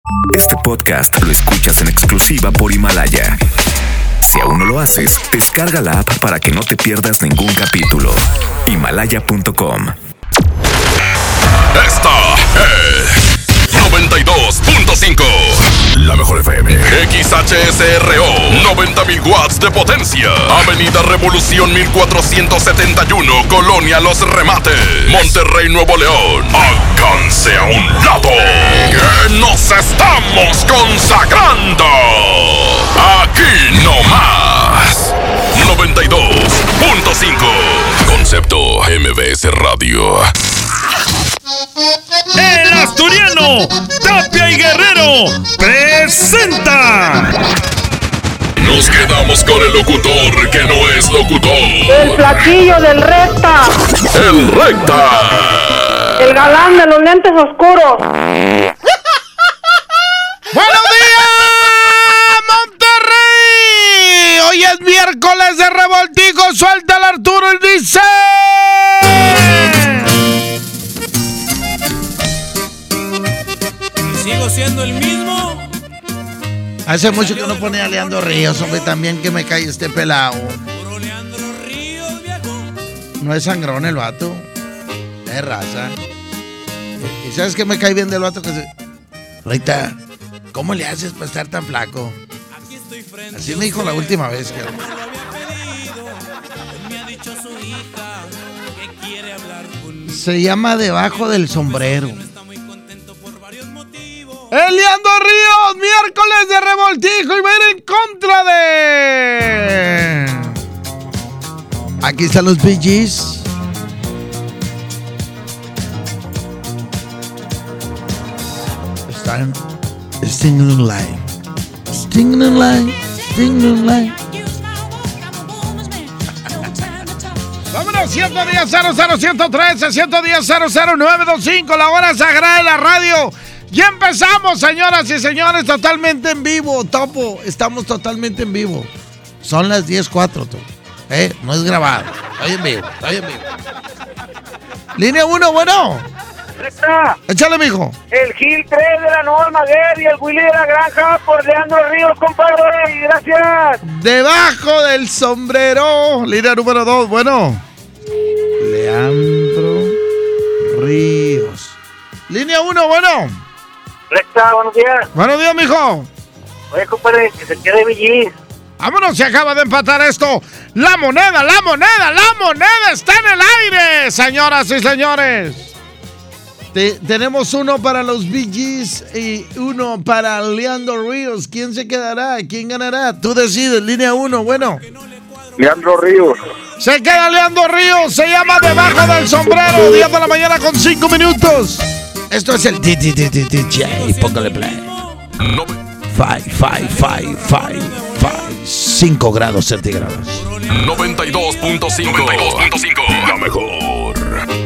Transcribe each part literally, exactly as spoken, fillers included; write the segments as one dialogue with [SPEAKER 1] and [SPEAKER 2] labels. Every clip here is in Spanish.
[SPEAKER 1] Este podcast lo escuchas en exclusiva por Himalaya. Si aún no lo haces, descarga la app para que no te pierdas ningún capítulo. Himalaya punto com.
[SPEAKER 2] Esta es noventa y dos punto cinco. La mejor F M. X H S R O. noventa mil watts de potencia. Avenida Revolución mil cuatrocientos setenta y uno. Colonia Los Remates. Monterrey, Nuevo León. Háganse a un lado. Que nos estamos consagrando. Aquí no más. noventa y dos punto cinco. Concepto M B S Radio.
[SPEAKER 3] El asturiano Tapia y Guerrero presenta.
[SPEAKER 2] Nos quedamos con el locutor que no es locutor.
[SPEAKER 4] El flaquillo del Recta.
[SPEAKER 2] El Recta.
[SPEAKER 4] El galán de los lentes oscuros.
[SPEAKER 3] ¡Buenos días, Monterrey! Hoy es miércoles de revoltijo. Suelta el Arturo y dice...
[SPEAKER 5] ¿Sigo siendo el mismo?
[SPEAKER 3] Hace mucho que no ponía a Leandro Ríos, hombre, también que me cae este pelado.
[SPEAKER 5] Puro Leandro Ríos, viejo.
[SPEAKER 3] No es sangrón el vato, es raza. ¿Y sabes qué me cae bien del vato? Que se... Rita, ¿cómo le haces para estar tan flaco?
[SPEAKER 5] Aquí estoy frente.
[SPEAKER 3] Así me dijo la última vez que...
[SPEAKER 5] Como lo había pedido. Me ha dicho su hija que quiere hablar conmigo.
[SPEAKER 3] Se llama Debajo del Sombrero.
[SPEAKER 5] No está muy contento por varios motivos.
[SPEAKER 3] Eliando Ríos, miércoles de revoltijo y va a ir en contra de... Aquí están los Bee Gees. Están Stinging Line. Stinging Line. Stinging Line. Vámonos, ciento diez cero cero ciento trece, ciento diez cero cero nueve dos cinco, la hora sagrada de la radio. Ya empezamos, señoras y señores, totalmente en vivo, Topo. Estamos totalmente en vivo. Son las diez cuatro, tú. ¿Eh? No es grabado. Estoy en vivo, estoy en vivo. Línea uno, bueno.
[SPEAKER 4] Recta.
[SPEAKER 3] Échale, mijo.
[SPEAKER 4] El Gil tres de la Nueva Maguer y el Willy de la Granja por Leandro Ríos, compadre. Gracias.
[SPEAKER 3] Debajo del sombrero. Línea número dos, bueno. Leandro Ríos. Línea uno, bueno.
[SPEAKER 4] Recta, buenos días.
[SPEAKER 3] Buenos días, mijo.
[SPEAKER 4] Oye, compadre, que se quede Villis.
[SPEAKER 3] Vámonos, se acaba de empatar esto. La moneda, la moneda, la moneda está en el aire, señoras y señores. Te, tenemos uno para los Bee Gees y uno para Leandro Ríos. ¿Quién se quedará? ¿Quién ganará? Tú decides, línea uno, bueno.
[SPEAKER 4] Leandro Ríos.
[SPEAKER 3] Se queda Leandro Ríos, se llama Debajo del Sombrero, diez de la mañana con cinco minutos. Esto es el D J, póngale play. Five, five, five, five, five, cinco grados centígrados.
[SPEAKER 2] noventa y dos punto cinco. La mejor.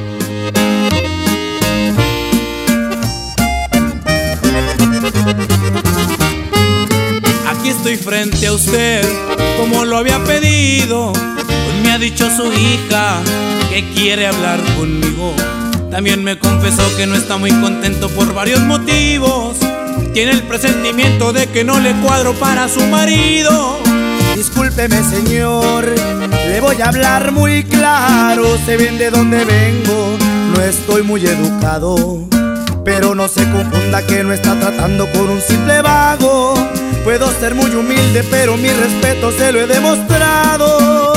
[SPEAKER 5] Aquí estoy frente a usted, como lo había pedido. Pues me ha dicho su hija que quiere hablar conmigo. También me confesó que no está muy contento por varios motivos. Tiene el presentimiento de que no le cuadro para su marido.
[SPEAKER 6] Discúlpeme, señor, le voy a hablar muy claro. Se ven de dónde vengo, no estoy muy educado. Pero no se confunda que no está tratando con un simple vago. Puedo ser muy humilde, pero mi respeto se lo he demostrado.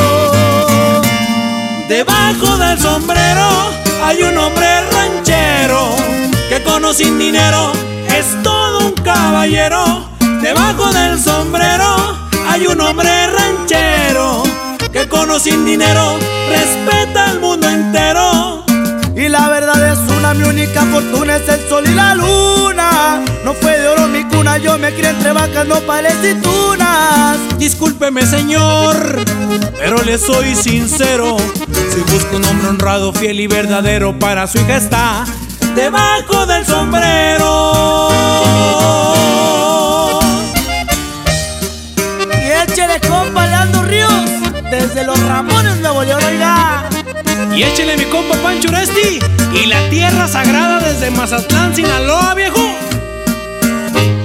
[SPEAKER 5] Debajo del sombrero hay un hombre ranchero que con o sin dinero es todo un caballero. Debajo del sombrero hay un hombre ranchero que con o sin dinero respeta al mundo entero.
[SPEAKER 6] Y la verdad es una, mi única fortuna es el sol y la luna. No fue de oro mi cuna, yo me crié entre vacas, nopales y tunas.
[SPEAKER 5] Discúlpeme, señor, pero le soy sincero. Si busco un hombre honrado, fiel y verdadero, para su hija está debajo del sombrero.
[SPEAKER 6] Y échele compa Leandro Ríos, desde los Ramones Nuevo León, oiga.
[SPEAKER 5] Y échele mi compa Pancho Uresti y la tierra sagrada desde Mazatlán, Sinaloa, viejo.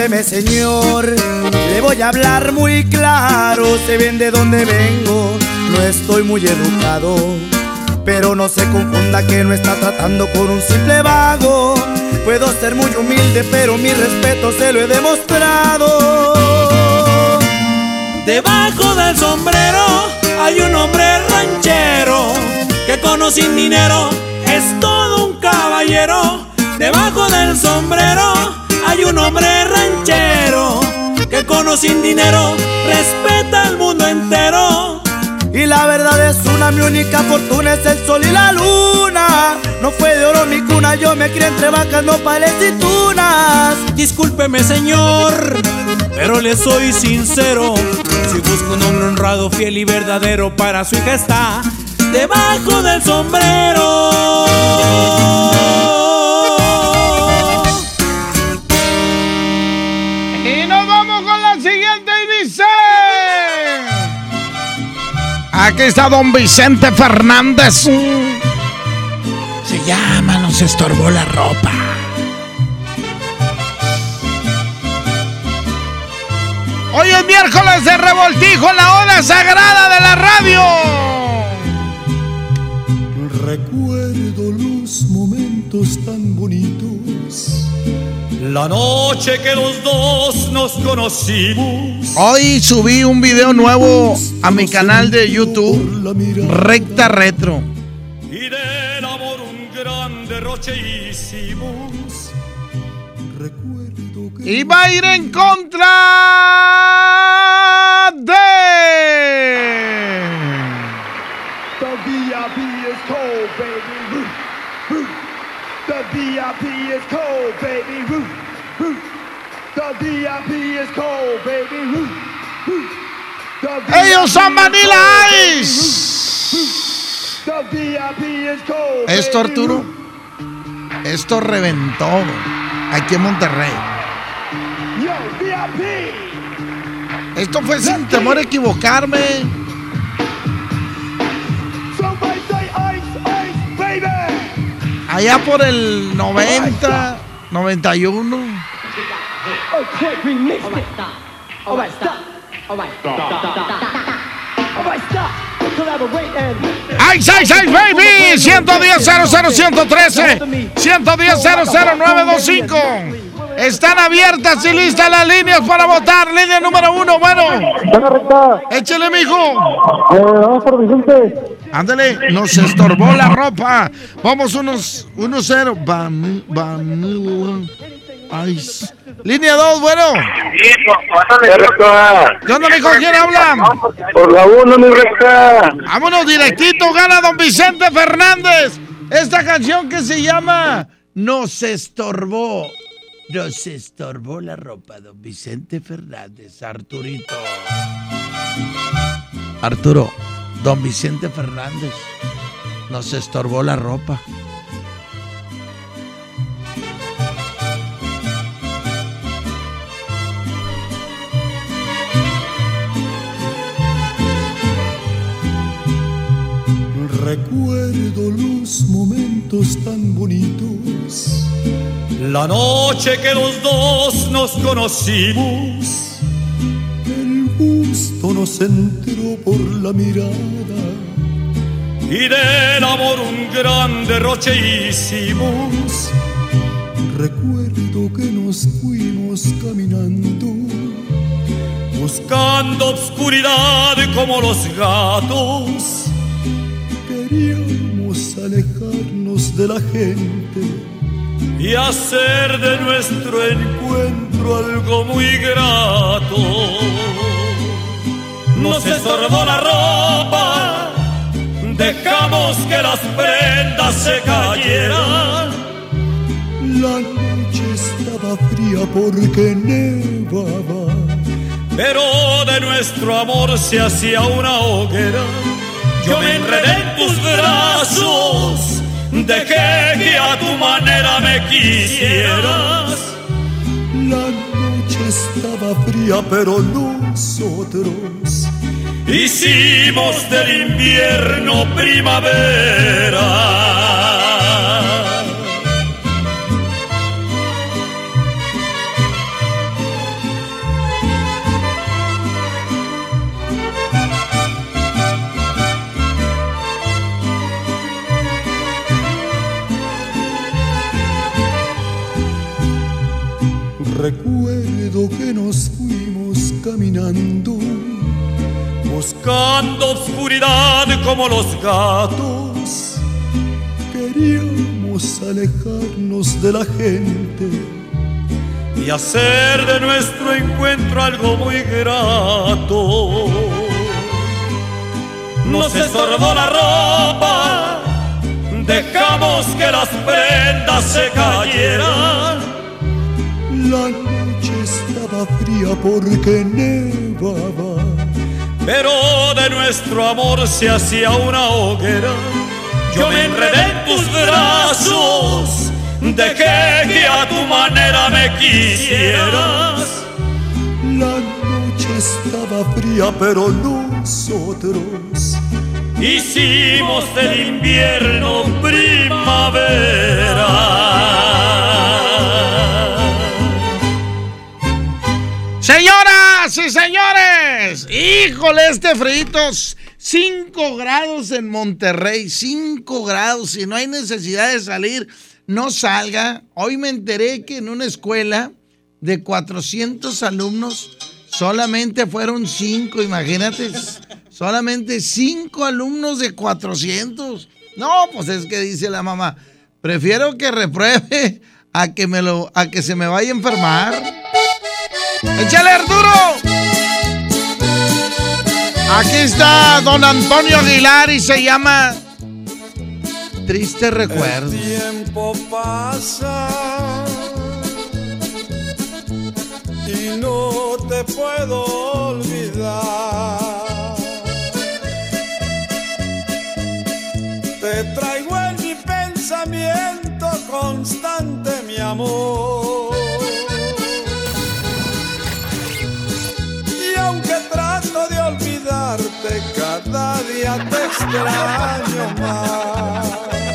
[SPEAKER 6] Discúlpeme, señor, le voy a hablar muy claro. Sé bien de dónde vengo, no estoy muy educado, pero no se confunda que no está tratando con un simple vago. Puedo ser muy humilde, pero mi respeto se lo he demostrado.
[SPEAKER 5] Debajo del sombrero hay un hombre ranchero que con o sin dinero es todo un caballero. Debajo del sombrero hay un hombre ranchero que con o sin dinero respeta al mundo entero.
[SPEAKER 6] Y la verdad es una, mi única fortuna es el sol y la luna. No fue de oro mi cuna, yo me crié entre vacas, nopales y tunas.
[SPEAKER 5] Discúlpeme, señor, pero le soy sincero. Si busco un hombre honrado, fiel y verdadero, para su hija está debajo del sombrero.
[SPEAKER 3] Y nos vamos con la siguiente y dice... Aquí está don Vicente Fernández. Se llama No se estorbó la ropa. Hoy es miércoles de revoltijo en la hora sagrada de la radio.
[SPEAKER 7] Recuerdo los momentos tan bonitos, la noche que los dos nos conocimos.
[SPEAKER 3] Hoy subí un video nuevo a mi canal de YouTube, Recta Retro.
[SPEAKER 7] Y del amor un gran derroche hicimos. Recuerdo que
[SPEAKER 3] y va a ir en contra de...
[SPEAKER 8] The V I P is cold, baby. Woo, woo. The V I P is cold, baby. Woo, woo. The V I P is cold, baby. Woo, woo.
[SPEAKER 3] Ellos son Vanilla Ice.
[SPEAKER 8] The V I P is cold.
[SPEAKER 3] Esto, Arturo, esto reventó aquí en Monterrey.
[SPEAKER 8] Yo, V I P.
[SPEAKER 3] Esto fue sin temor a equivocarme.
[SPEAKER 8] Somebody say ice, ice, baby.
[SPEAKER 3] Allá por el noventa, noventa y uno.
[SPEAKER 8] Okay, remix it. All right, stop. All right, stop, stop, stop. All right, stop. Collaborate and...
[SPEAKER 3] Ice, Ice, Ice, baby. ciento diez, cero cero, ciento trece. ciento diez, cero cero, nueve dos cinco. Están abiertas y listas las líneas para votar. Línea número uno, bueno. Échale, mijo.
[SPEAKER 9] Eh, vamos por Vicente.
[SPEAKER 3] Ándale, nos estorbó la ropa. Vamos unos, uno cero. Van, Vanilla Ice. Línea dos, bueno. ¿Qué onda, mijo? ¿Quién habla?
[SPEAKER 9] Por la uno, mi recta.
[SPEAKER 3] Vámonos directito, gana don Vicente Fernández. Esta canción que se llama Nos estorbó. Nos estorbó la ropa, don Vicente Fernández, Arturito. Arturo, don Vicente Fernández, nos estorbó la ropa.
[SPEAKER 7] Recuerdo los momentos tan bonitos, la noche que los dos nos conocimos. El gusto nos entró por la mirada y del amor un gran derroche hicimos. Recuerdo que nos fuimos caminando, buscando obscuridad como los gatos. Queríamos alejarnos de la gente y hacer de nuestro encuentro algo muy grato. Nos estorbó la ropa, dejamos que las prendas se cayeran. La noche estaba fría porque nevaba, pero de nuestro amor se hacía una hoguera. Yo me enredé en tus brazos, dejé que a tu manera me quisieras. La noche estaba fría, pero nosotros hicimos del invierno primavera. Recuerdo que nos fuimos caminando, buscando oscuridad como los gatos. Queríamos alejarnos de la gente y hacer de nuestro encuentro algo muy grato. Nos estorbó la ropa, dejamos que las prendas se cayeran. La noche estaba fría porque nevaba, pero de nuestro amor se hacía una hoguera. Yo me enredé en tus brazos, dejé que a tu manera me quisieras. La noche estaba fría, pero nosotros hicimos del invierno primavera.
[SPEAKER 3] Señoras y señores, híjole, este fritos, cinco grados en Monterrey, cinco grados, si no hay necesidad de salir, no salga. Hoy me enteré que en una escuela de cuatrocientos alumnos, solamente fueron cinco, imagínate, solamente cinco alumnos de cuatrocientos. No, pues es que dice la mamá, prefiero que repruebe a que, me lo, a que se me vaya a enfermar. ¡Échale, Arturo! Aquí está don Antonio Aguilar y se llama Triste Recuerdo.
[SPEAKER 10] El tiempo pasa y no te puedo olvidar. Te traigo en mi pensamiento constante, mi amor. Aunque trato de olvidarte, cada día te extraño más.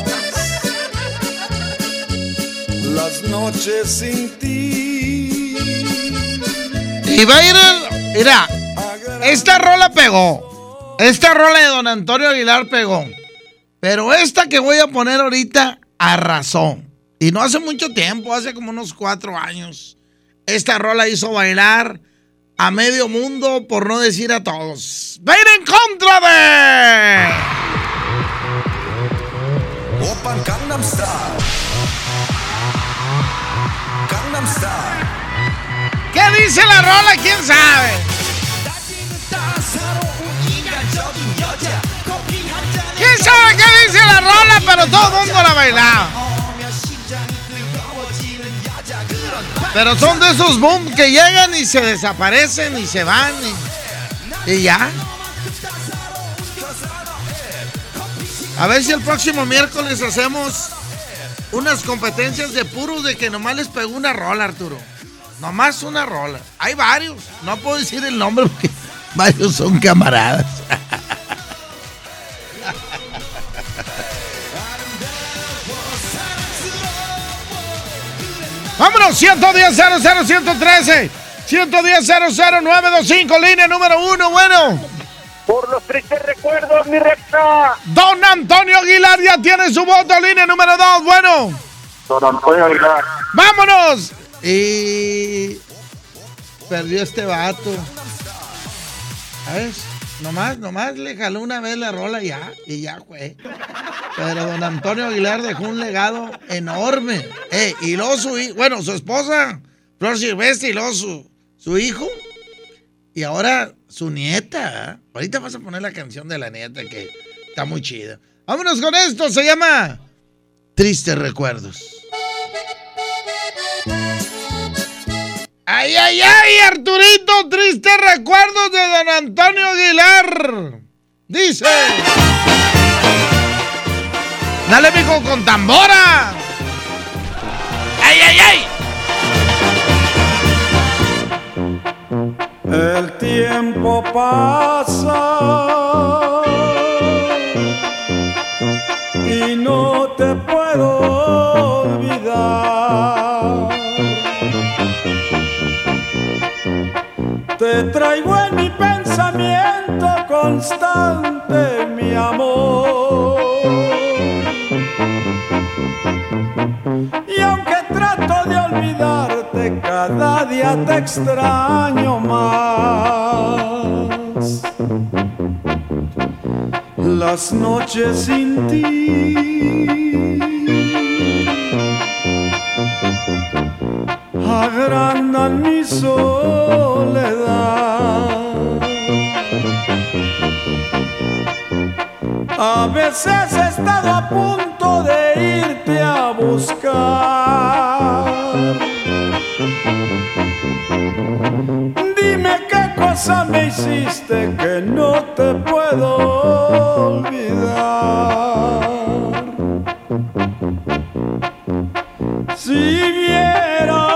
[SPEAKER 10] Las noches sin ti.
[SPEAKER 3] Y va a ir el... Mira, esta rola pegó. Esta rola de don Antonio Aguilar pegó. Pero esta que voy a poner ahorita arrasó. Y no hace mucho tiempo, hace como unos cuatro años. Esta rola hizo bailar a medio mundo, por no decir a todos. ¡Va a ir en contra de...
[SPEAKER 11] Open Gangnam Style. Gangnam Style.
[SPEAKER 3] ¿Qué dice la rola? ¿Quién sabe? ¿Quién sabe qué dice la rola? Pero todo el mundo la bailaba. Pero son de esos boom que llegan y se desaparecen y se van y, y ya. A ver si el próximo miércoles hacemos unas competencias de puros de que nomás les pegó una rola, Arturo. Nomás una rola. Hay varios. No puedo decir el nombre porque varios son camaradas. Vámonos, ciento diez cero cero ciento trece, ciento diez cero cero nueve dos cinco, línea número uno, bueno.
[SPEAKER 4] Por los tristes recuerdos, mi recta.
[SPEAKER 3] Don Antonio Aguilar ya tiene su voto, línea número dos, bueno.
[SPEAKER 9] Don Antonio Aguilar.
[SPEAKER 3] ¡Vámonos! Y... perdió este vato. ¿Sabes? Nomás, nomás le jaló una vez la rola y ya, y ya fue. Pero don Antonio Aguilar dejó un legado enorme. Eh, y luego su hijo, bueno, su esposa, Flor Silvestre, y luego su, su hijo. Y ahora su nieta. ¿eh? Ahorita vas a poner la canción de la nieta que está muy chida. Vámonos con esto, se llama Tristes Recuerdos. ¡Ay, ay, ay, Arturito! Tristes recuerdos de don Antonio Aguilar. Dice... ¡Dale, mijo, con tambora! ¡Ay, ay, ay!
[SPEAKER 10] El tiempo pasa y no te puedo olvidar. Te traigo en mi pensamiento constante, mi amor. Y aunque trato de olvidarte, cada día te extraño más. Las noches sin ti agrandan mi soledad. A veces he estado a punto de irte a buscar. Dime qué cosa me hiciste que no te puedo olvidar. Si vieras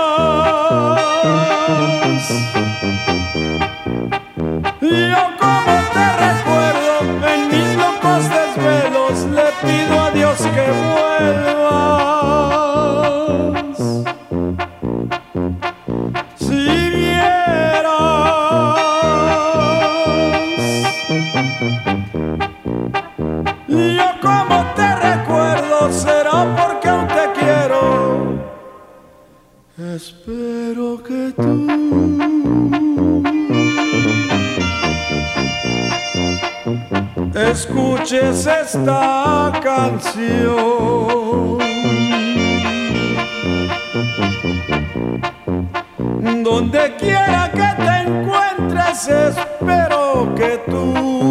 [SPEAKER 10] yo como te recuerdo en mis locos desvelos, le pido a Dios que vuelvas. Si vieras yo como te recuerdo, será porque aún te quiero. Espero que tú escuches esta canción. Donde quiera que te encuentres, espero que tú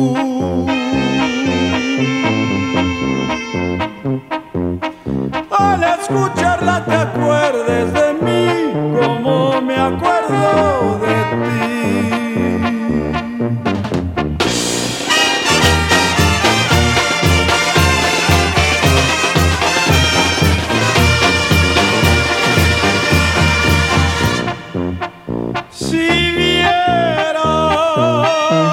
[SPEAKER 10] al escucharla te acuerdes de mí como me acuerdo de ti. Si vieras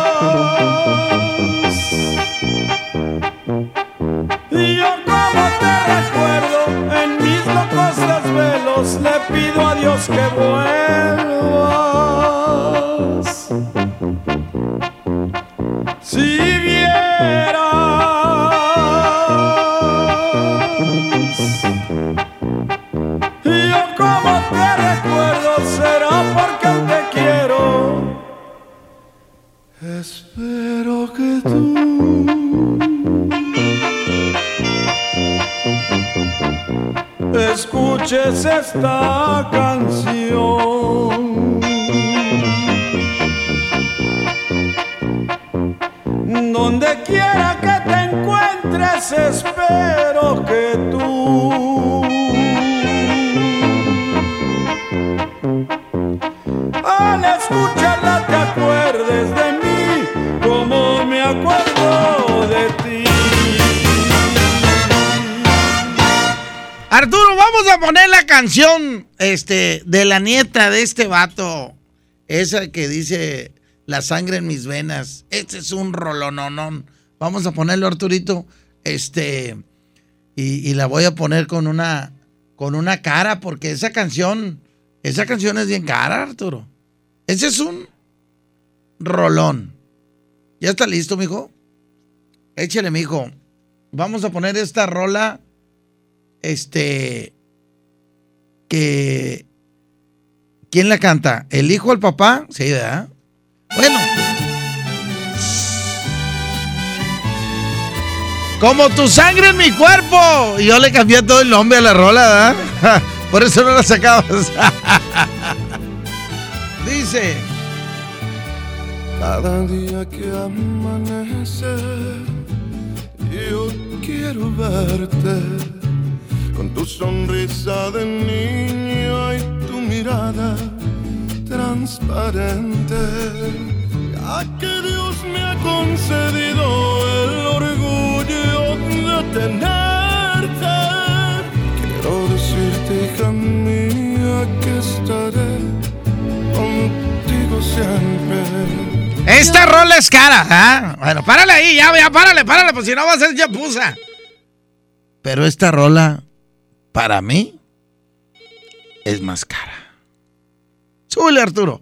[SPEAKER 10] yo como te recuerdo en mis locos desvelos, le pido a Dios que vuelvas. Si vieras yo como te recuerdo, será porque aún te quiero. Espero que tú escuches esta canción. Donde quiera que te encuentres, espero que tú al escucharla te acuerdes de mí como me acuerdo de ti.
[SPEAKER 3] Arturo, vamos a poner la canción este, de la nieta de este vato. Esa que dice la sangre en mis venas. Este es un rolononón. Vamos a ponerlo, Arturito. Este, y, y la voy a poner con una, con una cara, porque esa canción, esa canción es bien cara, Arturo. Ese es un rolón. ¿Ya está listo, mijo? Échale, mijo. Vamos a poner esta rola. Este, que, ¿quién la canta? ¿El hijo o el papá? Sí, ¿verdad? Bueno. Como tu sangre en mi cuerpo. Y yo le cambié todo el nombre a la rola, ¿verdad? Por eso no la sacabas. Dice:
[SPEAKER 12] cada día que amanece, yo quiero verte con tu sonrisa de niño y tu mirada transparente. Ya que Dios me ha concedido el orgullo de tenerte, quiero decirte, hija mía, que estaré contigo siempre.
[SPEAKER 3] Esta rola es cara, ¿ah? Bueno, párale ahí, ya, ya, párale, párale, pues si no va a ser chapuza. Pero esta rola, para mí, es más cara. Súbele, Arturo.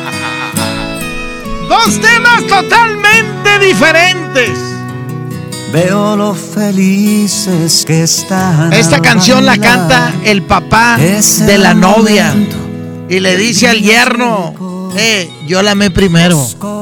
[SPEAKER 3] Dos temas totalmente diferentes.
[SPEAKER 13] veo lo felices que están.
[SPEAKER 3] Esta canción la canta el papá de la novia y le dice al yerno, eh, yo la amé primero.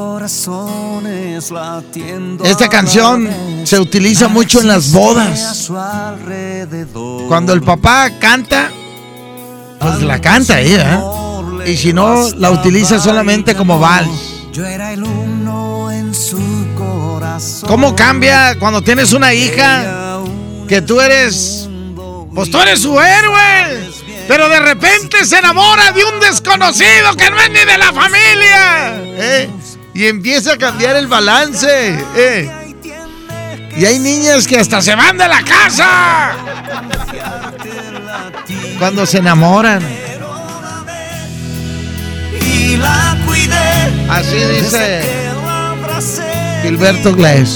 [SPEAKER 3] Esta canción se utiliza mucho en las bodas. Cuando el papá canta, pues la canta ella, ¿eh? Y si no, la utiliza solamente como vals.
[SPEAKER 13] Yo era el uno en su corazón.
[SPEAKER 3] ¿Cómo cambia cuando tienes una hija que tú eres, pues tú eres su héroe, pero de repente se enamora de un desconocido que no es ni de la familia, ¿eh? Y empieza a cambiar el balance, ¿eh? Y hay niñas que hasta se van de la casa cuando se enamoran.
[SPEAKER 13] Y la cuidé.
[SPEAKER 3] Así dice Gilberto Glés.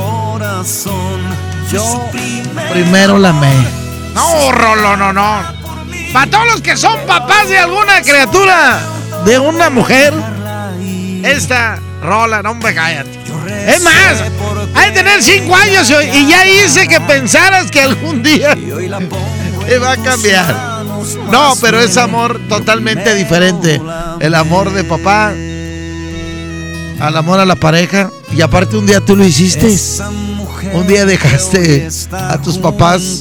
[SPEAKER 3] Yo primero la amé. No, Rolo, no, no. Para todos los que son papás de alguna criatura, de una mujer, esta rola, no, hombre, cállate. Es más, hay que tener cinco años y ya hice que pensaras que algún día te va a cambiar. No, pero es amor totalmente diferente. El amor de papá al amor a la pareja. Y aparte un día tú lo hiciste. Un día dejaste a tus papás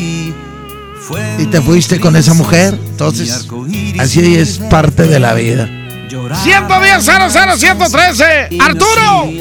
[SPEAKER 3] y te fuiste con esa mujer. Entonces, así es parte de la vida. ciento diez, cero cero, ciento trece. Arturo.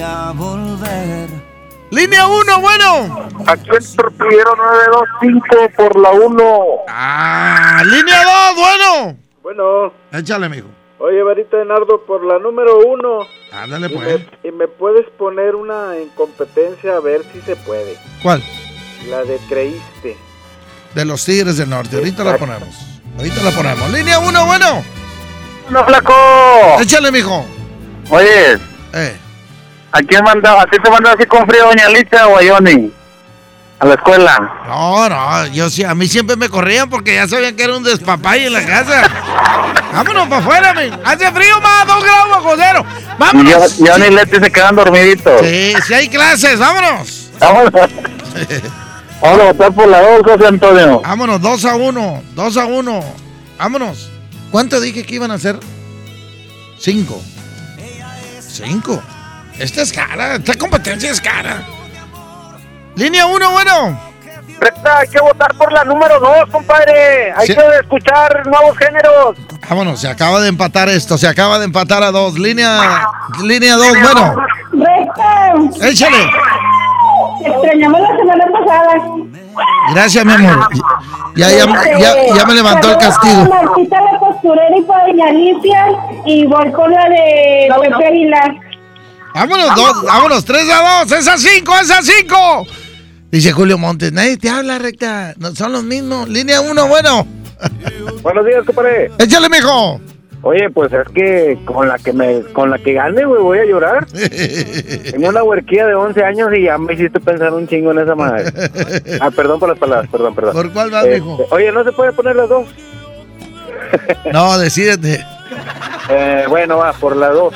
[SPEAKER 3] Línea uno, bueno.
[SPEAKER 9] Aquí el torpillero nueve dos cinco por la uno.
[SPEAKER 3] Ah, línea dos, bueno.
[SPEAKER 14] Bueno.
[SPEAKER 3] Échale, mijo.
[SPEAKER 14] Oye, Varita de Nardo, por la número uno.
[SPEAKER 3] Ándale,
[SPEAKER 14] y
[SPEAKER 3] pues.
[SPEAKER 14] Me, y me puedes poner una en competencia a ver si se puede.
[SPEAKER 3] ¿Cuál?
[SPEAKER 14] La de Creíste.
[SPEAKER 3] De los Tigres del Norte. Ahorita la ponemos. Ahorita la ponemos. Línea uno, bueno.
[SPEAKER 9] ¡No, flaco!
[SPEAKER 3] Échale, mijo.
[SPEAKER 9] Oye.
[SPEAKER 3] Eh.
[SPEAKER 9] ¿A quién mandaba? ¿A ti te mandaba así con frío, doña Licha o a Johnny? ¿A la escuela?
[SPEAKER 3] No, no, yo sí, a mí siempre me corrían porque ya sabían que era un despapay en la casa. Vámonos para afuera, mi. Hace frío, más dos grados bajo cero. Vámonos.
[SPEAKER 9] Y Johnny y Leti se quedan dormiditos.
[SPEAKER 3] Sí, sí hay clases, vámonos.
[SPEAKER 9] Vámonos. Vamos a votar por la dos, José Antonio.
[SPEAKER 3] Vámonos, dos a uno, dos a uno. Vámonos. ¿Cuánto dije que iban a ser? Cinco. Cinco. Esta es cara, esta competencia es cara. Línea uno, bueno.
[SPEAKER 4] Recta, hay que votar por la número dos, compadre. Hay
[SPEAKER 3] sí.
[SPEAKER 4] que escuchar nuevos géneros.
[SPEAKER 3] Vámonos, se acaba de empatar esto, se acaba de empatar a dos. Línea, línea dos, bueno.
[SPEAKER 15] Recta.
[SPEAKER 3] Échale.
[SPEAKER 15] Extrañamos la semana pasada.
[SPEAKER 3] Gracias, mi amor. Ya, ya, ya, ya me levantó el castigo.
[SPEAKER 15] Martita la costurera y para doña Alicia. Y voy con la de Pepe Aguilar.
[SPEAKER 3] Vámonos, dos, vámonos, tres a dos, es a cinco, es a cinco. Dice Julio Montes, nadie te habla, Recta. No, son los mismos. Línea uno, bueno.
[SPEAKER 4] Buenos días, compadre.
[SPEAKER 3] Échale, mijo.
[SPEAKER 4] Oye, pues es que con la que me, con la que gane, güey, voy a llorar. Tengo una huerquilla de once años y ya me hiciste pensar un chingo en esa madre. Ah, perdón por las palabras, perdón, perdón.
[SPEAKER 3] ¿Por cuál vas,
[SPEAKER 4] eh,
[SPEAKER 3] mijo?
[SPEAKER 4] Oye, ¿no se puede poner las dos?
[SPEAKER 3] No, decídete.
[SPEAKER 4] Eh, bueno, va, por las dos.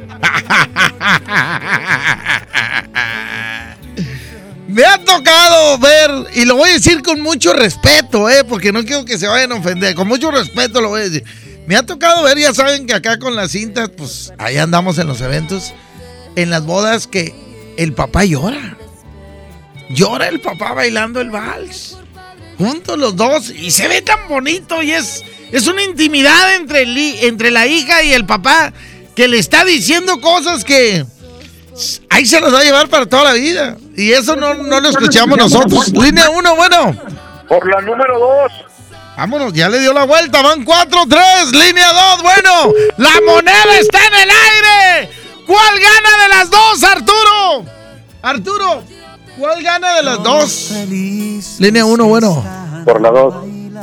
[SPEAKER 3] Me ha tocado ver, y lo voy a decir con mucho respeto, eh, porque no quiero que se vayan a ofender, con mucho respeto lo voy a decir. Me ha tocado ver, ya saben que acá con las cintas, pues ahí andamos en los eventos, en las bodas, que el papá llora. Llora el papá bailando el vals. Juntos los dos, y se ve tan bonito, y es, es una intimidad entre, el, entre la hija y el papá, que le está diciendo cosas que ahí se los va a llevar para toda la vida. Y eso no, no lo escuchamos nosotros. Línea uno, bueno.
[SPEAKER 4] Por la número dos.
[SPEAKER 3] Vámonos, ya le dio la vuelta. Van cuatro tres. Línea dos, bueno. La moneda está en el aire. ¿Cuál gana de las dos, Arturo? Arturo, ¿cuál gana de las dos? Línea uno, bueno.
[SPEAKER 9] Por la dos.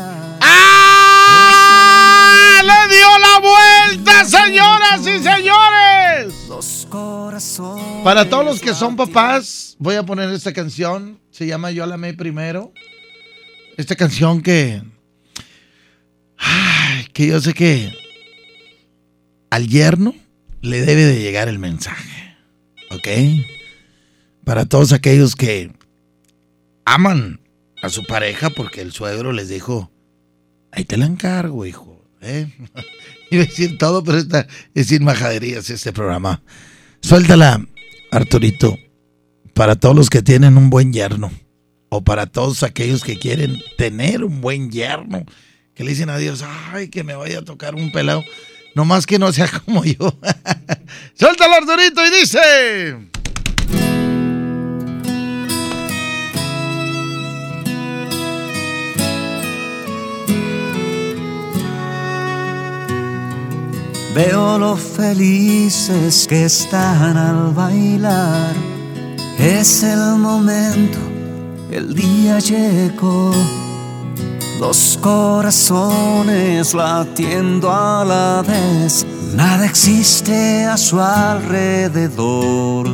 [SPEAKER 3] ¡Ah! ¡Le dio la vuelta, señoras y señores! Para todos los que son papás, voy a poner esta canción. Se llama Yo la amé primero. Esta canción que... Ay, que yo sé que al yerno le debe de llegar el mensaje. ¿Ok? Para todos aquellos que aman a su pareja porque el suegro les dijo, ahí te la encargo, hijo. ¿eh? Iba a decir todo, pero esta es sin majaderías este programa. Suéltala, Arturito, para todos los que tienen un buen yerno, o para todos aquellos que quieren tener un buen yerno, que le dicen a Dios, ay, que me vaya a tocar un pelado, nomás que no sea como yo. Suéltalo, Arturito, y dice...
[SPEAKER 13] Veo lo felices que están al bailar. Es el momento, el día llegó. Dos corazones latiendo a la vez. Nada existe a su alrededor.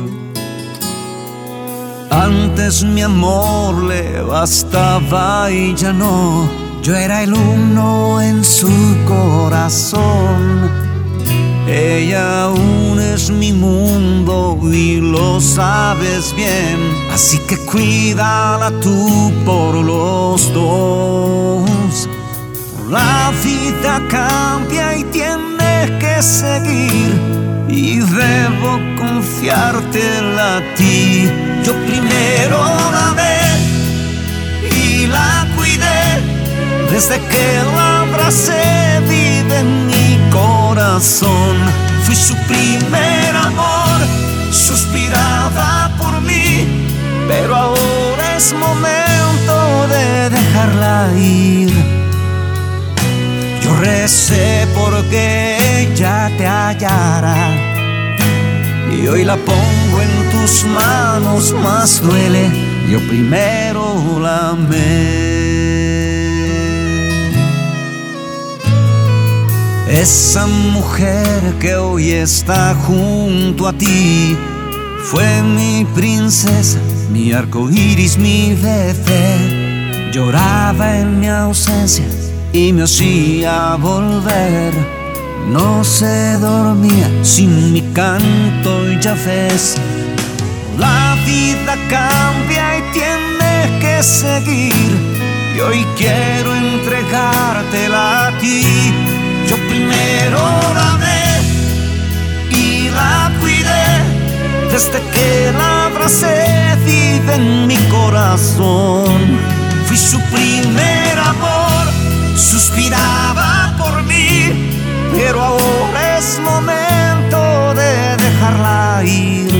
[SPEAKER 13] Antes mi amor le bastaba y ya no. Yo era el uno en su corazón. Ella aún es mi mundo y lo sabes bien. Así que cuídala tú por los dos. La vida cambia y tiene que seguir, y debo confiártela a ti. Yo primero la amé y la cuidé. Desde que la abracé vive en mi corazón. Fui su primer amor, suspiraba por mí, pero ahora es momento de dejarla ir. Yo recé porque ella te hallara, y hoy la pongo en tus manos, más duele. Yo primero la amé. Esa mujer que hoy está junto a ti fue mi princesa, mi arco iris, mi bebé. Lloraba en mi ausencia y me hacía volver. No se dormía sin mi canto y ya ves. La vida cambia y tiene que seguir, y hoy quiero entregártela a ti. Yo primero la amé y la cuidé. Desde que la abracé vive en mi corazón. Fui su primer amor, suspiraba por mí, pero ahora es momento de dejarla ir.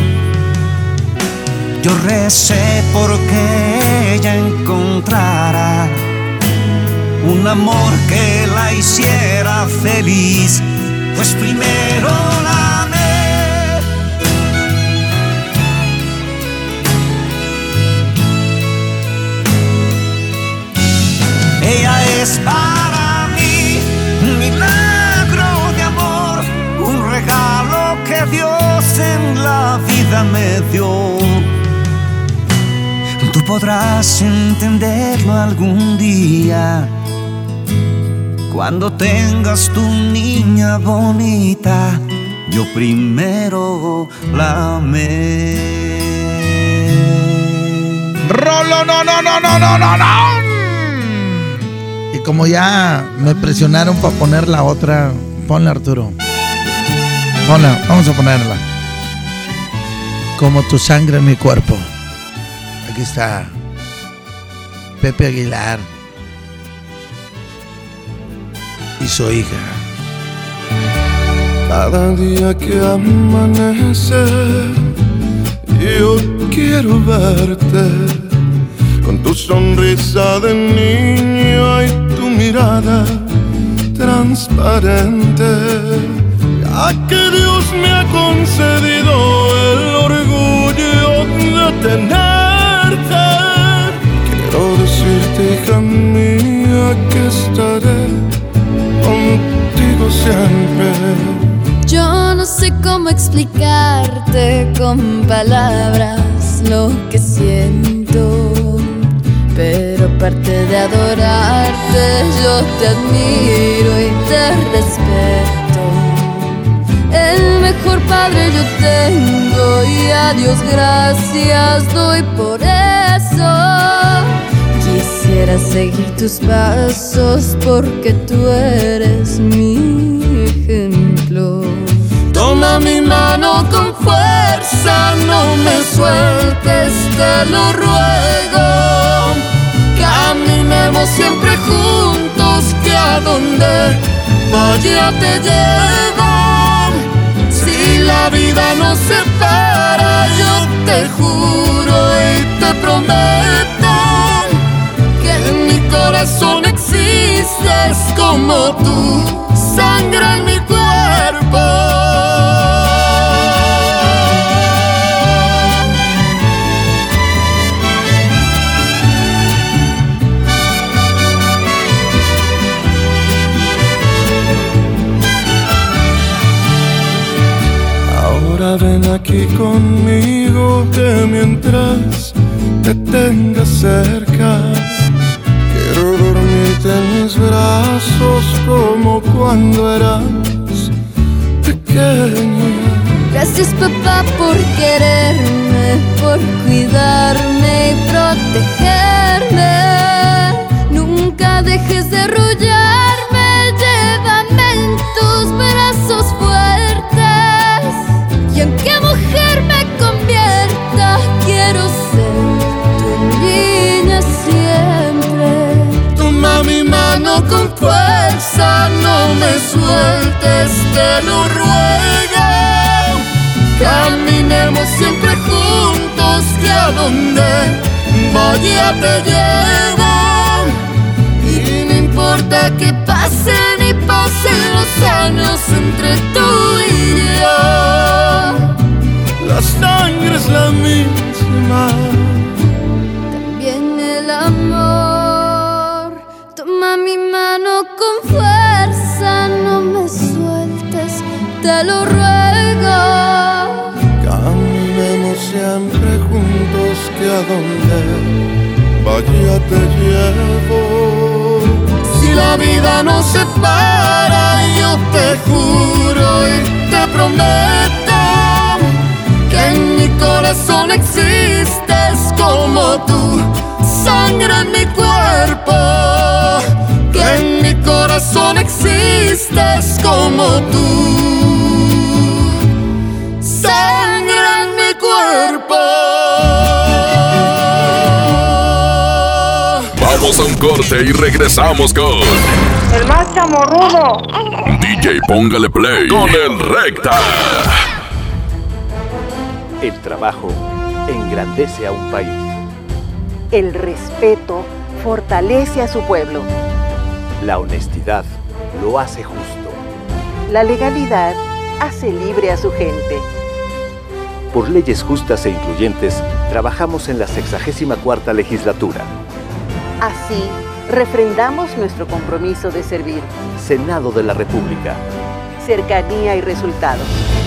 [SPEAKER 13] Yo recé porque ella encontrara un amor que la hiciera feliz, pues primero la amé. Ella es para mí un milagro de amor, un regalo que Dios en la vida me dio. Tú podrás entenderlo algún día, cuando tengas tu niña bonita. Yo primero la amé.
[SPEAKER 3] Rolo, no, no, no, no, no, no, no. Y como ya me presionaron para poner la otra, ponla, Arturo. Ponla, vamos a ponerla. Como tu sangre en mi cuerpo. Aquí está Pepe Aguilar y su hija.
[SPEAKER 12] Cada día que amanece, yo quiero verte con tu sonrisa de niño y tu mirada transparente. Ya que Dios me ha concedido el orgullo de tenerte, quiero decirte, hija mía, que estaré contigo siempre.
[SPEAKER 16] Yo no sé cómo explicarte con palabras lo que siento, pero aparte de adorarte, yo te admiro y te respeto. El mejor padre yo tengo y a Dios gracias doy por eso. quisiera seguir tus pasos porque tú eres mi ejemplo.
[SPEAKER 12] Toma mi mano con fuerza, no me sueltes, te lo ruego. Caminemos siempre juntos, que a donde vaya te llevo. Si la vida nos separa, yo te juro y te prometo que en mi corazón existes como tú, sangre en mi cuerpo. Ahora ven aquí conmigo, que mientras te tenga cerca, quiero dormirte en mis brazos como cuando eras pequeña.
[SPEAKER 16] Gracias, papá, por quererme, por cuidarme y protegerme. Nunca dejes de arrullarme, llévame en tus brazos fuertes. Y aunque mujer me convierta, quiero ser tu niña siempre.
[SPEAKER 12] Toma mi mano con fuerza, no me sueltes, te lo ruego. Caminemos siempre juntos, que a donde vaya te llevo. Y no importa que pasen y pasen los años entre tú y yo, la sangre es la misma,
[SPEAKER 16] también el amor. Toma mi mano con fuerza, no me sueltes, te lo ruego.
[SPEAKER 12] Caminemos siempre juntos, que a donde vaya te llevo. Si la vida nos separa, yo te juro y te prometo que en mi corazón existes como tú, sangre en mi cuerpo. Que en mi corazón existes como tú, sangre en mi cuerpo.
[SPEAKER 2] Vamos a un corte y regresamos con
[SPEAKER 15] El más chamorrudo.
[SPEAKER 2] D J Póngale Play con el Recta.
[SPEAKER 17] El trabajo engrandece a un país.
[SPEAKER 18] El respeto fortalece a su pueblo.
[SPEAKER 17] La honestidad lo hace justo.
[SPEAKER 18] La legalidad hace libre a su gente.
[SPEAKER 17] Por leyes justas e incluyentes, trabajamos en la sexagésima cuarta legislatura.
[SPEAKER 18] Así, refrendamos nuestro compromiso de servir.
[SPEAKER 17] Senado de la República.
[SPEAKER 18] Cercanía y resultados.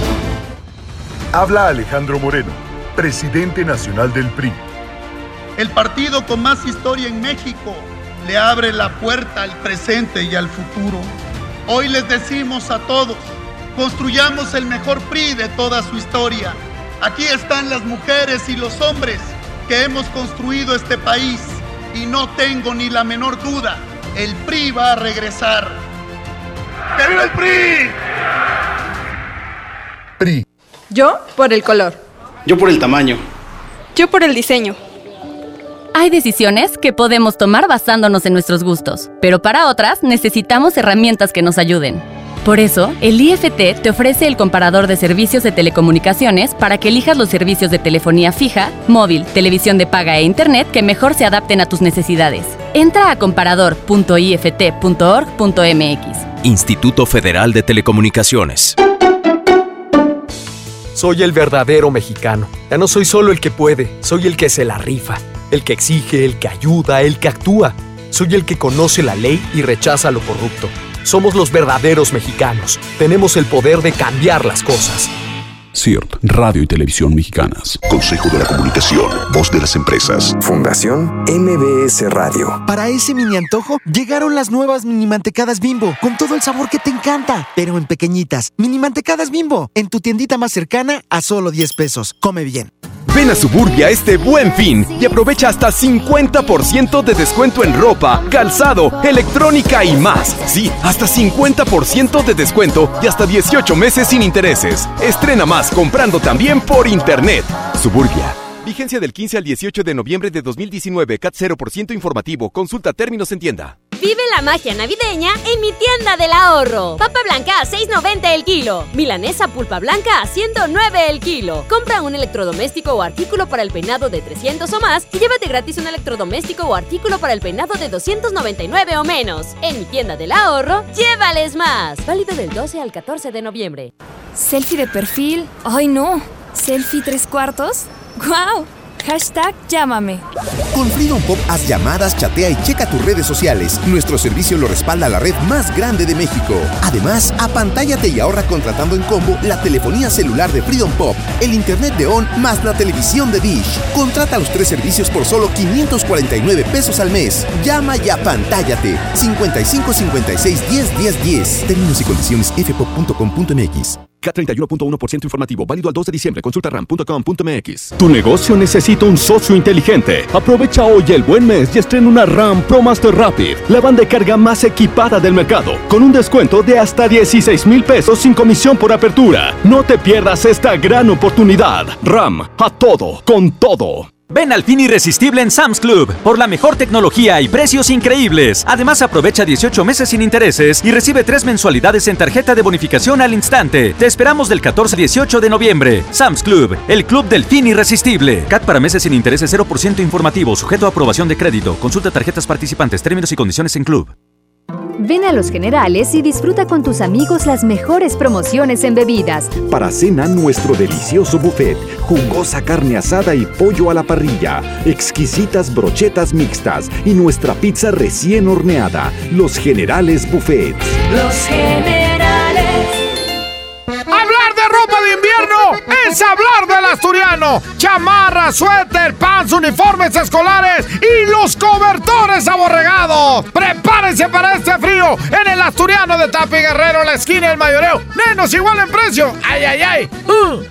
[SPEAKER 19] Habla Alejandro Moreno, presidente nacional del P R I.
[SPEAKER 20] El partido con más historia en México le abre la puerta al presente y al futuro. Hoy les decimos a todos, construyamos el mejor P R I de toda su historia. Aquí están las mujeres y los hombres que hemos construido este país y no tengo ni la menor duda, el P R I va a regresar. ¡Que viva el P R I!
[SPEAKER 19] P R I.
[SPEAKER 21] Yo por el color.
[SPEAKER 22] Yo por el tamaño.
[SPEAKER 21] Yo por el diseño.
[SPEAKER 23] Hay decisiones que podemos tomar basándonos en nuestros gustos, pero para otras necesitamos herramientas que nos ayuden. Por eso, el I F T te ofrece el comparador de servicios de telecomunicaciones para que elijas los servicios de telefonía fija, móvil, televisión de paga e internet que mejor se adapten a tus necesidades. Entra a comparador punto i f t punto org punto m x.
[SPEAKER 24] Instituto Federal de Telecomunicaciones.
[SPEAKER 25] Soy el verdadero mexicano. Ya no soy solo el que puede, soy el que se la rifa, el que exige, el que ayuda, el que actúa. Soy el que conoce la ley y rechaza lo corrupto. Somos los verdaderos mexicanos. Tenemos el poder de cambiar las cosas.
[SPEAKER 26] C I R T, Radio y Televisión Mexicanas.
[SPEAKER 27] Consejo de la Comunicación, Voz de las Empresas.
[SPEAKER 28] Fundación M B S Radio.
[SPEAKER 29] Para ese mini antojo, llegaron las nuevas mini mantecadas Bimbo, con todo el sabor que te encanta, pero en pequeñitas. Mini mantecadas Bimbo, en tu tiendita más cercana a solo diez pesos. Come bien.
[SPEAKER 1] Ven a Suburbia este Buen Fin y aprovecha hasta cincuenta por ciento de descuento en ropa, calzado, electrónica y más. Sí, hasta cincuenta por ciento de descuento y hasta dieciocho meses sin intereses. Estrena más comprando también por internet. Suburbia. Vigencia del quince al dieciocho de noviembre de dos mil diecinueve. C A T cero por ciento informativo. Consulta términos en tienda.
[SPEAKER 5] Vive la magia navideña en mi tienda del ahorro. Papa blanca a seis noventa el kilo. Milanesa pulpa blanca a ciento nueve el kilo. Compra un electrodoméstico o artículo para el peinado de trescientos o más y llévate gratis un electrodoméstico o artículo para el peinado de doscientos noventa y nueve o menos. En mi tienda del ahorro, llévales más. Válido del doce al catorce de noviembre.
[SPEAKER 6] ¿Selfie de perfil? ¡Ay, no! ¿Selfie tres cuartos? ¡Guau! Hashtag llámame.
[SPEAKER 7] Con Freedom Pop haz llamadas, chatea y checa tus redes sociales. Nuestro servicio lo respalda la red más grande de México. Además, apantállate y ahorra contratando en combo la telefonía celular de Freedom Pop, el internet de O N más la televisión de Dish. Contrata los tres servicios por solo quinientos cuarenta y nueve pesos al mes. Llama y apantállate. cincuenta y cinco cincuenta y seis diez diez diez. Términos y condiciones f pop punto com punto m x.
[SPEAKER 8] K treinta y uno punto uno por ciento informativo, válido al dos de diciembre. Consulta ram punto com punto m x. Tu negocio necesita un socio inteligente. Aprovecha hoy el buen mes y estrena una RAM ProMaster Rapid, la banda de carga más equipada del mercado, con un descuento de hasta dieciséis mil pesos sin comisión por apertura. No te pierdas esta gran oportunidad. RAM, a todo, con todo.
[SPEAKER 10] Ven al fin irresistible en Sam's Club por la mejor tecnología y precios increíbles. Además, aprovecha dieciocho meses sin intereses y recibe tres mensualidades en tarjeta de bonificación al instante. Te esperamos del catorce al dieciocho de noviembre. Sam's Club, el club del fin irresistible. C A T para meses sin intereses cero por ciento informativo, sujeto a aprobación de crédito. Consulta tarjetas participantes, términos y condiciones en Club.
[SPEAKER 11] Ven a Los Generales y disfruta con tus amigos las mejores promociones en bebidas.
[SPEAKER 14] Para cena, nuestro delicioso buffet, jugosa carne asada y pollo a la parrilla, exquisitas brochetas mixtas y nuestra pizza recién horneada. Los Generales Buffet.
[SPEAKER 12] Los Generales.
[SPEAKER 3] Hablar de ropa de invierno es hablar del asturiano. Chamarra, suéter, pants, uniformes escolares y los cobertores aborregados. Prepárense para este frío en el asturiano de Tapi Guerrero, la esquina del Mayoreo. Menos igual en precio. ¡Ay, ay, ay! Uh.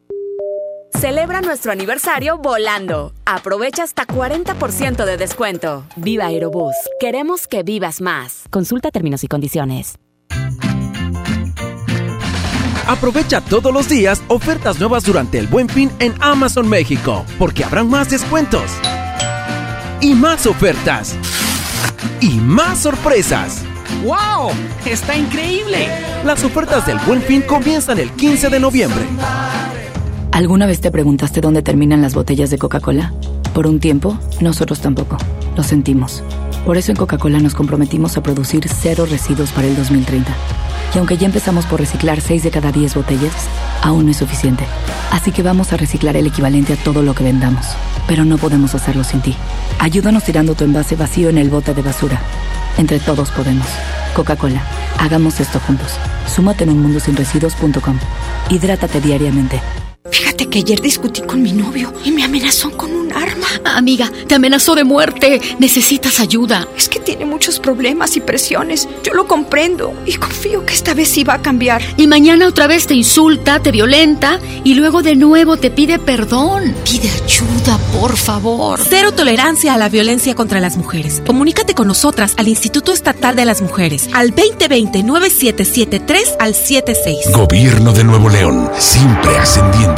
[SPEAKER 22] Celebra nuestro aniversario volando. Aprovecha hasta cuarenta por ciento de descuento. Viva Aerobús. Queremos que vivas más. Consulta términos y condiciones.
[SPEAKER 30] Aprovecha todos los días ofertas nuevas durante el Buen Fin en Amazon México, porque habrán más descuentos y más ofertas y más sorpresas. ¡Wow! ¡Está increíble! Las ofertas del Buen Fin comienzan el quince de noviembre.
[SPEAKER 31] ¿Alguna vez te preguntaste dónde terminan las botellas de Coca-Cola? Por un tiempo, nosotros tampoco. Lo sentimos. Por eso en Coca-Cola nos comprometimos a producir cero residuos para el dos mil treinta. Y aunque ya empezamos por reciclar seis de cada diez botellas, aún no es suficiente. Así que vamos a reciclar el equivalente a todo lo que vendamos. Pero no podemos hacerlo sin ti. Ayúdanos tirando tu envase vacío en el bote de basura. Entre todos podemos. Coca-Cola, hagamos esto juntos. Súmate en un mundo sin residuos punto com. Hidrátate diariamente.
[SPEAKER 32] Fíjate que ayer discutí con mi novio y me amenazó con un arma.
[SPEAKER 33] Amiga, te amenazó de muerte. Necesitas ayuda.
[SPEAKER 32] Es que tiene muchos problemas y presiones. Yo lo comprendo y confío que esta vez sí va a cambiar.
[SPEAKER 33] Y mañana otra vez te insulta, te violenta y luego de nuevo te pide perdón.
[SPEAKER 32] Pide ayuda, por favor.
[SPEAKER 34] Cero tolerancia a la violencia contra las mujeres. Comunícate con nosotras al Instituto Estatal de las Mujeres al veinte veinte nueve siete siete tres al setenta y seis.
[SPEAKER 2] Gobierno de Nuevo León, siempre ascendiendo.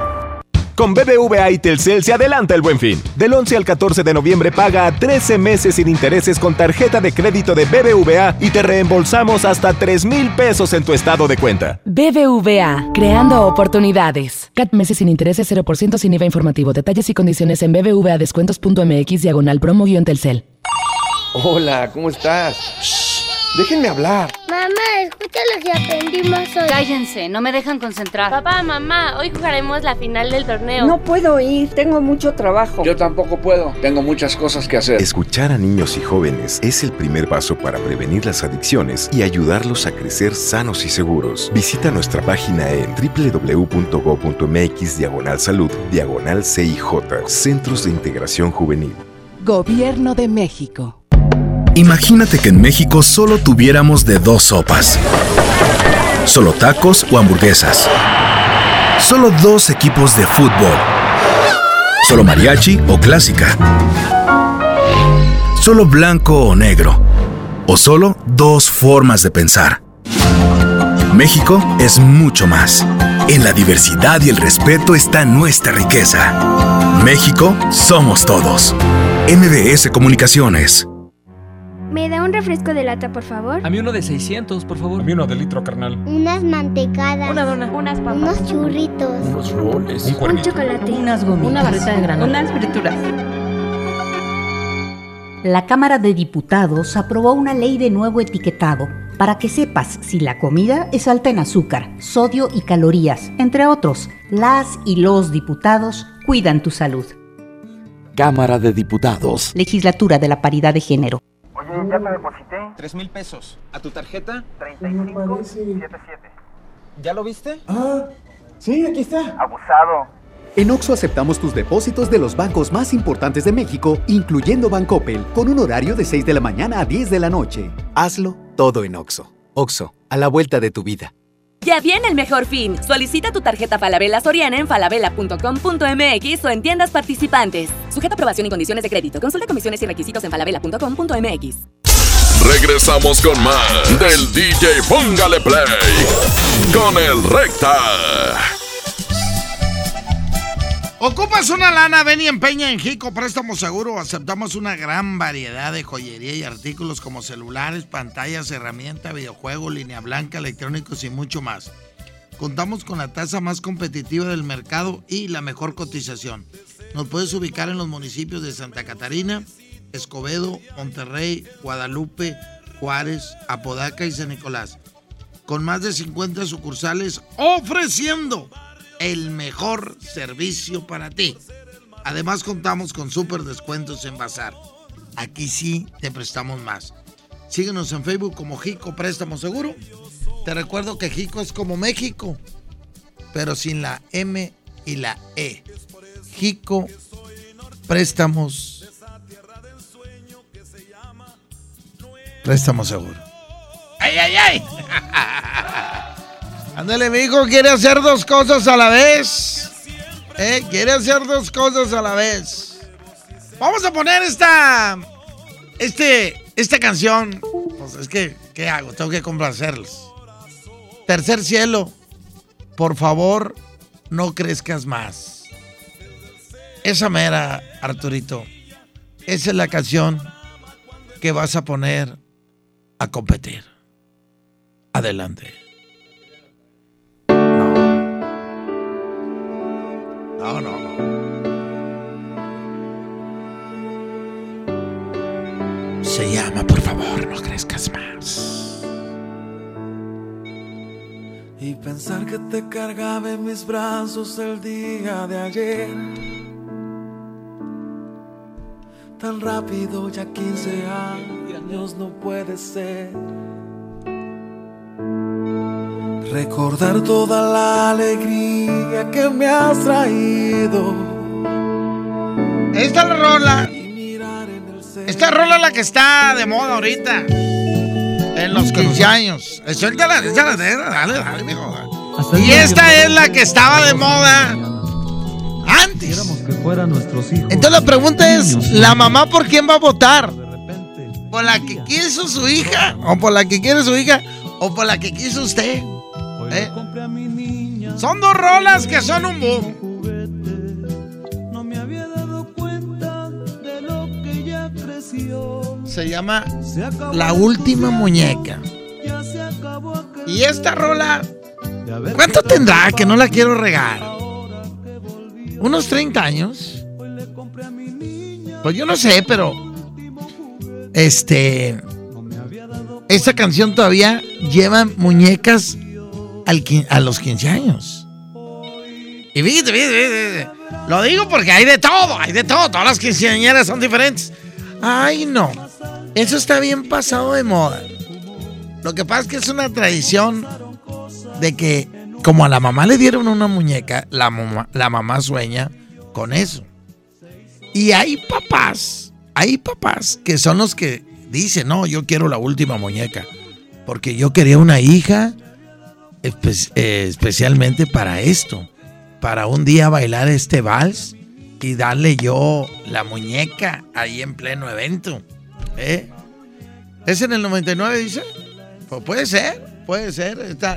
[SPEAKER 1] Con B B V A y Telcel se adelanta el Buen Fin. Del once al catorce de noviembre paga a trece meses sin intereses con tarjeta de crédito de B B V A y te reembolsamos hasta tres mil pesos en tu estado de cuenta.
[SPEAKER 31] B B V A, creando oportunidades. C A T meses sin intereses cero por ciento sin I V A informativo. Detalles y condiciones en bbvadescuentos punto m x diagonal promo-telcel.
[SPEAKER 35] Hola, ¿cómo estás? Shh, déjenme hablar.
[SPEAKER 36] Mamá, escucha lo que aprendimos hoy.
[SPEAKER 23] Cállense, no me dejan concentrar.
[SPEAKER 37] Papá, mamá, hoy jugaremos la final del torneo.
[SPEAKER 38] No puedo ir, tengo mucho trabajo.
[SPEAKER 39] Yo tampoco puedo, tengo muchas cosas que hacer.
[SPEAKER 27] Escuchar a niños y jóvenes es el primer paso para prevenir las adicciones y ayudarlos a crecer sanos y seguros. Visita nuestra página en doble u doble u doble u punto gob punto m x diagonal salud diagonal C I J, Centros de Integración Juvenil.
[SPEAKER 40] Gobierno de México.
[SPEAKER 41] Imagínate que en México solo tuviéramos de dos sopas. Solo tacos o hamburguesas. Solo dos equipos de fútbol. Solo mariachi o clásica. Solo blanco o negro. O solo dos formas de pensar. México es mucho más. En la diversidad y el respeto está nuestra riqueza. México somos todos. M B S Comunicaciones.
[SPEAKER 36] ¿Me da un refresco de lata, por favor?
[SPEAKER 4] A mí uno de seiscientos, por favor.
[SPEAKER 5] A mí uno de litro, carnal.
[SPEAKER 36] Unas mantecadas.
[SPEAKER 4] Una dona.
[SPEAKER 36] Unas papas. Unos churritos.
[SPEAKER 5] Unos roles.
[SPEAKER 36] Un, un chocolate.
[SPEAKER 32] Unas gomitas. Una barrita de granola. Unas frituras.
[SPEAKER 6] La Cámara de Diputados aprobó una ley de nuevo etiquetado para que sepas si la comida es alta en azúcar, sodio y calorías, entre otros. Las y los diputados cuidan tu salud.
[SPEAKER 7] Cámara de Diputados.
[SPEAKER 6] Legislatura de la Paridad de Género.
[SPEAKER 8] Oye, ya te deposité.
[SPEAKER 9] Tres mil pesos. ¿A tu tarjeta?
[SPEAKER 8] treinta y cinco setenta y siete.
[SPEAKER 9] ¿Ya lo viste?
[SPEAKER 8] Ah, sí, aquí está. Abusado.
[SPEAKER 10] En Oxxo aceptamos tus depósitos de los bancos más importantes de México, incluyendo Bancoppel, con un horario de seis de la mañana a diez de la noche.
[SPEAKER 11] Hazlo todo en Oxxo. Oxxo, a la vuelta de tu vida.
[SPEAKER 22] Ya viene el mejor fin. Solicita tu tarjeta Falabella Soriana en falabella punto com punto m x o en tiendas participantes. Sujeta a aprobación y condiciones de crédito. Consulta comisiones y requisitos en falabella punto com punto m x.
[SPEAKER 2] Regresamos con más del D J Póngale Play con el Recta.
[SPEAKER 3] ¿Ocupas una lana? Ven y empeña en Jico Préstamo Seguro. Aceptamos una gran variedad de joyería y artículos como celulares, pantallas, herramientas, videojuegos, línea blanca, electrónicos y mucho más. Contamos con la tasa más competitiva del mercado y la mejor cotización. Nos puedes ubicar en los municipios de Santa Catarina, Escobedo, Monterrey, Guadalupe, Juárez, Apodaca y San Nicolás. Con más de cincuenta sucursales ofreciendo el mejor servicio para ti. Además contamos con súper descuentos en Bazar. Aquí sí te prestamos más. Síguenos en Facebook como Jico Préstamo Seguro. Te recuerdo que Jico es como México, pero sin la M y la E. Jico Préstamos Préstamo Seguro. ¡Ay, ay, ay! Ándale, mi hijo, quiere hacer dos cosas a la vez. ¿Eh? Quiere hacer dos cosas a la vez. Vamos a poner esta. Este. Esta canción. Pues es que, ¿qué hago? Tengo que complacerlos. Tercer cielo. Por favor, no crezcas más. Esa mera, Arturito. Esa es la canción que vas a poner a competir. Adelante. No, no, no. Se llama Por favor, no crezcas más.
[SPEAKER 13] Y pensar que te cargaba en mis brazos el día de ayer. Tan rápido, ya quince años no puede ser. Recordar toda la alegría que me has traído.
[SPEAKER 3] Esta rola. Esta rola es la que está de moda ahorita. En los quince años. Suéltala, échala, dale, dale, mijo. Y esta es la que estaba de moda antes. Entonces la pregunta es, ¿la mamá por quién va a votar? ¿Por la que quiso su hija? ¿O por la que quiere su hija? ¿O por la que quiso usted? ¿Eh? Son dos rolas que son un boom. Se llama La Última Muñeca. Y esta rola, ¿cuánto tendrá? Que no la quiero regar. ¿Unos treinta años? Pues yo no sé, pero Este Esta canción todavía lleva muñecas al, a los quince años. Y fíjate, fíjate, fíjate, lo digo porque hay de todo, hay de todo. Todas las quinceañeras son diferentes. Ay, no. Eso está bien pasado de moda. Lo que pasa es que es una tradición de que, como a la mamá le dieron una muñeca, la mamá, la mamá sueña con eso. Y hay papás, hay papás que son los que dicen, no, yo quiero la última muñeca. Porque yo quería una hija espe- eh, especialmente para esto. Para un día bailar este vals y darle yo la muñeca ahí en pleno evento. ¿Eh? ¿Es en el noventa y nueve, dice? Pues puede ser, puede ser. Está...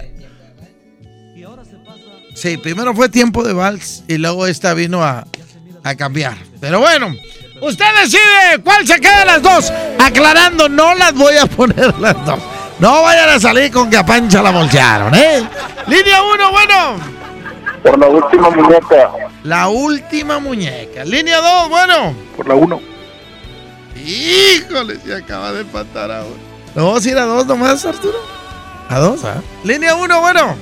[SPEAKER 3] Sí, primero fue Tiempo de Vals y luego esta vino a, a cambiar. Pero bueno, usted decide cuál se queda de las dos. Aclarando, no las voy a poner las dos. No vayan a salir con que a Pancha la bolsearon, ¿eh? Línea uno, bueno.
[SPEAKER 8] Por la última muñeca.
[SPEAKER 3] La última muñeca. Línea dos, bueno.
[SPEAKER 8] Por la uno.
[SPEAKER 3] Híjole, se acaba de empatar ahora. ¿No vamos a ir a dos nomás, Arturo? ¿A dos? ¿Ah? Línea uno, bueno.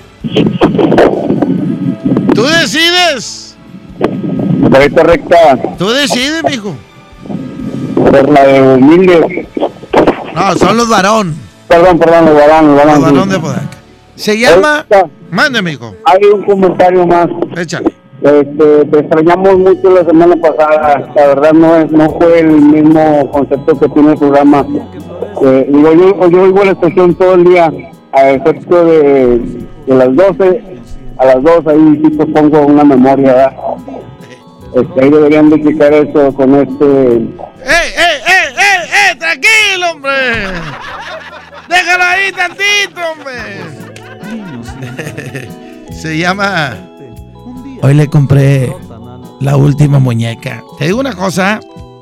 [SPEAKER 3] Tú decides.
[SPEAKER 8] Correcta, recta.
[SPEAKER 3] Tú decides, mijo.
[SPEAKER 8] Por la de humilde.
[SPEAKER 3] No, son los varón.
[SPEAKER 8] Perdón, perdón, los varón, los varón.
[SPEAKER 3] Los varón de Podaca. Se llama... Esta. Mande, mijo.
[SPEAKER 8] Hay un comentario más.
[SPEAKER 3] Échale.
[SPEAKER 8] Este, te extrañamos mucho la semana pasada. La verdad no es, no fue el mismo concepto que tiene el programa. Eh, digo, yo, yo oigo la estación todo el día, a efecto de, de las doce a las dos, ahí sí te pongo una memoria, ¿verdad? Este, ahí deberían de quitar eso con este...
[SPEAKER 3] ¡Ey, ey, ey, ey, ey! ¡Tranquilo, hombre! ¡Déjalo ahí tantito, hombre! Se llama... Hoy le compré la última muñeca. Te digo una cosa,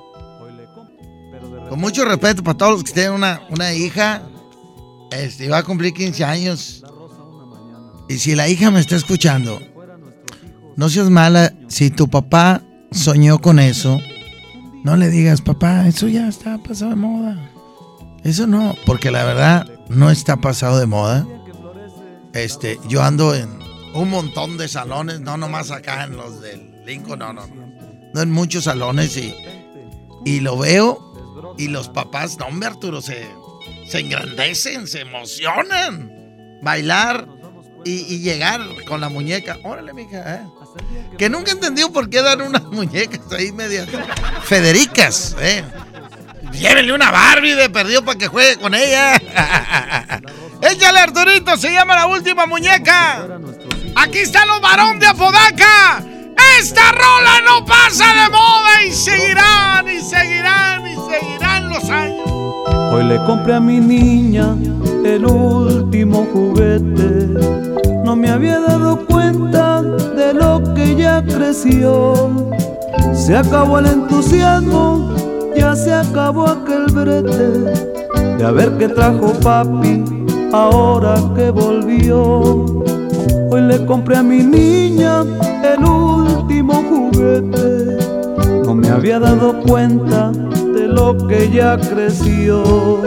[SPEAKER 3] con mucho respeto para todos los que tienen una, una hija, este, va a cumplir quince años. Y si la hija me está escuchando, no seas mala. Si tu papá soñó con eso, no le digas, papá, eso ya está pasado de moda. Eso no, porque la verdad no está pasado de moda. Este, yo ando en un montón de salones, no nomás acá en los del Lincoln, no, no, no. No en muchos salones y, y lo veo y los papás, no, hombre, Arturo, se, se engrandecen, se emocionan. Bailar y, y llegar con la muñeca. Órale, mija, eh. Que nunca he entendido por qué dan unas muñecas ahí medias Federicas, eh. Llévenle una Barbie de perdido para que juegue con ella. Échale, Arturito, se llama La Última Muñeca. Aquí están los varón de Apodaca. Esta rola no pasa de moda y seguirán y seguirán y seguirán los años.
[SPEAKER 13] Hoy le compré a mi niña el último juguete. No me había dado cuenta de lo que ya creció. Se acabó el entusiasmo, ya se acabó aquel brete de a ver qué trajo papi ahora que volvió. Hoy le compré a mi niña el último juguete. No me había dado cuenta de lo que ya creció.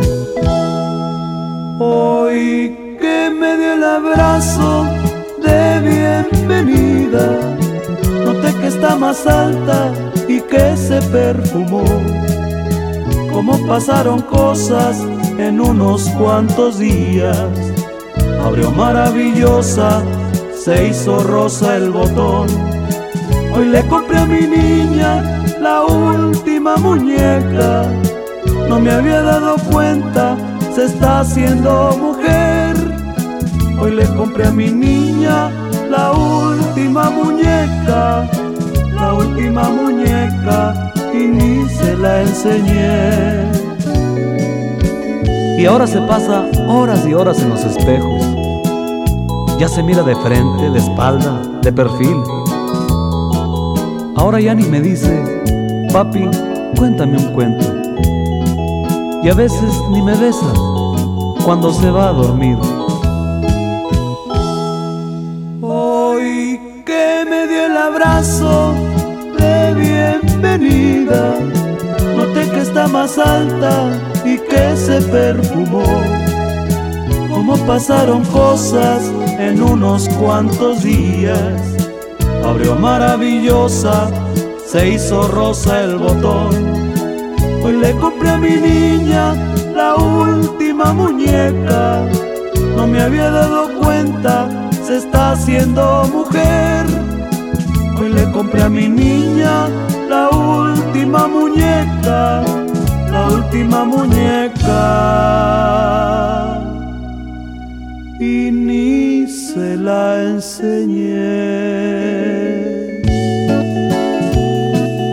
[SPEAKER 13] Hoy que me dio el abrazo de bienvenida, noté que está más alta y que se perfumó. Como pasaron cosas en unos cuantos días, abrió maravillosa, se hizo rosa el botón. Hoy le compré a mi niña la última muñeca. No me había dado cuenta, se está haciendo mujer. Hoy le compré a mi niña la última muñeca, la última muñeca, y ni se la enseñé. Y ahora se pasa horas y horas en los espejos. Ya se mira de frente, de espalda, de perfil. Ahora ya ni me dice, papi, cuéntame un cuento. Y a veces ni me besa cuando se va a dormir. Hoy que me dio el abrazo de bienvenida, noté que está más alta y que se perfumó. Como pasaron cosas en unos cuantos días, abrió maravillosa, se hizo rosa el botón. Hoy le compré a mi niña la última muñeca. No me había dado cuenta, se está haciendo mujer. Hoy le compré a mi niña la última muñeca, la última muñeca, y ni se la enseñé.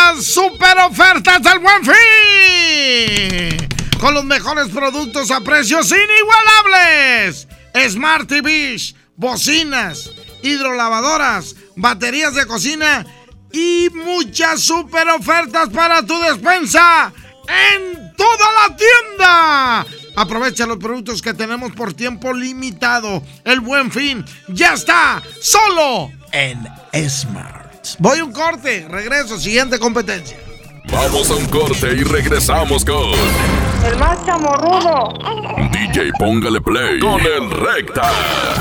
[SPEAKER 3] las super ofertas del Buen Fin. Con los mejores productos a precios inigualables. Smart T Vs, bocinas, hidrolavadoras, baterías de cocina y muchas super ofertas para tu despensa en toda la tienda. Aprovecha los productos que tenemos por tiempo limitado. El Buen Fin ya está solo en Smart. Voy a un corte, regreso, siguiente competencia.
[SPEAKER 2] Vamos a un corte y regresamos con...
[SPEAKER 1] el más chamorrudo.
[SPEAKER 2] D J, póngale play con el Recta.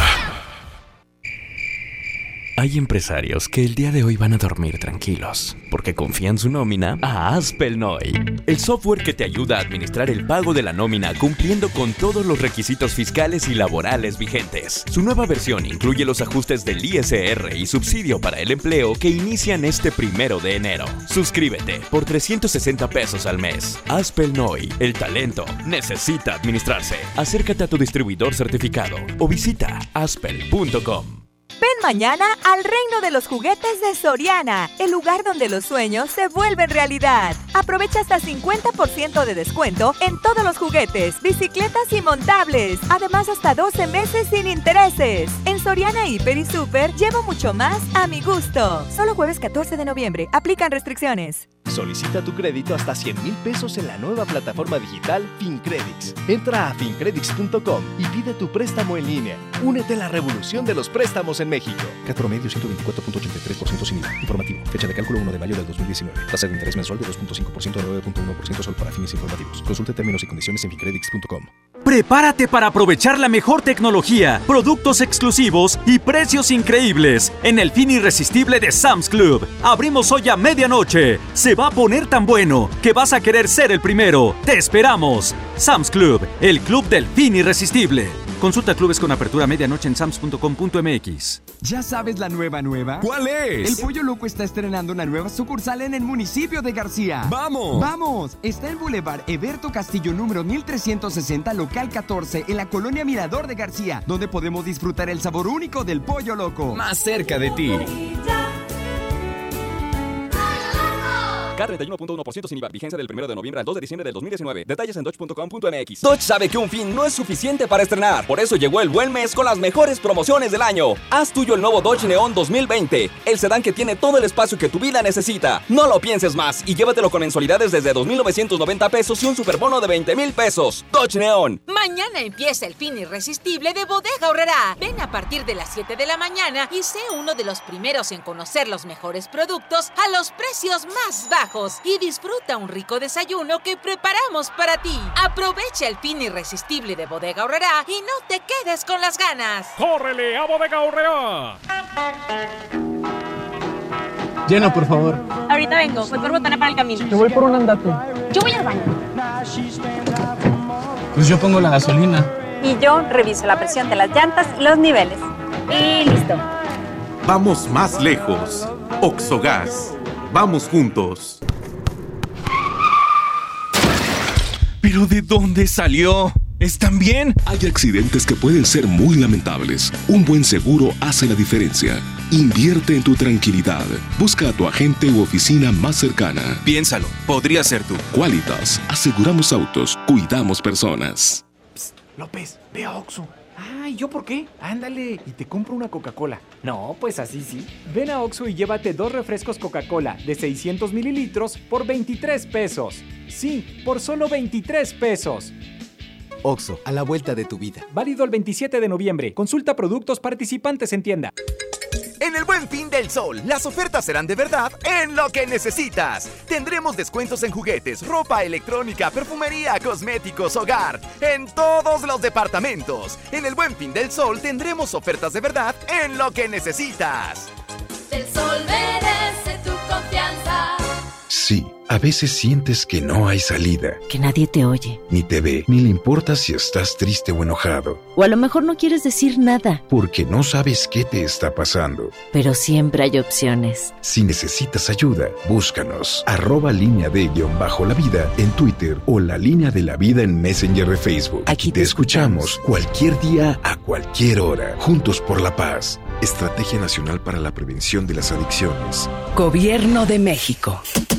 [SPEAKER 4] Hay empresarios que el día de hoy van a dormir tranquilos porque confían su nómina a Aspelnoy, el software que te ayuda a administrar el pago de la nómina cumpliendo con todos los requisitos fiscales y laborales vigentes. Su nueva versión incluye los ajustes del I S R y subsidio para el empleo que inician este primero de enero. Suscríbete por trescientos sesenta pesos al mes. Aspelnoy, el talento necesita administrarse. Acércate a tu distribuidor certificado o visita aspel punto com.
[SPEAKER 5] Ven mañana al reino de los juguetes de Soriana, el lugar donde los sueños se vuelven realidad. Aprovecha hasta cincuenta por ciento de descuento en todos los juguetes, bicicletas y montables. Además, hasta doce meses sin intereses. En Soriana Hiper y Super, llevo mucho más a mi gusto. Solo jueves catorce de noviembre. Aplican restricciones.
[SPEAKER 12] Solicita tu crédito hasta cien mil pesos en la nueva plataforma digital FinCredits. Entra a fincredits punto com y pide tu préstamo en línea. Únete a la revolución de los préstamos en México.
[SPEAKER 14] C A T promedio ciento veinticuatro punto ochenta y tres por ciento sin I V A. Informativo. Fecha de cálculo uno de mayo del dos mil diecinueve. Tasa de interés mensual de dos punto cinco por ciento a nueve punto uno por ciento solo para fines informativos. Consulte términos y condiciones en fincredits punto com.
[SPEAKER 15] Prepárate para aprovechar la mejor tecnología, productos exclusivos y precios increíbles en el fin irresistible de Sam's Club. Abrimos hoy a medianoche. Se va a poner tan bueno que vas a querer ser el primero. ¡Te esperamos! Sam's Club, el club del fin irresistible. Consulta clubes con apertura a medianoche en sams punto com punto m x.
[SPEAKER 16] ¿Ya sabes la nueva nueva?
[SPEAKER 15] ¿Cuál es?
[SPEAKER 16] El Pollo Loco está estrenando una nueva sucursal en el municipio de García.
[SPEAKER 15] ¡Vamos!
[SPEAKER 16] ¡Vamos! Está en Boulevard Eberto Castillo número mil trescientos sesenta, local catorce, en la colonia Mirador de García, donde podemos disfrutar el sabor único del Pollo Loco.
[SPEAKER 15] Más cerca de ti.
[SPEAKER 17] K treinta y uno punto uno por ciento sin I V A. Vigencia del primero de noviembre al dos de diciembre del dos mil diecinueve. Detalles en dodge punto com punto m x.
[SPEAKER 18] Dodge sabe que un fin no es suficiente para estrenar. Por eso llegó el buen mes con las mejores promociones del año. Haz tuyo el nuevo Dodge Neon dos mil veinte. El sedán que tiene todo el espacio que tu vida necesita. No lo pienses más y llévatelo con mensualidades desde dos mil novecientos noventa pesos y un superbono de veinte mil pesos. Dodge Neon.
[SPEAKER 19] Mañana empieza el fin irresistible de Bodega Aurrerá. Ven a partir de las siete de la mañana y sé uno de los primeros en conocer los mejores productos a los precios más bajos y disfruta Disfruta un rico desayuno que preparamos para ti. Aprovecha el fin irresistible de Bodega Aurrerá y no te quedes con las ganas.
[SPEAKER 20] ¡Córrele a Bodega Aurrerá!
[SPEAKER 21] Lleno, por favor.
[SPEAKER 37] Ahorita vengo, voy por botana para el camino.
[SPEAKER 21] Te voy por un andate.
[SPEAKER 37] Yo voy al baño.
[SPEAKER 21] Pues yo pongo la gasolina.
[SPEAKER 37] Y yo reviso la presión de las llantas y los niveles. Y listo.
[SPEAKER 24] Vamos más lejos. Oxogas. Vamos juntos.
[SPEAKER 15] ¿Pero de dónde salió? ¿Están bien?
[SPEAKER 25] Hay accidentes que pueden ser muy lamentables. Un buen seguro hace la diferencia. Invierte en tu tranquilidad. Busca a tu agente u oficina más cercana.
[SPEAKER 15] Piénsalo, podría ser tú.
[SPEAKER 25] Qualitas. Aseguramos autos, cuidamos personas.
[SPEAKER 21] Psst, López, ve a Oxxo. Ay, ¿yo por qué? Ándale, y te compro una Coca-Cola.
[SPEAKER 26] No, pues así sí. Ven a Oxxo y llévate dos refrescos Coca-Cola de seiscientos mililitros por veintitrés pesos. Sí, por solo veintitrés pesos.
[SPEAKER 11] Oxxo, a la vuelta de tu vida.
[SPEAKER 26] Válido el veintisiete de noviembre. Consulta productos participantes en tienda.
[SPEAKER 28] En el Buen Fin del Sol, las ofertas serán de verdad en lo que necesitas. Tendremos descuentos en juguetes, ropa electrónica, perfumería, cosméticos, hogar, en todos los departamentos. En el Buen Fin del Sol tendremos ofertas de verdad en lo que necesitas.
[SPEAKER 29] El Sol merece tu confianza.
[SPEAKER 27] Sí, a veces sientes que no hay salida.
[SPEAKER 22] Que nadie te oye.
[SPEAKER 27] Ni te ve, ni le importa si estás triste o enojado.
[SPEAKER 22] O a lo mejor no quieres decir nada.
[SPEAKER 27] Porque no sabes qué te está pasando.
[SPEAKER 22] Pero siempre hay opciones.
[SPEAKER 27] Si necesitas ayuda, búscanos. Arroba línea de guión bajo la vida en Twitter o la línea de la vida en Messenger de Facebook. Aquí te, te escuchamos, escuchamos cualquier día a cualquier hora. Juntos por la paz. Estrategia Nacional para la Prevención de las Adicciones.
[SPEAKER 40] Gobierno de México.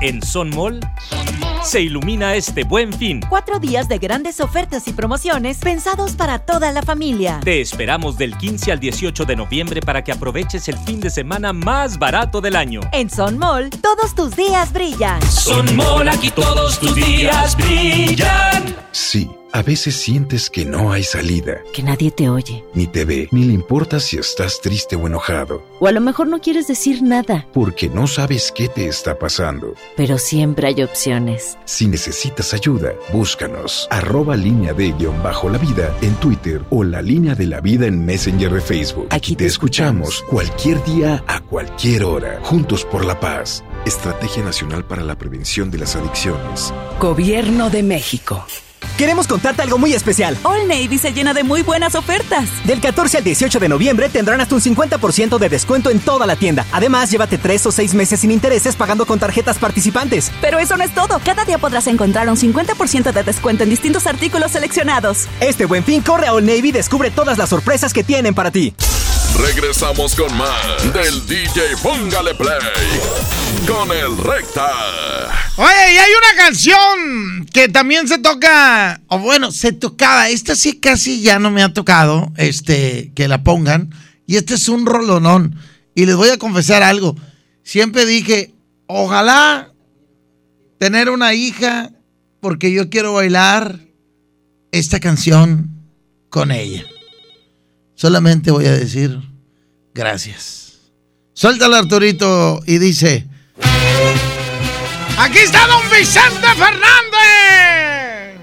[SPEAKER 1] En Son Mall se ilumina este Buen Fin.
[SPEAKER 2] Cuatro días de grandes ofertas y promociones pensados para toda la familia.
[SPEAKER 1] Te esperamos del quince al dieciocho de noviembre para que aproveches el fin de semana más barato del año.
[SPEAKER 2] En Son Mall, todos tus días brillan.
[SPEAKER 1] Son Mall, aquí todos tus días brillan.
[SPEAKER 27] Sí, a veces sientes que no hay salida.
[SPEAKER 2] Que nadie te oye.
[SPEAKER 27] Ni te ve, ni le importa si estás triste o enojado.
[SPEAKER 2] O a lo mejor no quieres decir nada.
[SPEAKER 27] Porque no sabes qué te está pasando.
[SPEAKER 2] Pero siempre hay opciones.
[SPEAKER 27] Si necesitas ayuda, búscanos. Arroba línea de guión bajo la vida en Twitter o la línea de la vida en Messenger de Facebook. Aquí te escuchamos cualquier día a cualquier hora. Juntos por la paz. Estrategia Nacional para la Prevención de las Adicciones.
[SPEAKER 40] Gobierno de México.
[SPEAKER 3] Queremos contarte algo muy especial.
[SPEAKER 2] Old Navy se llena de muy buenas ofertas.
[SPEAKER 3] Del catorce al dieciocho de noviembre tendrán hasta un cincuenta por ciento de descuento en toda la tienda. Además, llévate tres o seis meses sin intereses pagando con tarjetas participantes.
[SPEAKER 2] Pero eso no es todo. Cada día podrás encontrar un cincuenta por ciento de descuento en distintos artículos seleccionados.
[SPEAKER 3] Este Buen Fin corre a Old Navy y descubre todas las sorpresas que tienen para ti.
[SPEAKER 4] Regresamos con más del D J Póngale Play con el Recta.
[SPEAKER 6] Oye, y hay una canción que también se toca, o bueno, se tocaba. Esta sí casi ya no me ha tocado, este, que la pongan. Y este es un rolonón. Y les voy a confesar algo. Siempre dije, ojalá tener una hija, porque yo quiero bailar esta canción con ella. Solamente voy a decir gracias. Suéltala, Arturito, y dice: ¡aquí está don Vicente Fernández!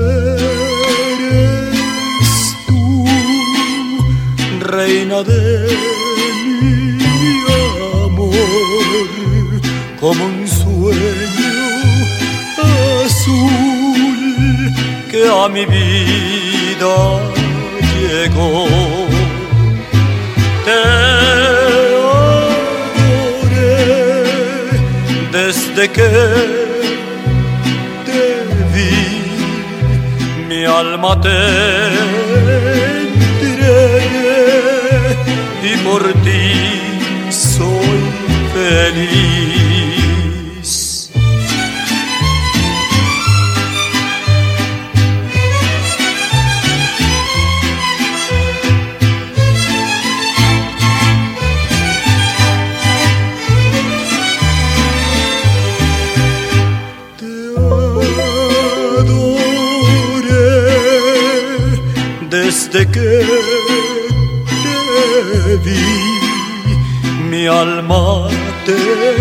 [SPEAKER 7] Eres tú, reina de mi amor, como un sueño azul que a mi vida llegó. Te adoré desde que te vi, mi alma te entregué y por ti soy feliz. Desde que te vi, mi alma te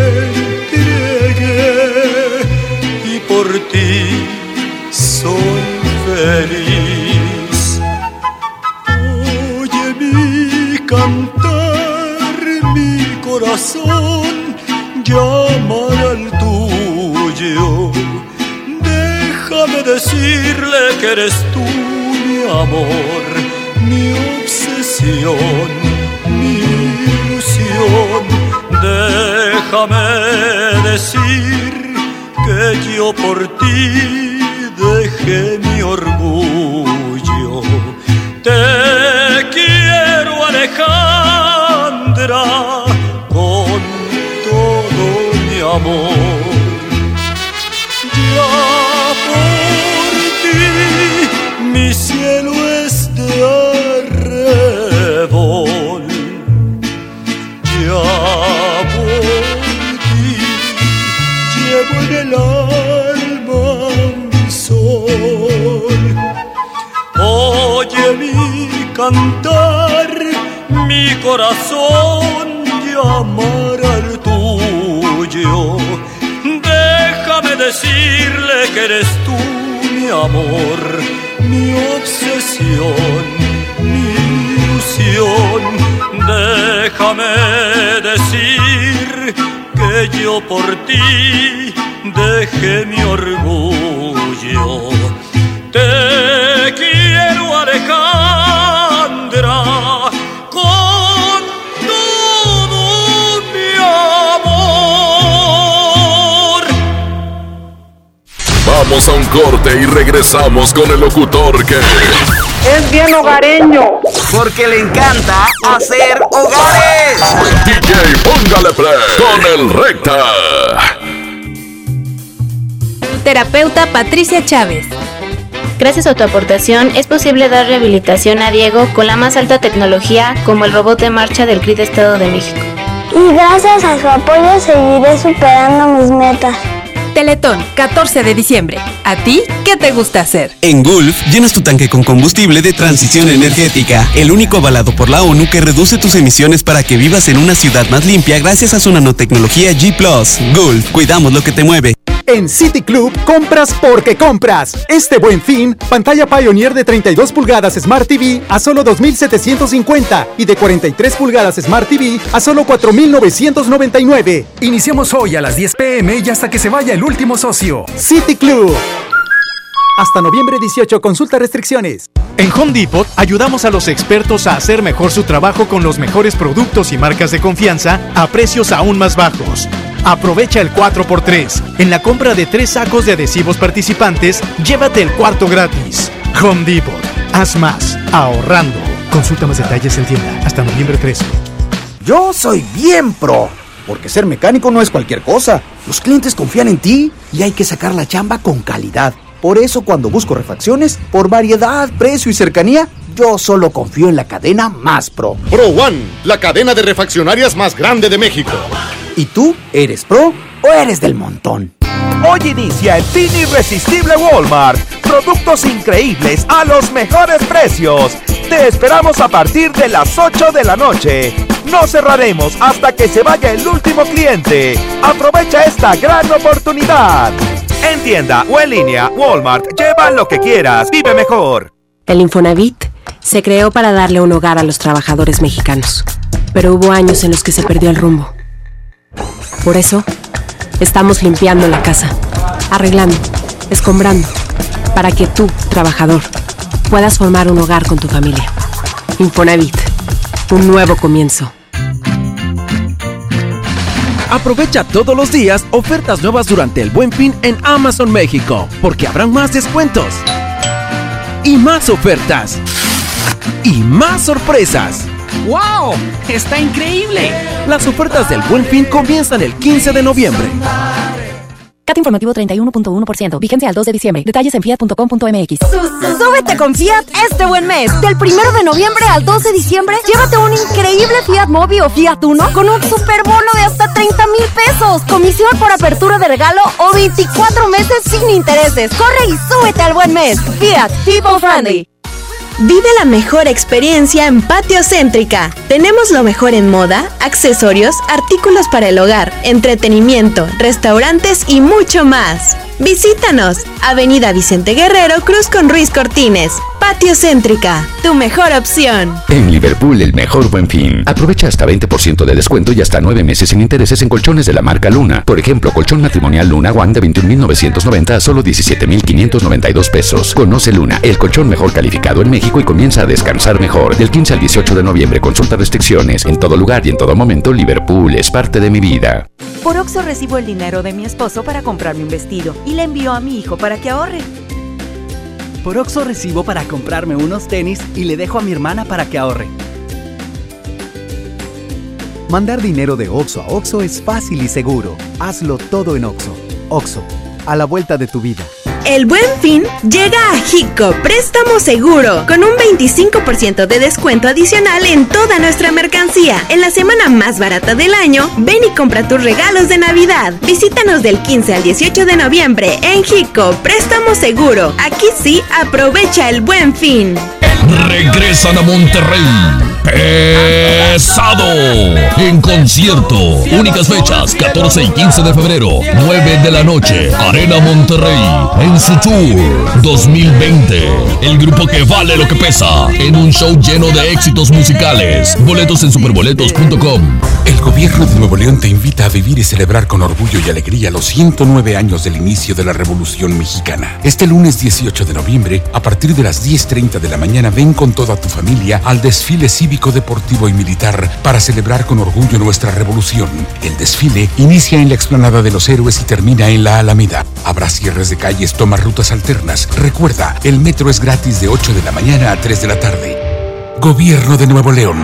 [SPEAKER 7] entregué y por ti soy feliz. Oye mi cantar, mi corazón llamar al tuyo. Déjame decirle que eres tú mi amor, mi obsesión, mi ilusión. Déjame decir que yo por ti dejé mi orgullo. Te quiero, Alejandra, con todo mi amor. Ya por ti mi cielo es de arrebol. Ya por ti llevo en el alma un sol. Oye mi cantar, mi corazón llamar al tuyo. Déjame decirle que eres tú mi amor, mi obsesión, mi ilusión. Déjame decir que yo por ti dejé mi orgullo. Te quiero, Alejandra, con todo mi amor.
[SPEAKER 4] Vamos a un corte y regresamos con el locutor que
[SPEAKER 8] es bien hogareño, porque le encanta hacer hogares.
[SPEAKER 4] D J Póngale Play con el Recta.
[SPEAKER 5] Terapeuta Patricia Chávez.
[SPEAKER 9] Gracias a tu aportación es posible dar rehabilitación a Diego con la más alta tecnología como el robot de marcha del C R I de Estado de México.
[SPEAKER 10] Y gracias a su apoyo seguiré superando mis metas.
[SPEAKER 5] Teletón, catorce de diciembre. ¿A ti qué te gusta hacer?
[SPEAKER 12] En Gulf, llenas tu tanque con combustible de transición energética, el único avalado por la ONU que reduce tus emisiones para que vivas en una ciudad más limpia gracias a su nanotecnología G plus. Gulf, cuidamos lo que te mueve.
[SPEAKER 13] En City Club, compras porque compras. Este Buen Fin, pantalla Pioneer de treinta y dos pulgadas Smart T V a solo dos mil setecientos cincuenta y de cuarenta y tres pulgadas Smart T V a solo cuatro mil novecientos noventa y nueve. Iniciamos hoy a las diez pe eme y hasta que se vaya el último socio. City Club. Hasta noviembre dieciocho, consulta restricciones.
[SPEAKER 14] En Home Depot ayudamos a los expertos a hacer mejor su trabajo con los mejores productos y marcas de confianza a precios aún más bajos. Aprovecha el cuatro por tres. En la compra de tres sacos de adhesivos participantes, llévate el cuarto gratis. Home Depot. Haz más, ahorrando. Consulta más detalles en tienda hasta noviembre trece.
[SPEAKER 16] Yo soy bien pro, porque ser mecánico no es cualquier cosa. Los clientes confían en ti y hay que sacar la chamba con calidad. Por eso cuando busco refacciones, por variedad, precio y cercanía, yo solo confío en la cadena más pro.
[SPEAKER 17] Pro One, la cadena de refaccionarias más grande de México.
[SPEAKER 16] ¿Y tú, eres pro o eres del montón?
[SPEAKER 28] Hoy inicia el fin irresistible Walmart. Productos increíbles a los mejores precios. Te esperamos a partir de las ocho de la noche. No cerraremos hasta que se vaya el último cliente. Aprovecha esta gran oportunidad. En tienda o en línea, Walmart, lleva lo que quieras, vive mejor.
[SPEAKER 5] El Infonavit se creó para darle un hogar a los trabajadores mexicanos, pero hubo años en los que se perdió el rumbo. Por eso, estamos limpiando la casa, arreglando, escombrando, para que tú, trabajador, puedas formar un hogar con tu familia. Infonavit, un nuevo comienzo.
[SPEAKER 18] Aprovecha todos los días ofertas nuevas durante el Buen Fin en Amazon México, porque habrán más descuentos y más ofertas y más sorpresas.
[SPEAKER 19] ¡Wow! ¡Está increíble!
[SPEAKER 18] Las ofertas del Buen Fin comienzan el quince de noviembre.
[SPEAKER 5] C A T informativo treinta y uno punto uno por ciento. Vigencia al dos de diciembre. Detalles en fiat punto com punto m x.
[SPEAKER 23] Súbete con Fiat este buen mes. Del primero de noviembre al dos de diciembre, llévate un increíble Fiat Mobi o Fiat Uno con un superbono de hasta treinta mil pesos. Comisión por apertura de regalo o veinticuatro meses sin intereses. Corre y súbete al buen mes. Fiat People Friendly.
[SPEAKER 30] Vive la mejor experiencia en Patio Céntrica. Tenemos lo mejor en moda, accesorios, artículos para el hogar, entretenimiento, restaurantes y mucho más. Visítanos, Avenida Vicente Guerrero, Cruz con Ruiz Cortines. Patio Céntrica, tu mejor opción.
[SPEAKER 31] En Liverpool, el mejor Buen Fin. Aprovecha hasta veinte por ciento de descuento y hasta nueve meses sin intereses en colchones de la marca Luna. Por ejemplo, colchón matrimonial Luna One de veintiún mil novecientos noventa a solo diecisiete mil quinientos noventa y dos pesos. Conoce Luna, el colchón mejor calificado en México y comienza a descansar mejor. Del quince al dieciocho de noviembre, consulta restricciones. En todo lugar y en todo momento, Liverpool es parte de mi vida.
[SPEAKER 32] Por Oxxo recibo el dinero de mi esposo para comprarme un vestido y le envío a mi hijo para que ahorre.
[SPEAKER 33] Por Oxxo recibo para comprarme unos tenis y le dejo a mi hermana para que ahorre.
[SPEAKER 34] Mandar dinero de Oxxo a Oxxo es fácil y seguro. Hazlo todo en Oxxo. Oxxo, a la vuelta de tu vida.
[SPEAKER 30] El Buen Fin llega a Hico Préstamo Seguro con un veinticinco por ciento de descuento adicional en toda nuestra mercancía. En la semana más barata del año, ven y compra tus regalos de Navidad. Visítanos del quince al dieciocho de noviembre en Hico Préstamo Seguro. Aquí sí, aprovecha el Buen Fin.
[SPEAKER 35] Regresan a Monterrey. Pesado en concierto. Únicas fechas catorce y quince de febrero, nueve de la noche, Arena Monterrey. En su tour dos mil veinte, el grupo que vale lo que pesa, en un show lleno de éxitos musicales. Boletos en superboletos punto com.
[SPEAKER 24] El gobierno de Nuevo León te invita a vivir y celebrar con orgullo y alegría los ciento nueve años del inicio de la Revolución Mexicana. Este lunes dieciocho de noviembre, a partir de las diez treinta de la mañana, ven con toda tu familia al desfile cívico, deportivo y militar para celebrar con orgullo nuestra revolución. El desfile inicia en la explanada de los Héroes y termina en la Alameda. Habrá cierres de calles, toma rutas alternas. Recuerda, el metro es gratis de ocho de la mañana a tres de la tarde. Gobierno de Nuevo León.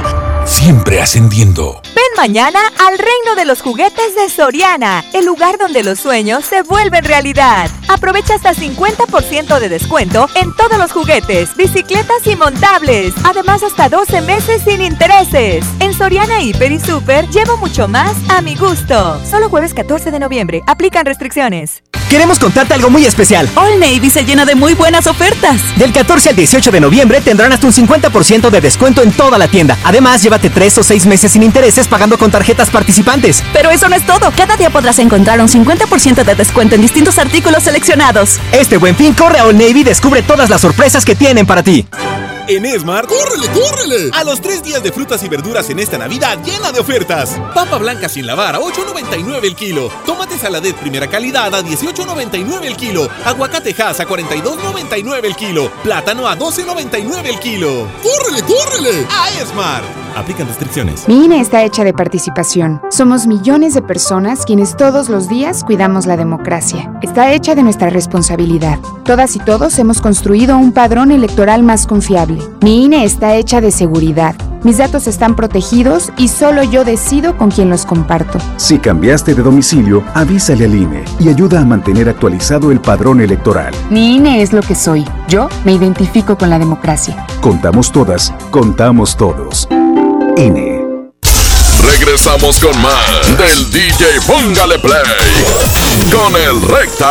[SPEAKER 24] siempre ascendiendo.
[SPEAKER 32] Ven mañana al reino de los juguetes de Soriana, el lugar donde los sueños se vuelven realidad. Aprovecha hasta cincuenta por ciento de descuento en todos los juguetes, bicicletas y montables. Además, hasta doce meses sin intereses. En Soriana Hiper y Super llevo mucho más a mi gusto. Solo jueves catorce de noviembre. Aplican restricciones.
[SPEAKER 1] Queremos contarte algo muy especial.
[SPEAKER 32] Old Navy se llena de muy buenas ofertas.
[SPEAKER 1] Del catorce al dieciocho de noviembre tendrán hasta un cincuenta por ciento de descuento en toda la tienda. Además, llévate tres o seis meses sin intereses pagando con tarjetas participantes.
[SPEAKER 32] Pero eso no es todo. Cada día podrás encontrar un cincuenta por ciento de descuento en distintos artículos seleccionados.
[SPEAKER 1] Este Buen Fin corre a Old Navy y descubre todas las sorpresas que tienen para ti.
[SPEAKER 2] En Esmart, ¡córrele, córrele! A los tres días de frutas y verduras en esta Navidad llena de ofertas. Papa blanca sin lavar a ocho noventa y nueve el kilo. Tomate Saladet primera calidad a dieciocho noventa y nueve el kilo. Aguacate Hass a cuarenta y dos noventa y nueve el kilo. Plátano a doce noventa y nueve el kilo. ¡Córrele, córrele! A Esmart. Aplican restricciones.
[SPEAKER 3] Mi I N E está hecha de participación. Somos millones de personas quienes todos los días cuidamos la democracia. Está hecha de nuestra responsabilidad. Todas y todos hemos construido un padrón electoral más confiable. Mi I N E está hecha de seguridad. Mis datos están protegidos y solo yo decido con quién los comparto.
[SPEAKER 6] Si cambiaste de domicilio, avísale al I N E y ayuda a mantener actualizado el padrón electoral.
[SPEAKER 3] Mi I N E es lo que soy. Yo me identifico con la democracia.
[SPEAKER 6] Contamos todas, contamos todos. I N E.
[SPEAKER 4] Regresamos con más del D J Póngale Play con el Recta.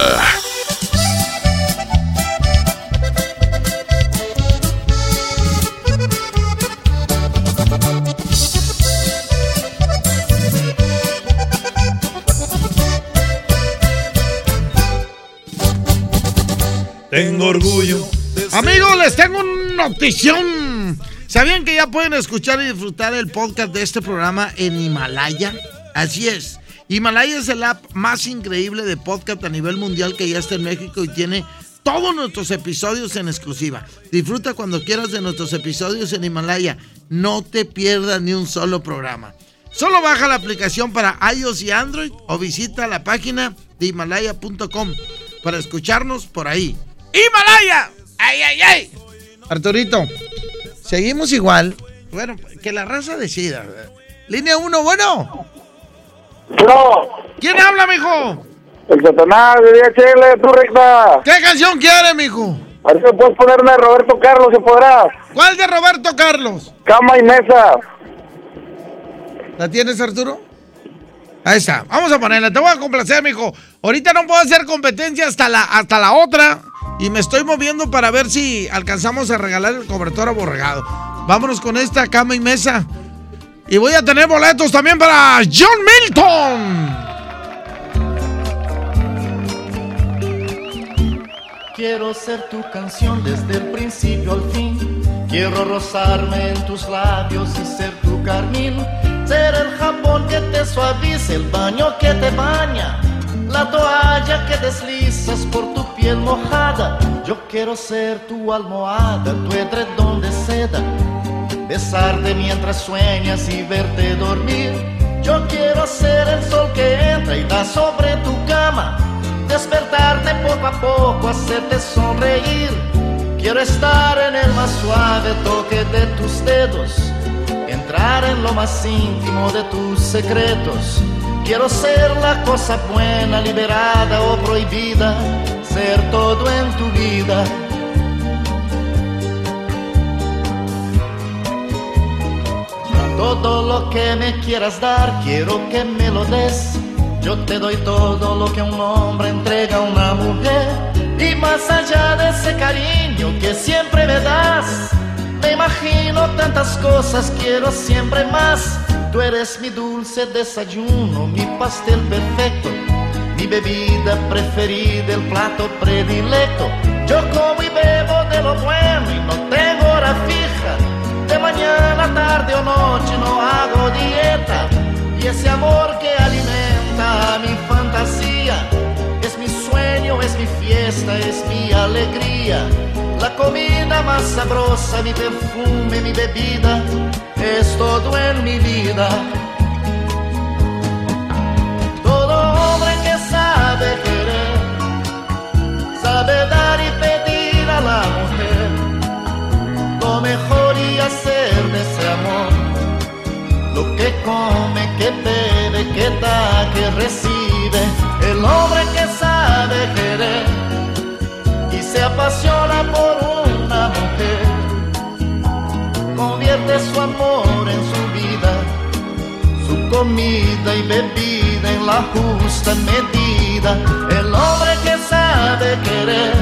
[SPEAKER 7] Tengo orgullo. Amigos, les tengo una notición. ¿Sabían que ya pueden escuchar y disfrutar el podcast de este programa en Himalaya? Así es. Himalaya es el app más increíble de podcast a nivel mundial que ya está en México y tiene todos nuestros episodios en exclusiva. Disfruta cuando quieras de nuestros episodios en Himalaya. No te pierdas ni un solo programa. Solo baja la aplicación para iOS y Android o visita la página de himalaya punto com para escucharnos por ahí. ¡Himalaya! ¡Ay, ay, ay! Arturito, seguimos igual. Bueno, que la raza decida. Línea uno, bueno.
[SPEAKER 8] No.
[SPEAKER 7] ¿Quién habla, mijo?
[SPEAKER 8] El Satanás de D H L, tu Recta.
[SPEAKER 7] ¿Qué canción quiere, mijo?
[SPEAKER 8] A ver si puedes ponerme de Roberto Carlos, ¿se podrá?
[SPEAKER 7] ¿Cuál de Roberto Carlos?
[SPEAKER 8] Cama y mesa.
[SPEAKER 7] ¿La tienes, Arturo? Ahí está. Vamos a ponerla. Te voy a complacer, mijo. Ahorita no puedo hacer competencia hasta la, hasta la otra. Y me estoy moviendo para ver si alcanzamos a regalar el cobertor aborregado. Vámonos con esta cama y mesa. Y voy a tener boletos también para John Milton.
[SPEAKER 11] Quiero ser tu canción desde el principio al fin. Quiero rozarme en tus labios y ser tu carmín. Ser el jabón que te suavice, el baño que te baña, la toalla que deslizas por tu piel mojada. Yo quiero ser tu almohada, tu edredón de seda, besarte mientras sueñas y verte dormir. Yo quiero ser el sol que entra y da sobre tu cama, despertarte poco a poco, hacerte sonreír. Quiero estar en el más suave toque de tus dedos, entrar en lo más íntimo de tus secretos. Quiero ser la cosa buena, liberada o prohibida, ser todo en tu vida. Todo lo que me quieras dar, quiero que me lo des. Yo te doy todo lo que un hombre entrega a una mujer. Y más allá de ese cariño que siempre me das, me imagino tantas cosas, quiero siempre más. Tú eres mi dulce desayuno, mi pastel perfecto, mi bebida preferida, el plato predilecto. Yo como y bebo de lo bueno y no tengo hora fija. De mañana, tarde o noche no hago dieta. Y ese amor que alimenta mi fantasía es mi sueño, es mi fiesta, es mi alegría. La comida más sabrosa, mi perfume, mi bebida, es todo en mi vida. Todo hombre que sabe querer, sabe dar y pedir a la mujer lo mejor y hacer de ese amor comida y bebida en la justa medida. El hombre que sabe querer,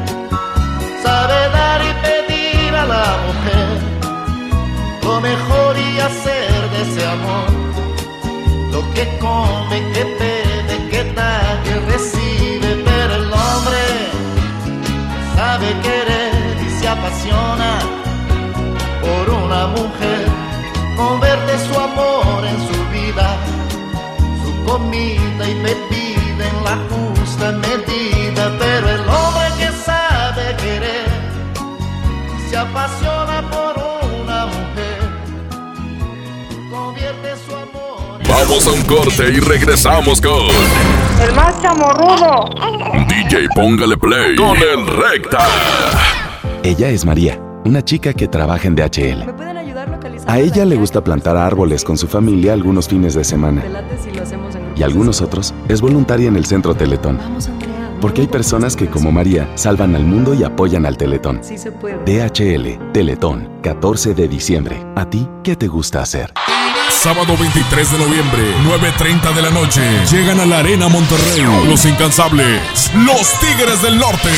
[SPEAKER 11] sabe dar y pedir a la mujer lo mejor y hacer de ese amor lo que come, que pide, que da, que recibe. Pero el hombre sabe querer y se apasiona por una mujer, convierte su amor en su vida, su comida y bebida en la justa medida. Pero el hombre que sabe querer y se apasiona por una mujer, convierte su amor en...
[SPEAKER 4] Vamos a un corte y regresamos con
[SPEAKER 8] El más chamorrudo.
[SPEAKER 4] D J Póngale Play con el Recta.
[SPEAKER 9] Ella es María, una chica que trabaja en D H L.
[SPEAKER 23] ¿Me pueden ayudar localizando?
[SPEAKER 9] A ella le gusta plantar árboles con su familia algunos fines de semana.
[SPEAKER 23] Si lo hacemos en
[SPEAKER 9] Y algunos otros es voluntaria en el Centro Teletón.
[SPEAKER 23] Vamos, Andrea.
[SPEAKER 9] Porque hay personas que, como María, salvan al mundo y apoyan al Teletón.
[SPEAKER 23] Sí se puede.
[SPEAKER 9] D H L, Teletón, catorce de diciembre. ¿A ti qué te gusta hacer?
[SPEAKER 10] Sábado veintitrés de noviembre, nueve treinta de la noche. Llegan a la Arena Monterrey los incansables, los Tigres del Norte.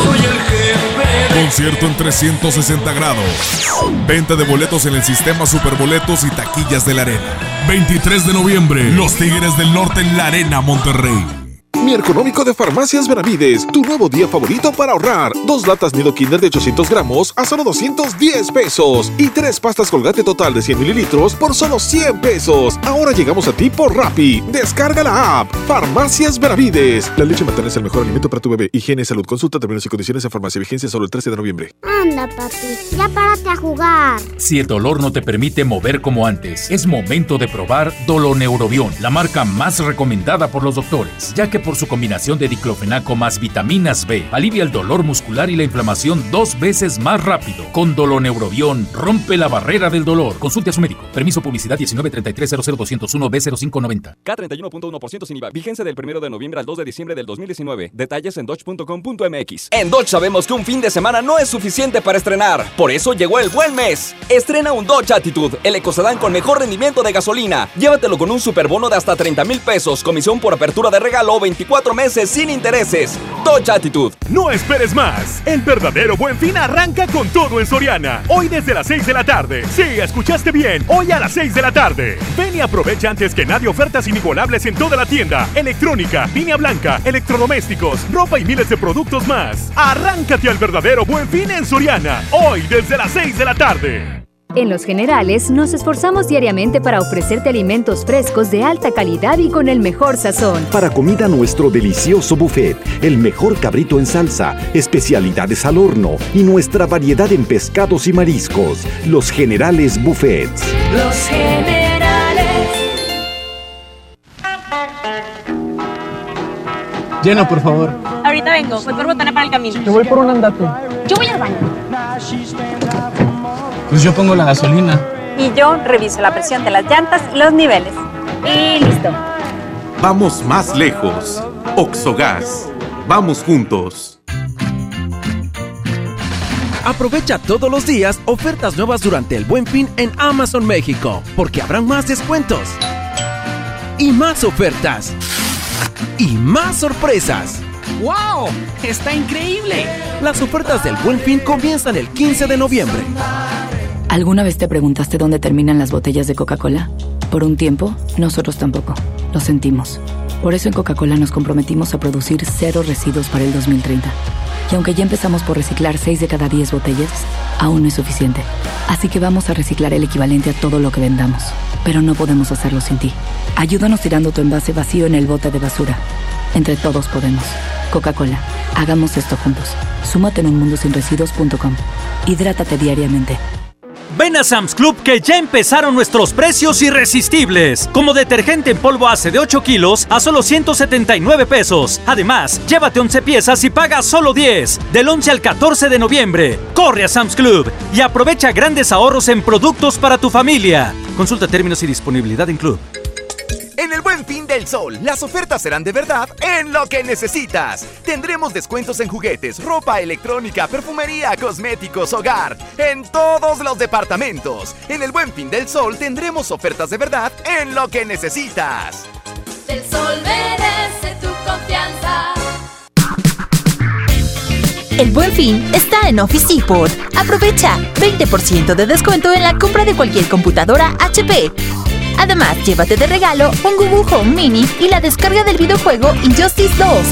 [SPEAKER 10] Concierto en trescientos sesenta grados. Venta de boletos en el sistema Superboletos y taquillas de la Arena. veintitrés de noviembre, los Tigres del Norte en la Arena Monterrey.
[SPEAKER 2] Mi Económico de Farmacias Benavides, tu nuevo día favorito para ahorrar. Dos latas Nido Kinder de ochocientos gramos a solo doscientos diez pesos. Y tres pastas Colgate total de cien mililitros por solo cien pesos. Ahora llegamos a ti por Rappi. Descarga la app. Farmacias Benavides. La leche materna es el mejor alimento para tu bebé. Higiene y salud. Consulta términos y condiciones en farmacia. Vigencia solo el trece de noviembre.
[SPEAKER 12] Anda, papi, ya párate a jugar.
[SPEAKER 13] Si el dolor no te permite mover como antes, es momento de probar Doloneurobion, la marca más recomendada por los doctores, ya que por su combinación de diclofenaco más vitaminas B, alivia el dolor muscular y la inflamación dos veces más rápido. Con Doloneurobion, rompe la barrera del dolor. Consulte a su médico. Permiso publicidad diecinueve treinta y tres cero cero dos cero uno B cero cinco noventa.
[SPEAKER 14] K treinta y uno punto uno por ciento sin I V A. Vigencia del primero de noviembre al dos de diciembre del dos mil diecinueve. Detalles en dodge punto com punto m x.
[SPEAKER 28] En Dodge sabemos que un fin de semana no es suficiente para estrenar. Por eso llegó el buen mes. Estrena un Dodge Attitude, el ecocedán con mejor rendimiento de gasolina. Llévatelo con un superbono de hasta treinta mil pesos, comisión por apertura de regalo, veinticuatro meses sin intereses. Dodge Attitude.
[SPEAKER 15] No esperes más. El verdadero Buen Fin arranca con todo en Soriana. Hoy desde las seis de la tarde. Sí, escuchaste bien. Hoy a las seis de la tarde. Ven y aprovecha antes que nadie ofertas inigualables en toda la tienda. Electrónica, línea blanca, electrodomésticos, ropa y miles de productos más. Arráncate al verdadero Buen Fin en Soriana. Hoy desde las seis de la tarde.
[SPEAKER 16] En Los Generales nos esforzamos diariamente para ofrecerte alimentos frescos de alta calidad y con el mejor sazón.
[SPEAKER 17] Para comida, nuestro delicioso buffet, el mejor cabrito en salsa, especialidades al horno y nuestra variedad en pescados y mariscos. Los Generales Buffets.
[SPEAKER 16] Los Generales.
[SPEAKER 20] Llena, por favor.
[SPEAKER 23] Ahorita vengo, voy por botana para el camino.
[SPEAKER 20] Yo voy por un andate.
[SPEAKER 23] Yo voy al baño.
[SPEAKER 20] Pues yo pongo la gasolina.
[SPEAKER 23] Y yo reviso la presión de las llantas y los niveles. Y listo.
[SPEAKER 21] Vamos más lejos. Oxogas. Vamos juntos.
[SPEAKER 18] Aprovecha todos los días ofertas nuevas durante el Buen Fin en Amazon México, porque habrán más descuentos y más ofertas y más sorpresas.
[SPEAKER 19] ¡Wow! ¡Está increíble!
[SPEAKER 18] Las ofertas del Buen Fin comienzan el quince de noviembre.
[SPEAKER 22] ¿Alguna vez te preguntaste dónde terminan las botellas de Coca-Cola? Por un tiempo, nosotros tampoco. Lo sentimos. Por eso en Coca-Cola nos comprometimos a producir cero residuos para el dos mil treinta. Y aunque ya empezamos por reciclar seis de cada diez botellas, aún no es suficiente. Así que vamos a reciclar el equivalente a todo lo que vendamos. Pero no podemos hacerlo sin ti. Ayúdanos tirando tu envase vacío en el bote de basura. Entre todos podemos. Coca-Cola. Hagamos esto juntos. Súmate en un mundo sin residuos punto com. Hidrátate diariamente.
[SPEAKER 25] Ven a Sam's Club que ya empezaron nuestros precios irresistibles. Como detergente en polvo Ace de ocho kilos a solo ciento setenta y nueve pesos. Además, llévate once piezas y paga solo diez. Del once al catorce de noviembre. Corre a Sam's Club y aprovecha grandes ahorros en productos para tu familia. Consulta términos y disponibilidad en Club.
[SPEAKER 28] En el Buen Fin del Sol, las ofertas serán de verdad en lo que necesitas. Tendremos descuentos en juguetes, ropa electrónica, perfumería, cosméticos, hogar, en todos los departamentos. En el Buen Fin del Sol tendremos ofertas de verdad en lo que necesitas.
[SPEAKER 1] El Sol merece tu confianza.
[SPEAKER 3] El Buen Fin está en Office Depot. Aprovecha veinte por ciento de descuento en la compra de cualquier computadora H P. Además, llévate de regalo un Google Home Mini y la descarga del videojuego Injustice dos.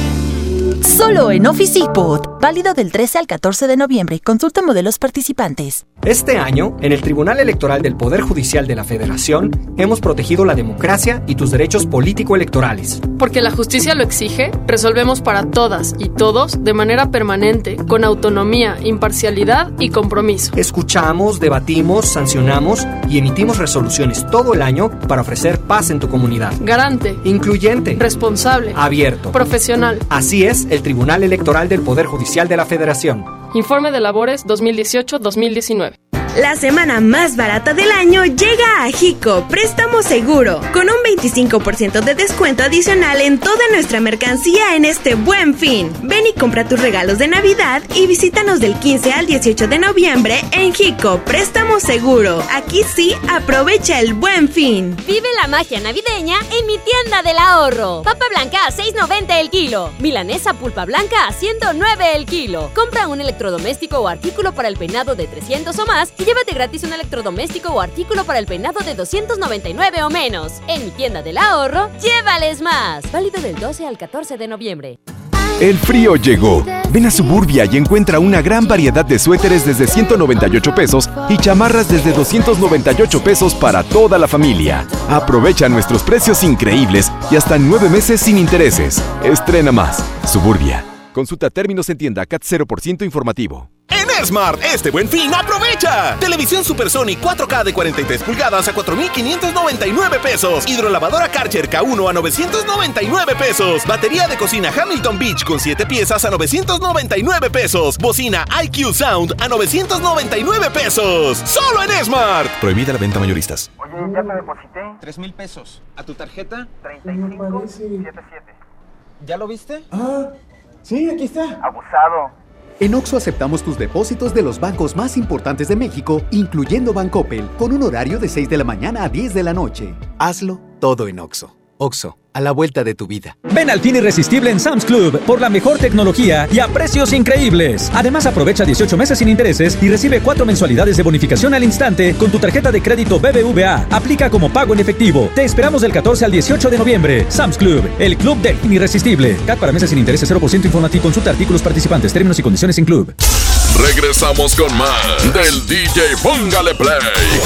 [SPEAKER 3] Solo en Office Depot. Válido del trece al catorce de noviembre. Consulta modelos participantes.
[SPEAKER 5] Este año, en el Tribunal Electoral del Poder Judicial de la Federación, hemos protegido la democracia y tus derechos político-electorales.
[SPEAKER 6] Porque la justicia lo exige, resolvemos para todas y todos de manera permanente, con autonomía, imparcialidad y compromiso.
[SPEAKER 5] Escuchamos, debatimos, sancionamos y emitimos resoluciones todo el año para ofrecer paz en tu comunidad.
[SPEAKER 6] Garante,
[SPEAKER 5] incluyente,
[SPEAKER 6] responsable,
[SPEAKER 5] abierto,
[SPEAKER 6] profesional.
[SPEAKER 5] Así es el Tribunal Electoral del Poder Judicial de la Federación.
[SPEAKER 6] Informe de labores dos mil dieciocho dos mil diecinueve.
[SPEAKER 7] La semana más barata del año llega a Jico Préstamo Seguro, con un veinticinco por ciento de descuento adicional en toda nuestra mercancía en este Buen Fin. Ven y compra tus regalos de Navidad y visítanos del quince al dieciocho de noviembre en Jico Préstamo Seguro. Aquí sí, aprovecha el Buen Fin.
[SPEAKER 23] Vive la magia navideña en mi tienda del ahorro. Papa blanca a seis noventa el kilo. Milanesa pulpa blanca a ciento nueve el kilo. Compra un electrodoméstico o artículo para el peinado de trescientos o más y llévate gratis un electrodoméstico o artículo para el peinado de doscientos noventa y nueve o menos. En mi tienda del ahorro, llévales más. Válido del doce al catorce de noviembre.
[SPEAKER 24] El frío llegó. Ven a Suburbia y encuentra una gran variedad de suéteres desde ciento noventa y ocho pesos y chamarras desde doscientos noventa y ocho pesos para toda la familia. Aprovecha nuestros precios increíbles y hasta nueve meses sin intereses. Estrena más. Suburbia. Consulta términos en tienda C A T cero por ciento informativo.
[SPEAKER 2] En Smart, este Buen Fin, ¡aprovecha! Televisión Supersonic cuatro K de cuarenta y tres pulgadas a cuatro mil quinientos noventa y nueve pesos. Hidrolavadora Karcher K uno a novecientos noventa y nueve pesos. Batería de cocina Hamilton Beach con siete piezas a novecientos noventa y nueve pesos. Bocina I Q Sound a novecientos noventa y nueve pesos. ¡Solo en Smart!
[SPEAKER 9] Prohibida la venta mayoristas.
[SPEAKER 26] Oye, ya te deposité tres mil pesos. ¿A tu tarjeta? treinta y cinco setenta y siete. ¿Ya lo viste?
[SPEAKER 27] Ah, sí, aquí está.
[SPEAKER 26] Abusado.
[SPEAKER 29] En Oxxo aceptamos tus depósitos de los bancos más importantes de México, incluyendo Bancoppel, con un horario de seis de la mañana a diez de la noche.
[SPEAKER 30] Hazlo todo en Oxxo. Oxxo, a la vuelta de tu vida.
[SPEAKER 25] Ven al fin irresistible en Sam's Club por la mejor tecnología y a precios increíbles. Además, aprovecha dieciocho meses sin intereses y recibe cuatro mensualidades de bonificación al instante con tu tarjeta de crédito B B V A. Aplica como pago en efectivo. Te esperamos del catorce al dieciocho de noviembre. Sam's Club, el club del fin irresistible. C A T para meses sin intereses cero por ciento informativo. Consulta artículos participantes, términos y condiciones en Club.
[SPEAKER 4] Regresamos con más del D J Póngale Play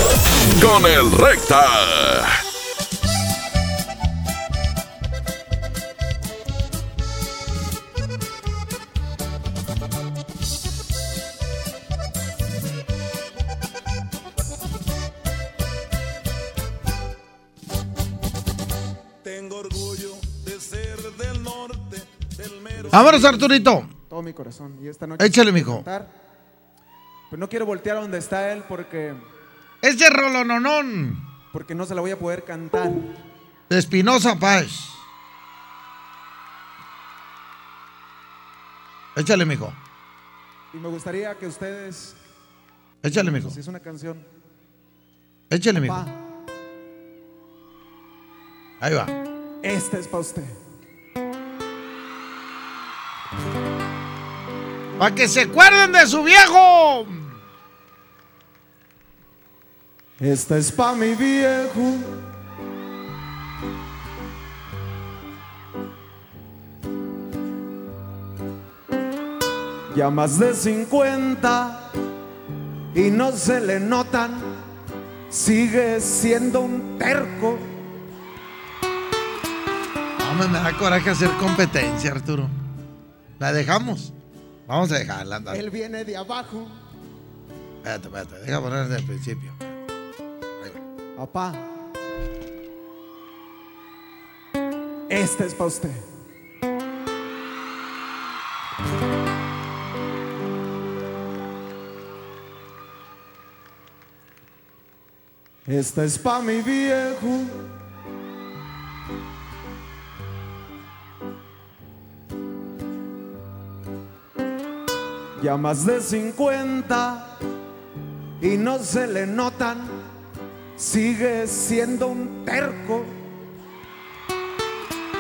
[SPEAKER 4] con el Recta.
[SPEAKER 31] Vámonos, Arturito.
[SPEAKER 30] Todo mi corazón. Y esta noche
[SPEAKER 31] échale, mijo.
[SPEAKER 30] Cantar, pero no quiero voltear a donde está él porque...
[SPEAKER 31] Este rolononón.
[SPEAKER 30] Porque no se la voy a poder cantar.
[SPEAKER 31] De Espinosa Paz. Échale, mijo.
[SPEAKER 30] Y me gustaría que ustedes...
[SPEAKER 31] Échale, mijo.
[SPEAKER 30] Si es una canción.
[SPEAKER 31] Échale, mijo.
[SPEAKER 30] Pa.
[SPEAKER 31] Ahí va.
[SPEAKER 30] Esta es para usted.
[SPEAKER 31] Para que se acuerden de su viejo.
[SPEAKER 30] Esta es pa' mi viejo. Ya más de cincuenta y no se le notan. Sigue siendo un terco.
[SPEAKER 31] No, me, me da coraje hacer competencia, Arturo. ¿La dejamos? Vamos a dejarla, andar.
[SPEAKER 30] Él viene de abajo.
[SPEAKER 31] Espérate, espérate, deja poner desde el principio.
[SPEAKER 30] Papá, esta es para usted. Esta es pa' mi viejo. Ya más de cincuenta y no se le notan. Sigue siendo un terco.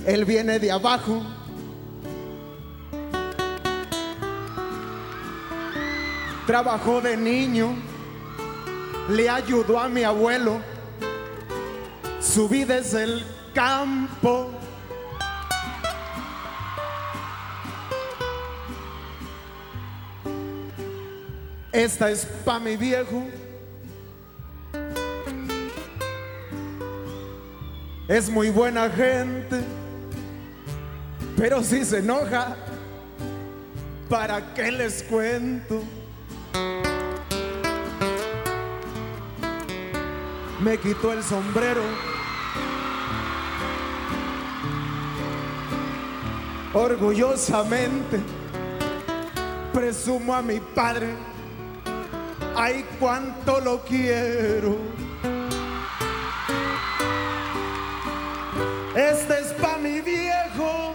[SPEAKER 30] él viene de abajo. Trabajó de niño, le ayudó a mi abuelo. Su vida es el campo. Esta es pa' mi viejo. Es muy buena gente, pero si se enoja, ¿para qué les cuento? Me quitó el sombrero, orgullosamente presumo a mi padre. Ay, cuánto lo quiero. Este es pa' mi viejo,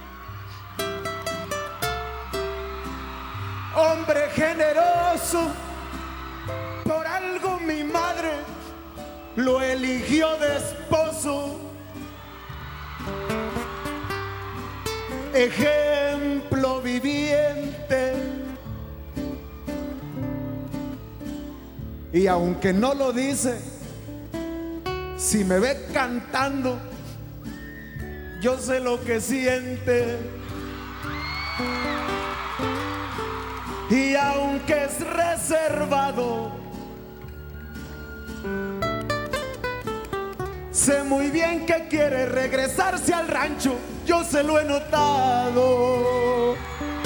[SPEAKER 30] hombre generoso. Por algo mi madre lo eligió de esposo. Ejemplo viviente. Y aunque no lo dice, si me ve cantando, yo sé lo que siente. Y aunque es reservado, sé muy bien que quiere regresarse al rancho. Yo se lo he notado.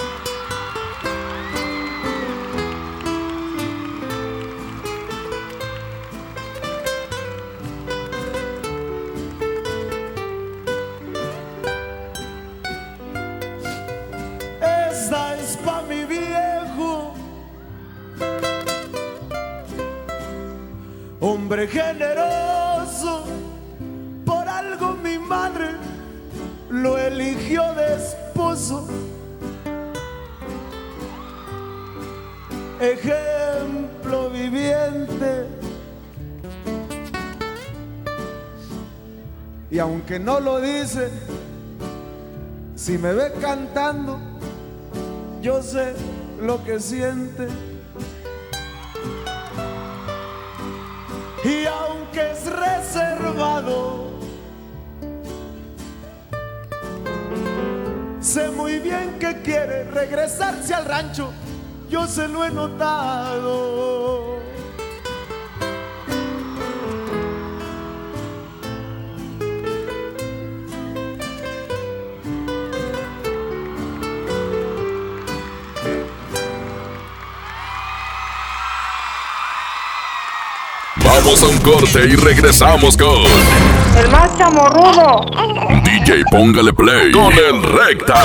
[SPEAKER 30] Esta es pa' mi viejo, hombre generoso. Por algo mi madre lo eligió de esposo. Ejemplo viviente. Y aunque no lo dice, si me ve cantando, yo sé lo que siente. Y aunque es reservado, sé muy bien que quiere regresarse al rancho. Yo se lo he notado.
[SPEAKER 4] Vamos a un corte y regresamos con
[SPEAKER 8] el más chamorrudo.
[SPEAKER 4] D J Póngale Play con el Recta.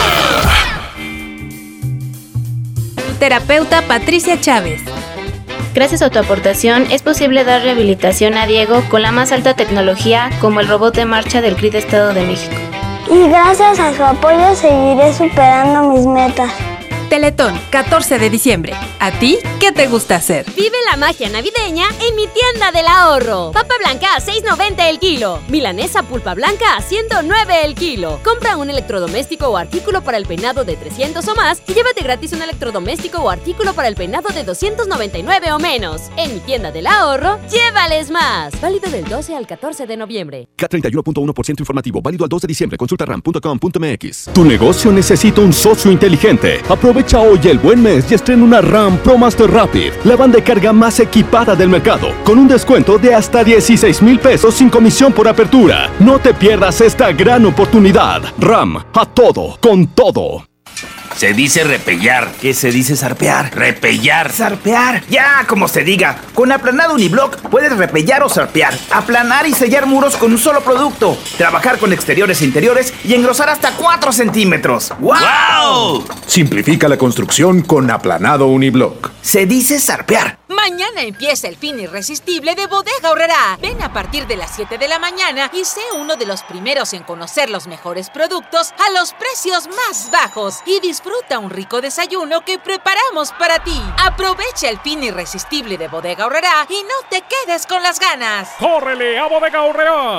[SPEAKER 10] Terapeuta Patricia Chávez.
[SPEAKER 11] Gracias a tu aportación es posible dar rehabilitación a Diego con la más alta tecnología como el robot de marcha del C R I de Estado de México.
[SPEAKER 12] Y gracias a su apoyo seguiré superando mis metas.
[SPEAKER 10] Teletón, catorce de diciembre. ¿A ti qué te gusta hacer?
[SPEAKER 13] Vive la magia navideña en mi tienda del ahorro. Papa blanca a seis noventa el kilo. Milanesa pulpa blanca a ciento nueve el kilo. Compra un electrodoméstico o artículo para el peinado de trescientos o más y llévate gratis un electrodoméstico o artículo para el peinado de doscientos noventa y nueve o menos. En mi tienda del ahorro, llévales más. Válido del doce al catorce de noviembre.
[SPEAKER 14] K treinta y uno punto uno por ciento informativo. Válido al dos de diciembre. Consulta ram punto com punto m x. Tu negocio necesita un socio inteligente. Aprovecha hoy el buen mes y estrena una RAM ProMaster Rapid, la banda de carga más equipada del mercado, con un descuento de hasta dieciséis mil pesos sin comisión por apertura. No te pierdas esta gran oportunidad. RAM, a todo, con todo.
[SPEAKER 15] Se dice repellar.
[SPEAKER 16] ¿Qué se dice zarpear?
[SPEAKER 15] Repellar.
[SPEAKER 16] Zarpear. Ya, como se diga. Con Aplanado Uniblock puedes repellar o zarpear, aplanar y sellar muros con un solo producto, trabajar con exteriores e interiores y engrosar hasta cuatro centímetros. ¡Wow!
[SPEAKER 15] ¡Wow!
[SPEAKER 17] Simplifica la construcción con Aplanado Uniblock.
[SPEAKER 16] Se dice zarpear.
[SPEAKER 20] Mañana empieza el fin irresistible de Bodega Aurrerá. Ven a partir de las siete de la mañana y sé uno de los primeros en conocer los mejores productos a los precios más bajos y disfruta un rico desayuno que preparamos para ti. Aprovecha el fin irresistible de Bodega Aurrerá y no te quedes con las ganas.
[SPEAKER 21] ¡Córrele a Bodega Aurrerá!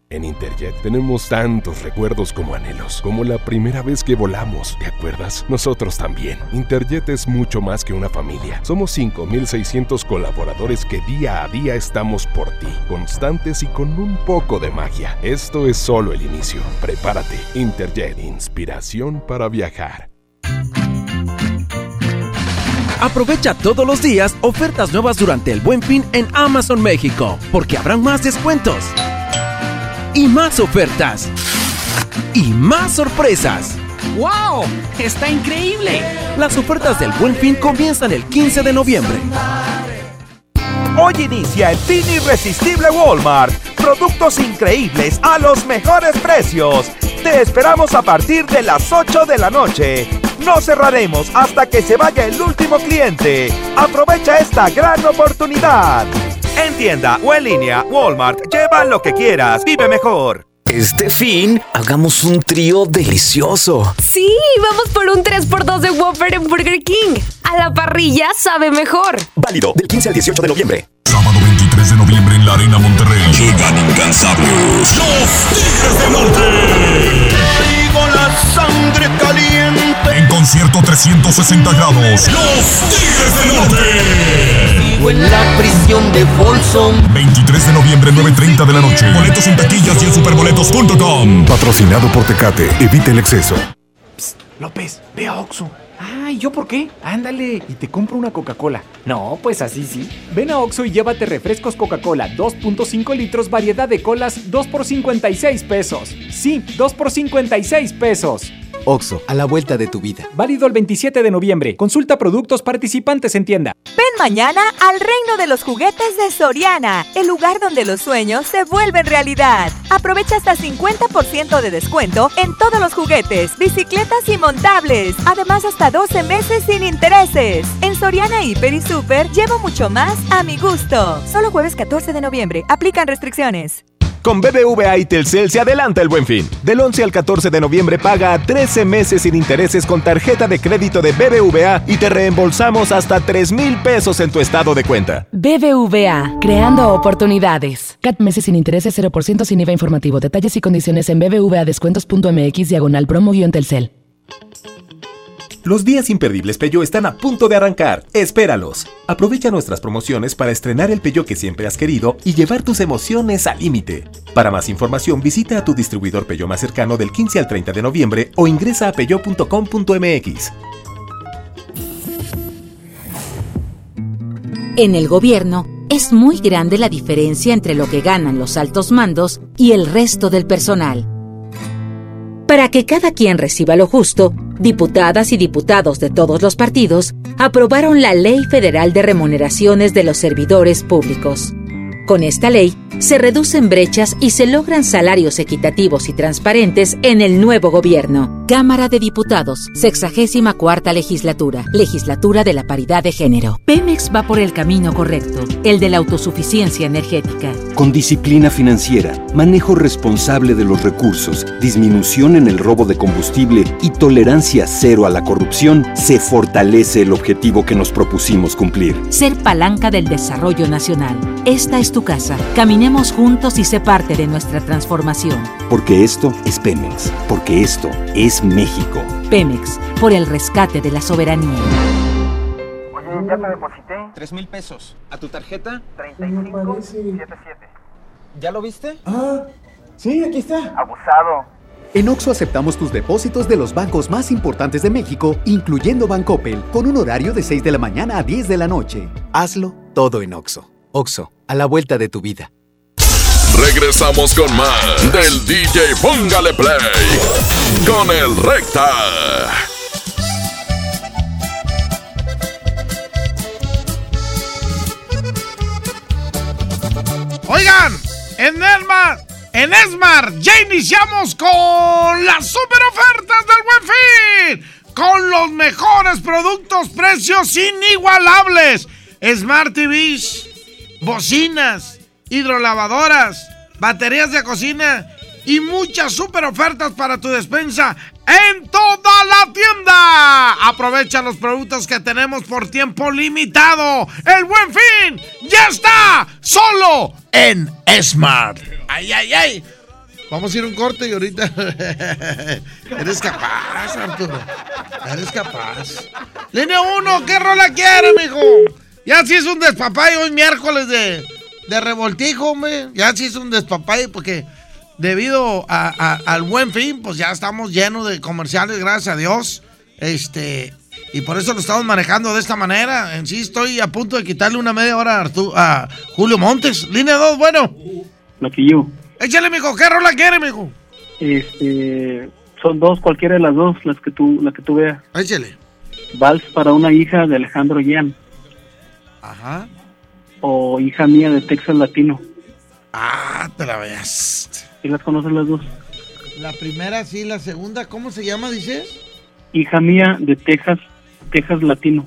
[SPEAKER 1] En Interjet tenemos tantos recuerdos como anhelos, como la primera vez que volamos, ¿te acuerdas? Nosotros también. Interjet es mucho más que una familia. Somos cinco mil seiscientos colaboradores que día a día estamos por ti, constantes y con un poco de magia. Esto es solo el inicio. Prepárate. Interjet, inspiración para viajar.
[SPEAKER 3] Aprovecha todos los días ofertas nuevas durante el Buen Fin en Amazon México, porque habrán más descuentos y más ofertas y más sorpresas.
[SPEAKER 5] ¡Wow! ¡Está increíble!
[SPEAKER 3] Las ofertas del Buen Fin comienzan el quince de noviembre.
[SPEAKER 6] Hoy inicia el fin irresistible Walmart. Productos increíbles a los mejores precios. Te esperamos a partir de las ocho de la noche. No cerraremos hasta que se vaya el último cliente. Aprovecha esta gran oportunidad. En tienda o en línea, Walmart, lleva lo que quieras, vive mejor.
[SPEAKER 7] Este fin, hagamos un trío delicioso.
[SPEAKER 10] Sí, vamos por un tres por dos de Whopper en Burger King. A la parrilla sabe mejor.
[SPEAKER 7] Válido del quince al dieciocho de noviembre.
[SPEAKER 4] Sábado veintitrés de noviembre en la Arena Monterrey. Llegan incansables los Tigres del Norte.
[SPEAKER 30] Traigo la sangre caliente.
[SPEAKER 4] En concierto trescientos sesenta grados. Los Tigres del Norte.
[SPEAKER 30] Sigo en la prisión de Folsom.
[SPEAKER 4] veintitrés de noviembre, nueve treinta de la noche. Boletos en taquillas y en superboletos punto com.
[SPEAKER 17] Patrocinado por Tecate. Evita el exceso.
[SPEAKER 16] Psst, López, ve a Oxxo. Ay, ¿yo por qué? Ándale, y te compro una Coca-Cola. No, pues así sí. Ven a Oxxo y llévate refrescos Coca-Cola dos punto cinco litros, variedad de colas, dos por cincuenta y seis pesos. Sí, dos por cincuenta y seis pesos.
[SPEAKER 3] Oxxo, a la vuelta de tu vida.
[SPEAKER 16] Válido el veintisiete de noviembre. Consulta productos participantes en tienda.
[SPEAKER 18] Ven mañana al reino de los juguetes de Soriana, el lugar donde los sueños se vuelven realidad. Aprovecha hasta cincuenta por ciento de descuento en todos los juguetes, bicicletas y montables. Además, hasta doce meses sin intereses. En Soriana Hiper y Super llevo mucho más a mi gusto. Solo jueves catorce de noviembre. Aplican restricciones.
[SPEAKER 24] Con B B V A y Telcel se adelanta el Buen Fin. Del once al catorce de noviembre paga trece meses sin intereses con tarjeta de crédito de B B V A y te reembolsamos hasta tres mil pesos en tu estado de cuenta.
[SPEAKER 10] B B V A, creando oportunidades. C A T meses sin intereses, cero por ciento sin I V A informativo. Detalles y condiciones en bbvadescuentos.mx diagonal promo-telcel.
[SPEAKER 2] Los días imperdibles Peugeot están a punto de arrancar. ¡Espéralos! Aprovecha nuestras promociones para estrenar el Peugeot que siempre has querido y llevar tus emociones al límite. Para más información, visita a tu distribuidor Peugeot más cercano del quince al treinta de noviembre o ingresa a peugeot punto com punto mx.
[SPEAKER 13] En el gobierno, es muy grande la diferencia entre lo que ganan los altos mandos y el resto del personal. Para que cada quien reciba lo justo, diputadas y diputados de todos los partidos aprobaron la Ley Federal de Remuneraciones de los Servidores Públicos. Con esta ley, se reducen brechas y se logran salarios equitativos y transparentes en el nuevo gobierno. Cámara de Diputados, sexagésima cuarta legislatura, legislatura de la paridad de género. Pemex va por el camino correcto, el de la autosuficiencia energética.
[SPEAKER 19] Con disciplina financiera, manejo responsable de los recursos, disminución en el robo de combustible y tolerancia cero a la corrupción, se fortalece el objetivo que nos propusimos cumplir.
[SPEAKER 13] Ser palanca del desarrollo nacional. Esta es tu casa. Caminemos juntos y sé parte de nuestra transformación.
[SPEAKER 19] Porque esto es Pemex. Porque esto es México.
[SPEAKER 13] Pemex, por el rescate de la soberanía.
[SPEAKER 26] Oye, ya te deposité tres mil pesos. ¿A tu tarjeta? treinta y cinco setenta y siete. ¿Ya lo viste?
[SPEAKER 27] Ah, sí, aquí está.
[SPEAKER 26] Abusado.
[SPEAKER 29] En Oxxo aceptamos tus depósitos de los bancos más importantes de México, incluyendo Bancoppel, con un horario de seis de la mañana a diez de la noche.
[SPEAKER 3] Hazlo todo en Oxxo. Oxxo, a la vuelta de tu vida.
[SPEAKER 4] Regresamos con más del D J Póngale Play con el Recta.
[SPEAKER 31] Oigan, en Esmar, en Esmar ya iniciamos con las super ofertas del Buen Fin, con los mejores productos, precios inigualables. Smart T Vs, bocinas, hidrolavadoras, baterías de cocina y muchas super ofertas para tu despensa en toda la tienda. Aprovecha los productos que tenemos por tiempo limitado. El Buen Fin ya está solo en Smart. ¡Ay, ay, ay! Vamos a ir a un corte y ahorita... Eres capaz, Arturo. Eres capaz. Línea uno, ¿qué rola quiere, mijo? Ya sí es un despapay hoy miércoles de, de revoltijo, hombre. Ya sí es un despapay porque debido a, a, al Buen Fin, pues ya estamos llenos de comerciales, gracias a Dios. Este... Y por eso lo estamos manejando de esta manera. En sí estoy a punto de quitarle una media hora a, Artu- a Julio Montes. Línea dos, bueno.
[SPEAKER 8] Loquillo.
[SPEAKER 31] Échale, mijo. ¿Qué rola quiere, mijo?
[SPEAKER 8] Este, son dos, cualquiera de las dos, las que tú, la que tú veas.
[SPEAKER 31] Échale.
[SPEAKER 8] Vals para una hija de Alejandro Gian.
[SPEAKER 31] Ajá.
[SPEAKER 8] O Hija mía de Texas Latino.
[SPEAKER 31] Ah, te la veas.
[SPEAKER 8] ¿Sí las conoces las dos?
[SPEAKER 31] La primera sí, la segunda, ¿cómo se llama, dices?
[SPEAKER 8] Hija mía de Texas, Texas Latino.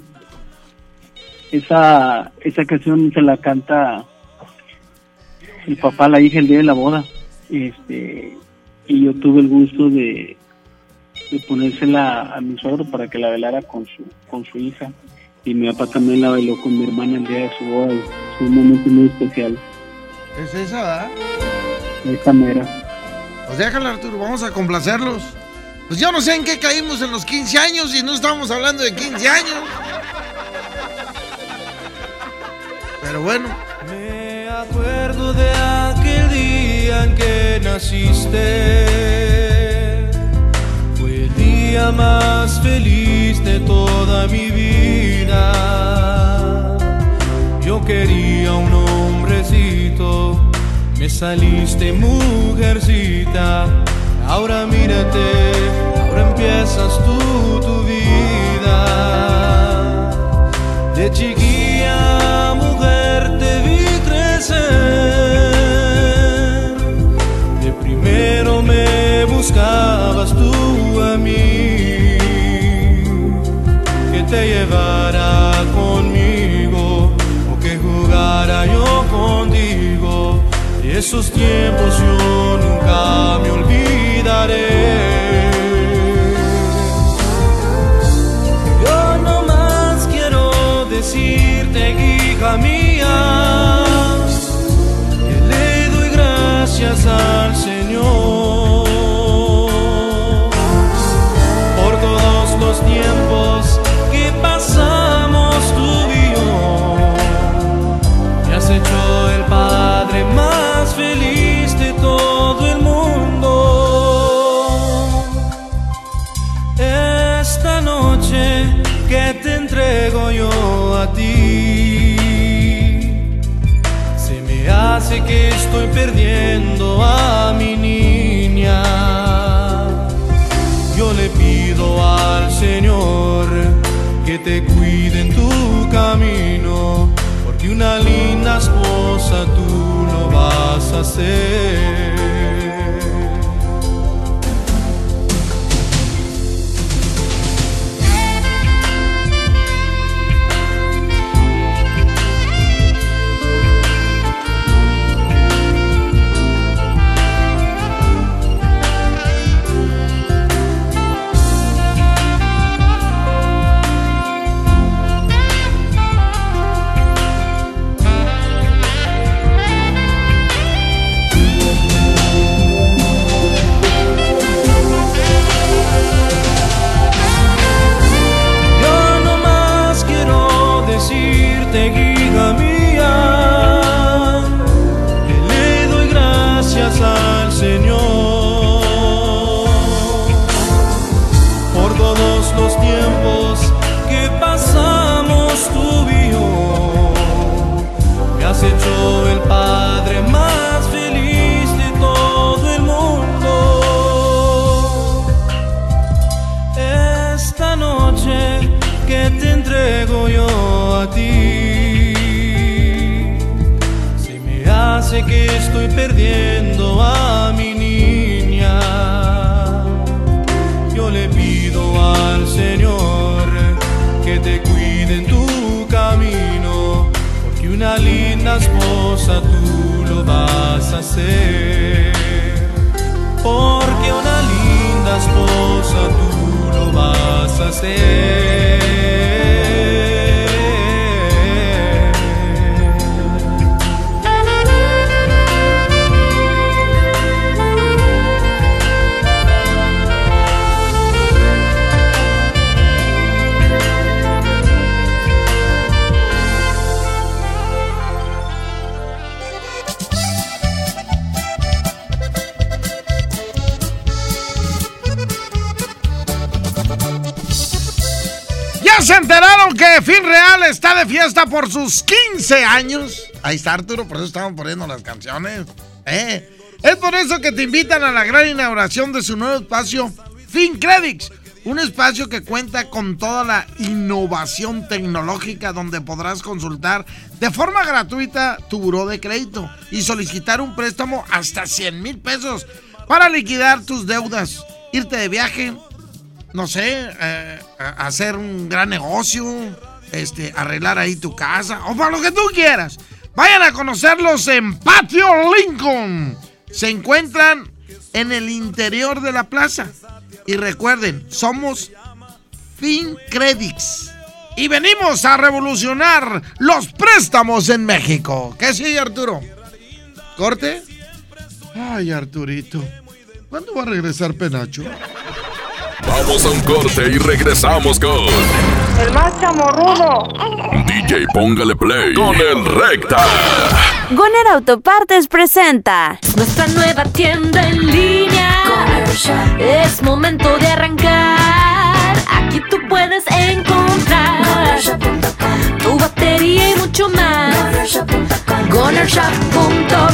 [SPEAKER 8] Esa, esa canción se la canta el papá a la hija el día de la boda. Este, y yo tuve el gusto de, de ponérsela a mi suegro para que la bailara con su, con su hija. Y mi papá también la bailó con mi hermana el día de su boda. Fue un momento muy especial.
[SPEAKER 31] ¿Es esa, verdad?
[SPEAKER 8] Esa mera.
[SPEAKER 31] Pues déjala, Arturo, vamos a complacerlos. Pues yo no sé en qué caímos en los quince años y no estamos hablando de quince años. Pero bueno.
[SPEAKER 9] Me acuerdo de aquel día en que naciste. Fue el día más feliz de toda mi vida. Yo quería un hombrecito, me saliste mujercita. Ahora mírate, ahora empiezas tú tu vida. De chiquilla mujer te vi crecer. De primero me buscabas tú a mí, que te llevara conmigo o que jugara yo contigo. Y esos tiempos yo nunca me olvidaré. Yo nomás quiero decirte, hija mía, que le doy gracias al Señor por todos los tiempos que pasamos tú y yo. Me has hecho el padre más feliz de todo el mundo. Esta noche que te entrego yo a ti, se me hace que estoy perdiendo a mi niña. Yo le pido al Señor que te cuide en tu camino, porque una linda esposa tú lo vas a ser. Hija mía, que le doy gracias al Señor por todos los tiempos que pasamos tú y yo. Me has hecho el padre más feliz de todo el mundo. Esta noche que te entrego yo a ti, se me hace que estoy perdiendo a mi niña. Yo le pido al Señor que te cuide en tu camino, porque una linda esposa tú lo vas a ser. Porque una linda esposa tú lo vas a ser.
[SPEAKER 31] ¿Ya se enteraron que FinReal está de fiesta por sus quince años? Ahí está, Arturo, por eso estamos poniendo las canciones. ¿Eh? Es por eso que te invitan a la gran inauguración de su nuevo espacio FinCredits, un espacio que cuenta con toda la innovación tecnológica donde podrás consultar de forma gratuita tu buró de crédito y solicitar un préstamo hasta cien mil pesos para liquidar tus deudas, irte de viaje, no sé, eh, hacer un gran negocio, este, arreglar ahí tu casa o para lo que tú quieras. Vayan a conocerlos en Patio Lincoln. Se encuentran en el interior de la plaza. Y recuerden, somos FinCredits. Y venimos a revolucionar los préstamos en México. ¿Qué sigue, Arturo? ¿Corte? Ay, Arturito, ¿cuándo va a regresar Penacho?
[SPEAKER 4] Vamos a un corte y regresamos con...
[SPEAKER 1] el más chamorrudo.
[SPEAKER 4] D J Póngale Play con el Recta.
[SPEAKER 13] Goner Autopartes presenta
[SPEAKER 11] nuestra nueva tienda en línea. Es momento de arrancar. Aquí tú puedes encontrar tu batería y mucho más. Goner Shop punto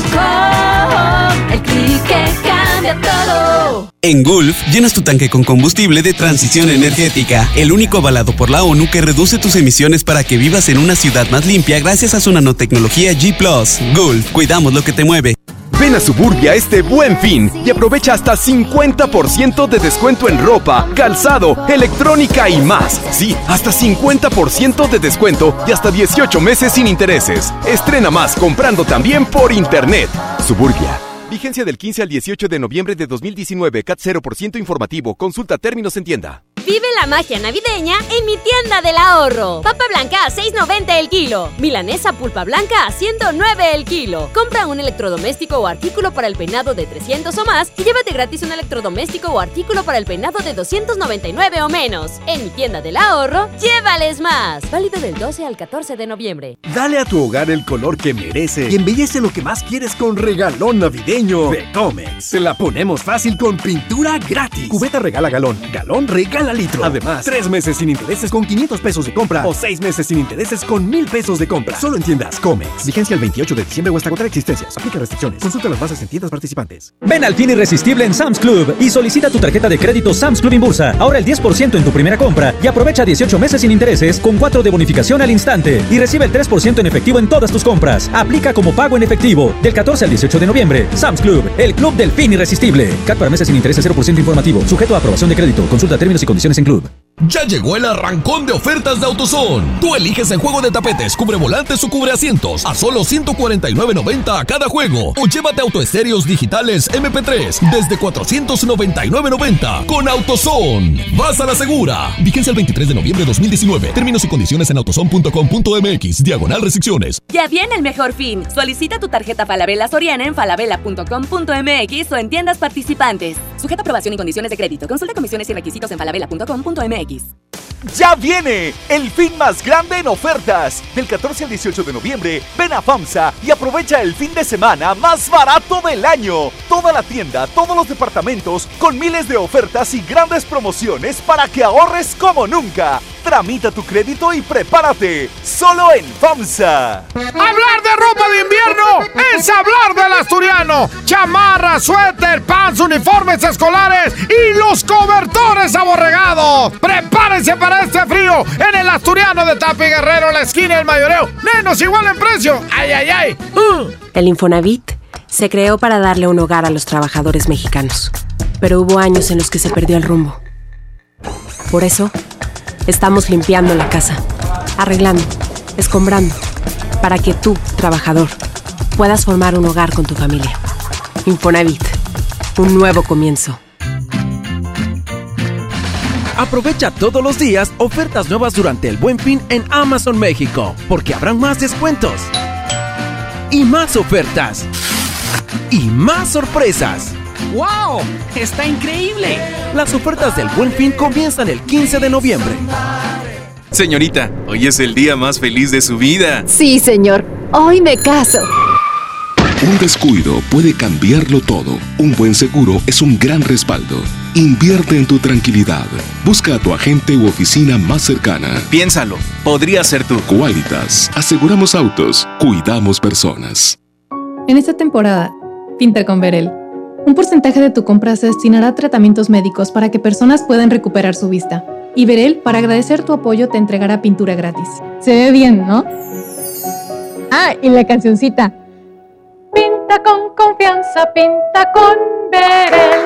[SPEAKER 11] com, el clic que cambia todo.
[SPEAKER 12] En Gulf, llenas tu tanque con combustible de transición energética, el único avalado por la ONU que reduce tus emisiones para que vivas en una ciudad más limpia gracias a su nanotecnología G plus. Gulf, cuidamos lo que te mueve.
[SPEAKER 24] Ven a Suburbia este Buen Fin y aprovecha hasta cincuenta por ciento de descuento en ropa, calzado, electrónica y más. Sí, hasta cincuenta por ciento de descuento y hasta dieciocho meses sin intereses. Estrena más comprando también por internet. Suburbia. Vigencia del quince al dieciocho de noviembre de dos mil diecinueve. C A T cero por ciento informativo. Consulta términos en tienda.
[SPEAKER 13] Vive la magia navideña en mi tienda del ahorro. Papa blanca a seis noventa el kilo. Milanesa pulpa blanca a ciento nueve el kilo. Compra un electrodoméstico o artículo para el peinado de trescientos o más y llévate gratis un electrodoméstico o artículo para el peinado de doscientos noventa y nueve o menos. En mi tienda del ahorro, llévales más. Válido del doce al catorce de noviembre.
[SPEAKER 14] Dale a tu hogar el color que merece y embellece lo que más quieres con regalón navideño de Comex. Se la ponemos fácil con pintura gratis. Cubeta regala galón, galón regala litro. Además, tres meses sin intereses con quinientos pesos de compra o seis meses sin intereses con mil pesos de compra. Solo en tiendas Comex. Vigencia el veintiocho de diciembre o hasta agotar existencias. Aplica restricciones. Consulta las bases en tiendas participantes.
[SPEAKER 15] Ven al fin irresistible en Sam's Club y solicita tu tarjeta de crédito Sam's Club Inbursa. Ahorra el diez por ciento en tu primera compra y aprovecha dieciocho meses sin intereses con cuatro de bonificación al instante. Y recibe el tres por ciento en efectivo en todas tus compras. Aplica como pago en efectivo. Del catorce al dieciocho de noviembre. Sam's Club, el club del fin irresistible. C A T para meses sin intereses cero por ciento informativo. Sujeto a aprobación de crédito. Consulta términos y condiciones en Club.
[SPEAKER 20] Ya llegó el arrancón de ofertas de AutoZone. Tú eliges el juego de tapetes, cubre volantes o cubre asientos a solo ciento cuarenta y nueve noventa a cada juego. O llévate autoestéreos digitales eme pe tres desde cuatrocientos noventa y nueve noventa con AutoZone. Vas a la segura. Vigencia el veintitrés de noviembre de dos mil diecinueve. Términos y condiciones en autozone punto com punto mx. Diagonal restricciones.
[SPEAKER 21] Ya viene el mejor fin. Solicita tu tarjeta Falabella Soriana en falabella punto com punto mx o en tiendas participantes. Sujeta a aprobación y condiciones de crédito. Consulta comisiones y requisitos en falabella punto com punto mx.
[SPEAKER 6] ¡Ya viene! El fin más grande en ofertas. Del catorce al dieciocho de noviembre, ven a FAMSA y aprovecha el fin de semana más barato del año. Toda la tienda, todos los departamentos, con miles de ofertas y grandes promociones para que ahorres como nunca. Tramita tu crédito y prepárate. Solo en FAMSA.
[SPEAKER 31] Hablar de ropa de invierno es hablar del asturiano. Chamarra, suéter, pants, uniformes escolares y los cobertores aborregados. Prepárense para este frío en el asturiano de Tapi Guerrero, la esquina del Mayoreo. Menos igual en precio. ¡Ay, ay, ay! Uh.
[SPEAKER 22] El Infonavit se creó para darle un hogar a los trabajadores mexicanos. Pero hubo años en los que se perdió el rumbo. Por eso, estamos limpiando la casa, arreglando, escombrando, para que tú, trabajador, puedas formar un hogar con tu familia. Infonavit, un nuevo comienzo.
[SPEAKER 3] Aprovecha todos los días ofertas nuevas durante el Buen Fin en Amazon México, porque habrán más descuentos y más ofertas y más sorpresas.
[SPEAKER 5] ¡Wow! ¡Está increíble!
[SPEAKER 3] Las ofertas del Buen Fin comienzan el quince de noviembre.
[SPEAKER 23] Señorita, hoy es el día más feliz de su vida.
[SPEAKER 25] Sí, señor. Hoy me caso.
[SPEAKER 4] Un descuido puede cambiarlo todo. Un buen seguro es un gran respaldo. Invierte en tu tranquilidad. Busca a tu agente u oficina más cercana.
[SPEAKER 23] Piénsalo, podría ser tú.
[SPEAKER 4] Qualitas. Aseguramos autos, cuidamos personas.
[SPEAKER 2] En esta temporada, pinta con Verel. Un porcentaje de tu compra se destinará a tratamientos médicos para que personas puedan recuperar su vista. Y Verel, para agradecer tu apoyo, te entregará pintura gratis. Se ve bien, ¿no? Ah, y la cancioncita. Pinta con confianza, pinta con Verel.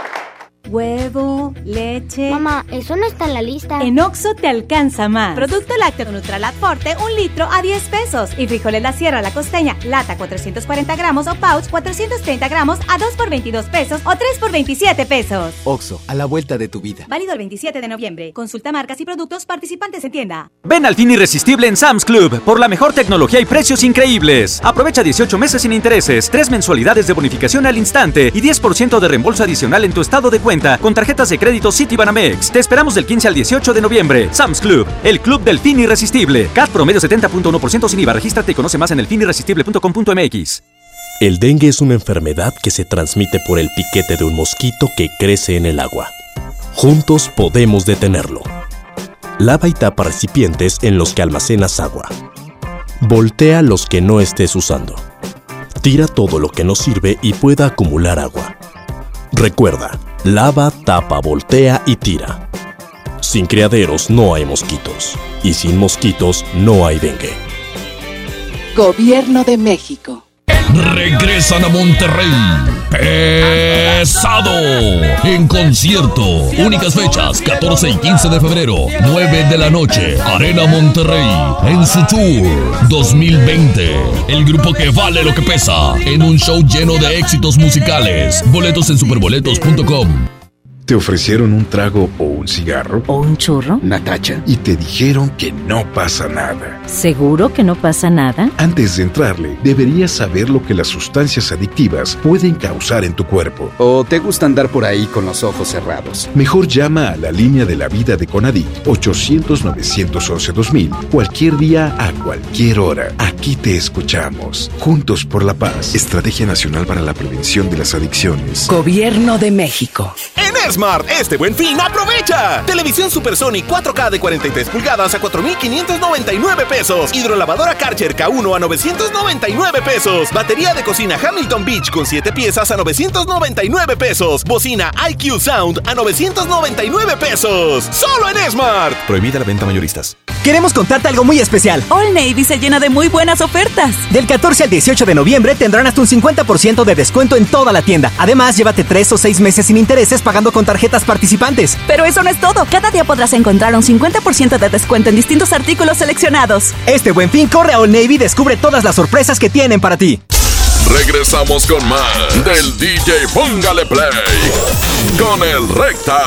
[SPEAKER 7] Huevo, leche...
[SPEAKER 10] Mamá, eso no está en la lista.
[SPEAKER 7] En Oxxo te alcanza más. Producto lácteo Nutralat Forte, un litro a diez pesos. Y frijoles La Sierra La Costeña, lata cuatrocientos cuarenta gramos o pouch cuatrocientos treinta gramos a dos por veintidós pesos o tres por veintisiete pesos.
[SPEAKER 16] Oxxo, a la vuelta de tu vida.
[SPEAKER 7] Válido el veintisiete de noviembre. Consulta marcas y productos participantes en tienda.
[SPEAKER 15] Ven al fin irresistible en Sam's Club por la mejor tecnología y precios increíbles. Aprovecha dieciocho meses sin intereses, tres mensualidades de bonificación al instante y diez por ciento de reembolso adicional en tu estado de cuenta con tarjetas de crédito Citibanamex. Te esperamos del quince al dieciocho de noviembre. Sam's Club, el club del fin irresistible. C A T promedio setenta punto uno por ciento sin I V A. Regístrate y conoce más en el fin irresistible punto com punto m x.
[SPEAKER 17] El dengue es una enfermedad que se transmite por el piquete de un mosquito que crece en el agua. Juntos podemos detenerlo. Lava y tapa recipientes en los que almacenas agua. Voltea los que no estés usando. Tira todo lo que no sirve y pueda acumular agua. Recuerda, lava, tapa, voltea y tira. Sin criaderos no hay mosquitos. Y sin mosquitos no hay dengue.
[SPEAKER 18] Gobierno de México.
[SPEAKER 20] Regresan a Monterrey. Pesado. En concierto. Únicas fechas, catorce y quince de febrero, nueve de la noche. Arena Monterrey. En su tour dos mil veinte. El grupo que vale lo que pesa. En un show lleno de éxitos musicales. Boletos en superboletos punto com.
[SPEAKER 19] ¿Te ofrecieron un trago o un cigarro?
[SPEAKER 25] ¿O un churro?
[SPEAKER 19] Natacha. Y te dijeron que no pasa nada.
[SPEAKER 25] ¿Seguro que no pasa nada?
[SPEAKER 19] Antes de entrarle, deberías saber lo que las sustancias adictivas pueden causar en tu cuerpo.
[SPEAKER 27] ¿O te gusta andar por ahí con los ojos cerrados?
[SPEAKER 19] Mejor llama a la línea de la vida de Conadic ochocientos, novecientos once, dos mil. Cualquier día, a cualquier hora. Aquí te escuchamos. Juntos por la paz. Estrategia Nacional para la Prevención de las Adicciones.
[SPEAKER 18] Gobierno de México.
[SPEAKER 28] En Smart, este Buen Fin, ¡aprovecha! Televisión Supersonic cuatro K de cuarenta y tres pulgadas a cuatro mil quinientos noventa y nueve pesos. Hidrolavadora Karcher K uno a novecientos noventa y nueve pesos. Batería de cocina Hamilton Beach con siete piezas a novecientos noventa y nueve pesos. Bocina I Q Sound a novecientos noventa y nueve pesos. ¡Solo en Smart!
[SPEAKER 30] Prohibida la venta mayoristas.
[SPEAKER 32] Queremos contarte algo muy especial.
[SPEAKER 21] Old Navy se llena de muy buenas ofertas.
[SPEAKER 32] Del catorce al dieciocho de noviembre tendrán hasta un cincuenta por ciento de descuento en toda la tienda. Además, llévate tres o seis meses sin intereses pagando con tarjetas participantes.
[SPEAKER 21] Pero eso no es todo. Cada día podrás encontrar un cincuenta por ciento de descuento en distintos artículos seleccionados.
[SPEAKER 32] Este Buen Fin corre a Old Navy y descubre todas las sorpresas que tienen para ti.
[SPEAKER 4] Regresamos con más del D J Póngale Play con el Recta.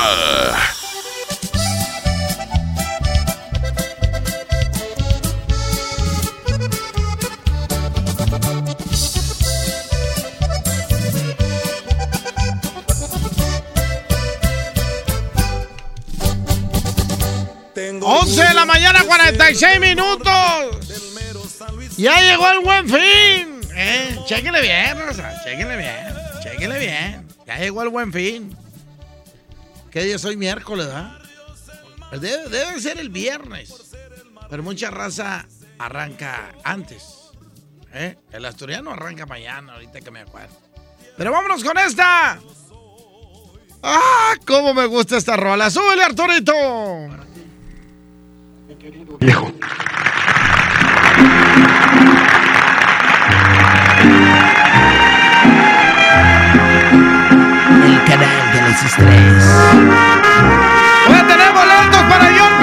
[SPEAKER 31] once de la mañana, cuarenta y seis minutos. Ya llegó el Buen Fin. Eh, chéquenle bien, Rosa. Chéquenle bien. Chéquenle bien. Ya llegó el Buen Fin. ¿Qué día es hoy? Miércoles, ¿verdad? Debe, debe ser el viernes. Pero mucha raza arranca antes. ¿Eh? El asturiano arranca mañana, ahorita que me acuerdo. Pero vámonos con esta. ¡Ah! ¡Cómo me gusta esta rola! ¡Súbele, Arturito!
[SPEAKER 19] Viejo.
[SPEAKER 33] El canal de los estrés.
[SPEAKER 31] ¡Voy a tener boletos para John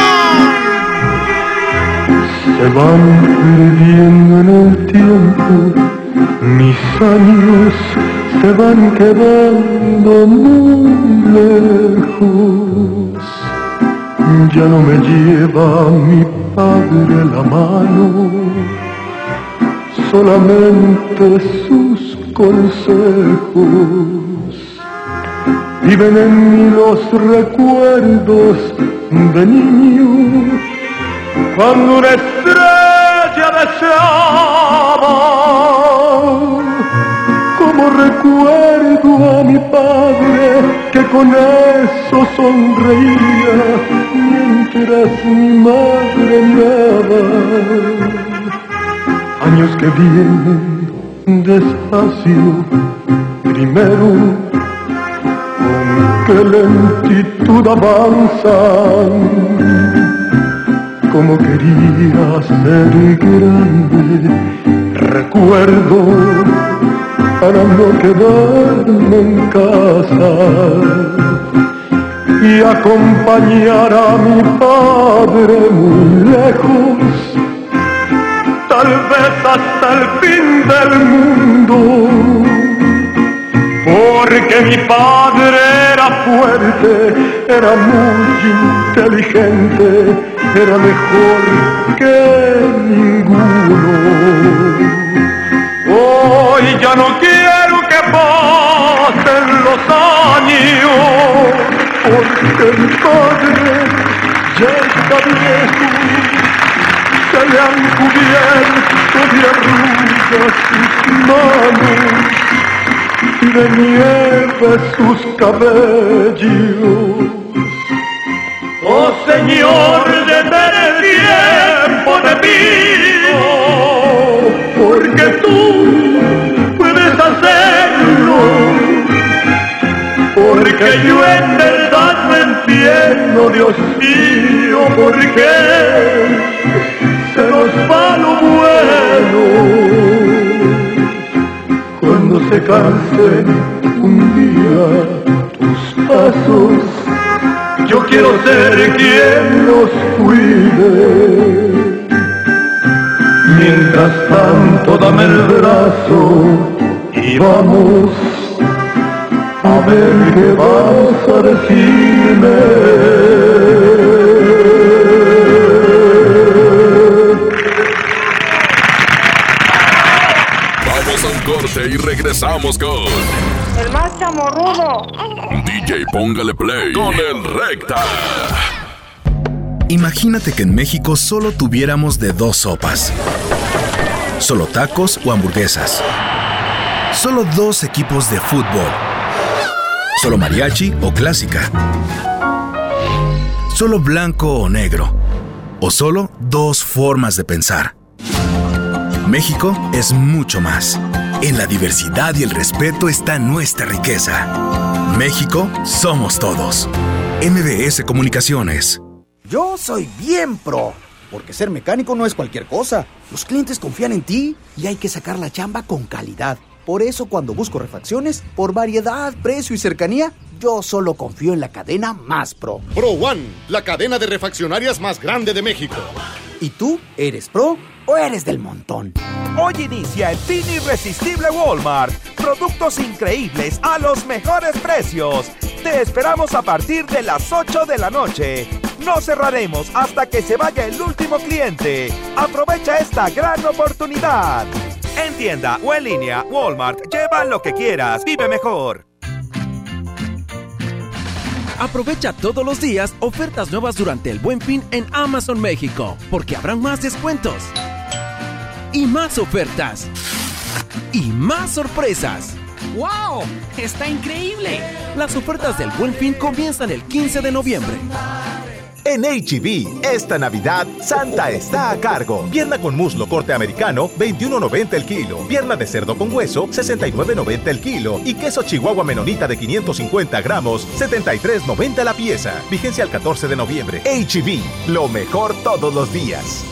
[SPEAKER 31] Milton!
[SPEAKER 34] Se van perdiendo en el tiempo, mis años se van quedando muy lejos. Ya no me lleva mi padre la mano, solamente sus consejos. Viven en mí los recuerdos de niño, cuando una estrella deseaba recuerdo a mi padre que con eso sonreía mientras mi madre meaba. Años que vienen despacio, primero con qué lentitud avanzan. Como quería ser grande, recuerdo para no quedarme en casa y acompañar a mi padre muy lejos, tal vez hasta el fin del mundo. Porque mi padre era fuerte, era muy inteligente, era mejor que ninguno. Hoy ya no quiero que pasen los años, porque mi padre ya está viejo, se le han cubierto de arrugas sus manos y de nieve sus cabellos. Oh Señor, detén el tiempo, te pido, porque tú puedes hacerlo, porque yo en verdad me entiendo, Dios mío, porque se nos va lo bueno. Cuando se cansen un día tus pasos, yo quiero ser quien los cuide. Mientras tanto dame el brazo y vamos a ver qué vas a decirme.
[SPEAKER 20] Vamos a un corte y regresamos con
[SPEAKER 1] el más chamorrudo.
[SPEAKER 20] D J Póngale Play con el Recta.
[SPEAKER 5] Imagínate que en México solo tuviéramos de dos sopas. Solo tacos o hamburguesas. Solo dos equipos de fútbol. Solo mariachi o clásica. Solo blanco o negro. O solo dos formas de pensar. México es mucho más. En la diversidad y el respeto está nuestra riqueza. México somos todos. M B S Comunicaciones.
[SPEAKER 6] Yo soy bien pro, porque ser mecánico no es cualquier cosa. Los clientes confían en ti y hay que sacar la chamba con calidad. Por eso cuando busco refacciones, por variedad, precio y cercanía, yo solo confío en la cadena más pro.
[SPEAKER 8] Pro One, la cadena de refaccionarias más grande de México.
[SPEAKER 6] ¿Y tú eres pro o eres del montón?
[SPEAKER 9] Hoy inicia el fin irresistible Walmart. Productos increíbles a los mejores precios. Te esperamos a partir de las ocho de la noche. No cerraremos hasta que se vaya el último cliente. Aprovecha esta gran oportunidad. En tienda o en línea, Walmart, lleva lo que quieras, vive mejor.
[SPEAKER 3] Aprovecha todos los días ofertas nuevas durante el Buen Fin en Amazon México, porque habrán más descuentos y más ofertas y más sorpresas.
[SPEAKER 11] ¡Wow! ¡Está increíble!
[SPEAKER 3] Las ofertas del Buen Fin comienzan el quince de noviembre.
[SPEAKER 12] En H E B, esta Navidad, Santa está a cargo. Pierna con muslo corte americano, veintiuno noventa el kilo. Pierna de cerdo con hueso, sesenta y nueve noventa el kilo. Y queso chihuahua menonita de quinientos cincuenta gramos, setenta y tres noventa la pieza. Vigencia al catorce de noviembre. H E B, lo mejor todos los días.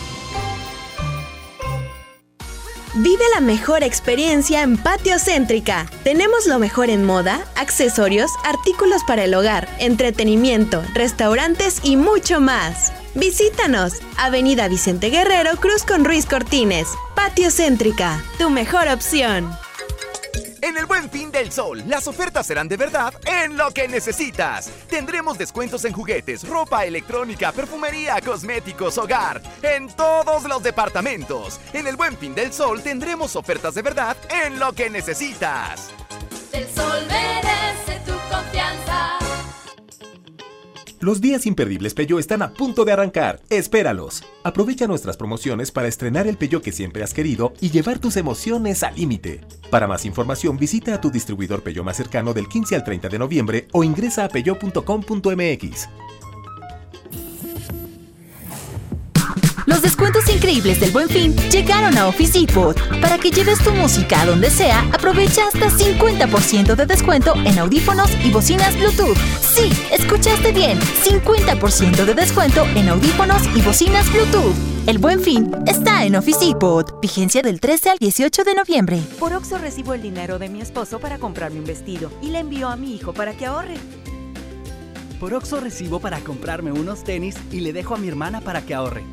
[SPEAKER 13] Vive la mejor experiencia en Patio Céntrica. Tenemos lo mejor en moda, accesorios, artículos para el hogar, entretenimiento, restaurantes y mucho más. Visítanos, Avenida Vicente Guerrero, Cruz con Ruiz Cortines. Patio Céntrica, tu mejor opción.
[SPEAKER 12] En el Buen Fin del Sol, las ofertas serán de verdad en lo que necesitas. Tendremos descuentos en juguetes, ropa electrónica, perfumería, cosméticos, hogar, en todos los departamentos. En el Buen Fin del Sol tendremos ofertas de verdad en lo que necesitas.
[SPEAKER 14] Del Sol merece tu confianza.
[SPEAKER 2] Los días imperdibles Peugeot están a punto de arrancar. Espéralos. Aprovecha nuestras promociones para estrenar el Peugeot que siempre has querido y llevar tus emociones al límite. Para más información, visita a tu distribuidor Peugeot más cercano del quince al treinta de noviembre o ingresa a peugeot punto com punto m x.
[SPEAKER 7] Los descuentos increíbles del Buen Fin llegaron a Office Depot. Para que lleves tu música a donde sea, aprovecha hasta cincuenta por ciento de descuento en audífonos y bocinas Bluetooth. Sí, escuchaste bien, cincuenta por ciento de descuento en audífonos y bocinas Bluetooth. El Buen Fin está en Office Depot. Vigencia del trece al dieciocho de noviembre.
[SPEAKER 10] Por Oxxo recibo el dinero de mi esposo para comprarme un vestido y le envío a mi hijo para que ahorre.
[SPEAKER 14] Por Oxxo recibo para comprarme unos tenis y le dejo a mi hermana para que ahorre.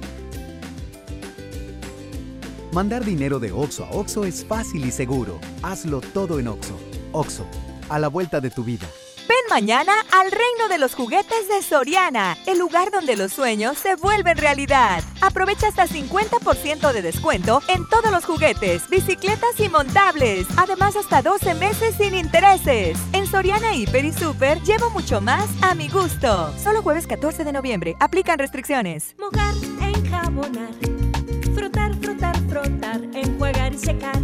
[SPEAKER 15] Mandar dinero de Oxxo a Oxxo es fácil y seguro. Hazlo todo en Oxxo. Oxxo, a la vuelta de tu vida.
[SPEAKER 10] Ven mañana al reino de los juguetes de Soriana, el lugar donde los sueños se vuelven realidad. Aprovecha hasta cincuenta por ciento de descuento en todos los juguetes, bicicletas y montables. Además, hasta doce meses sin intereses. En Soriana Hiper y Super llevo mucho más a mi gusto. Solo jueves catorce de noviembre. Aplican restricciones.
[SPEAKER 16] Mojar, enjabonar, frotar, frotar, frotar, enjuagar y secar.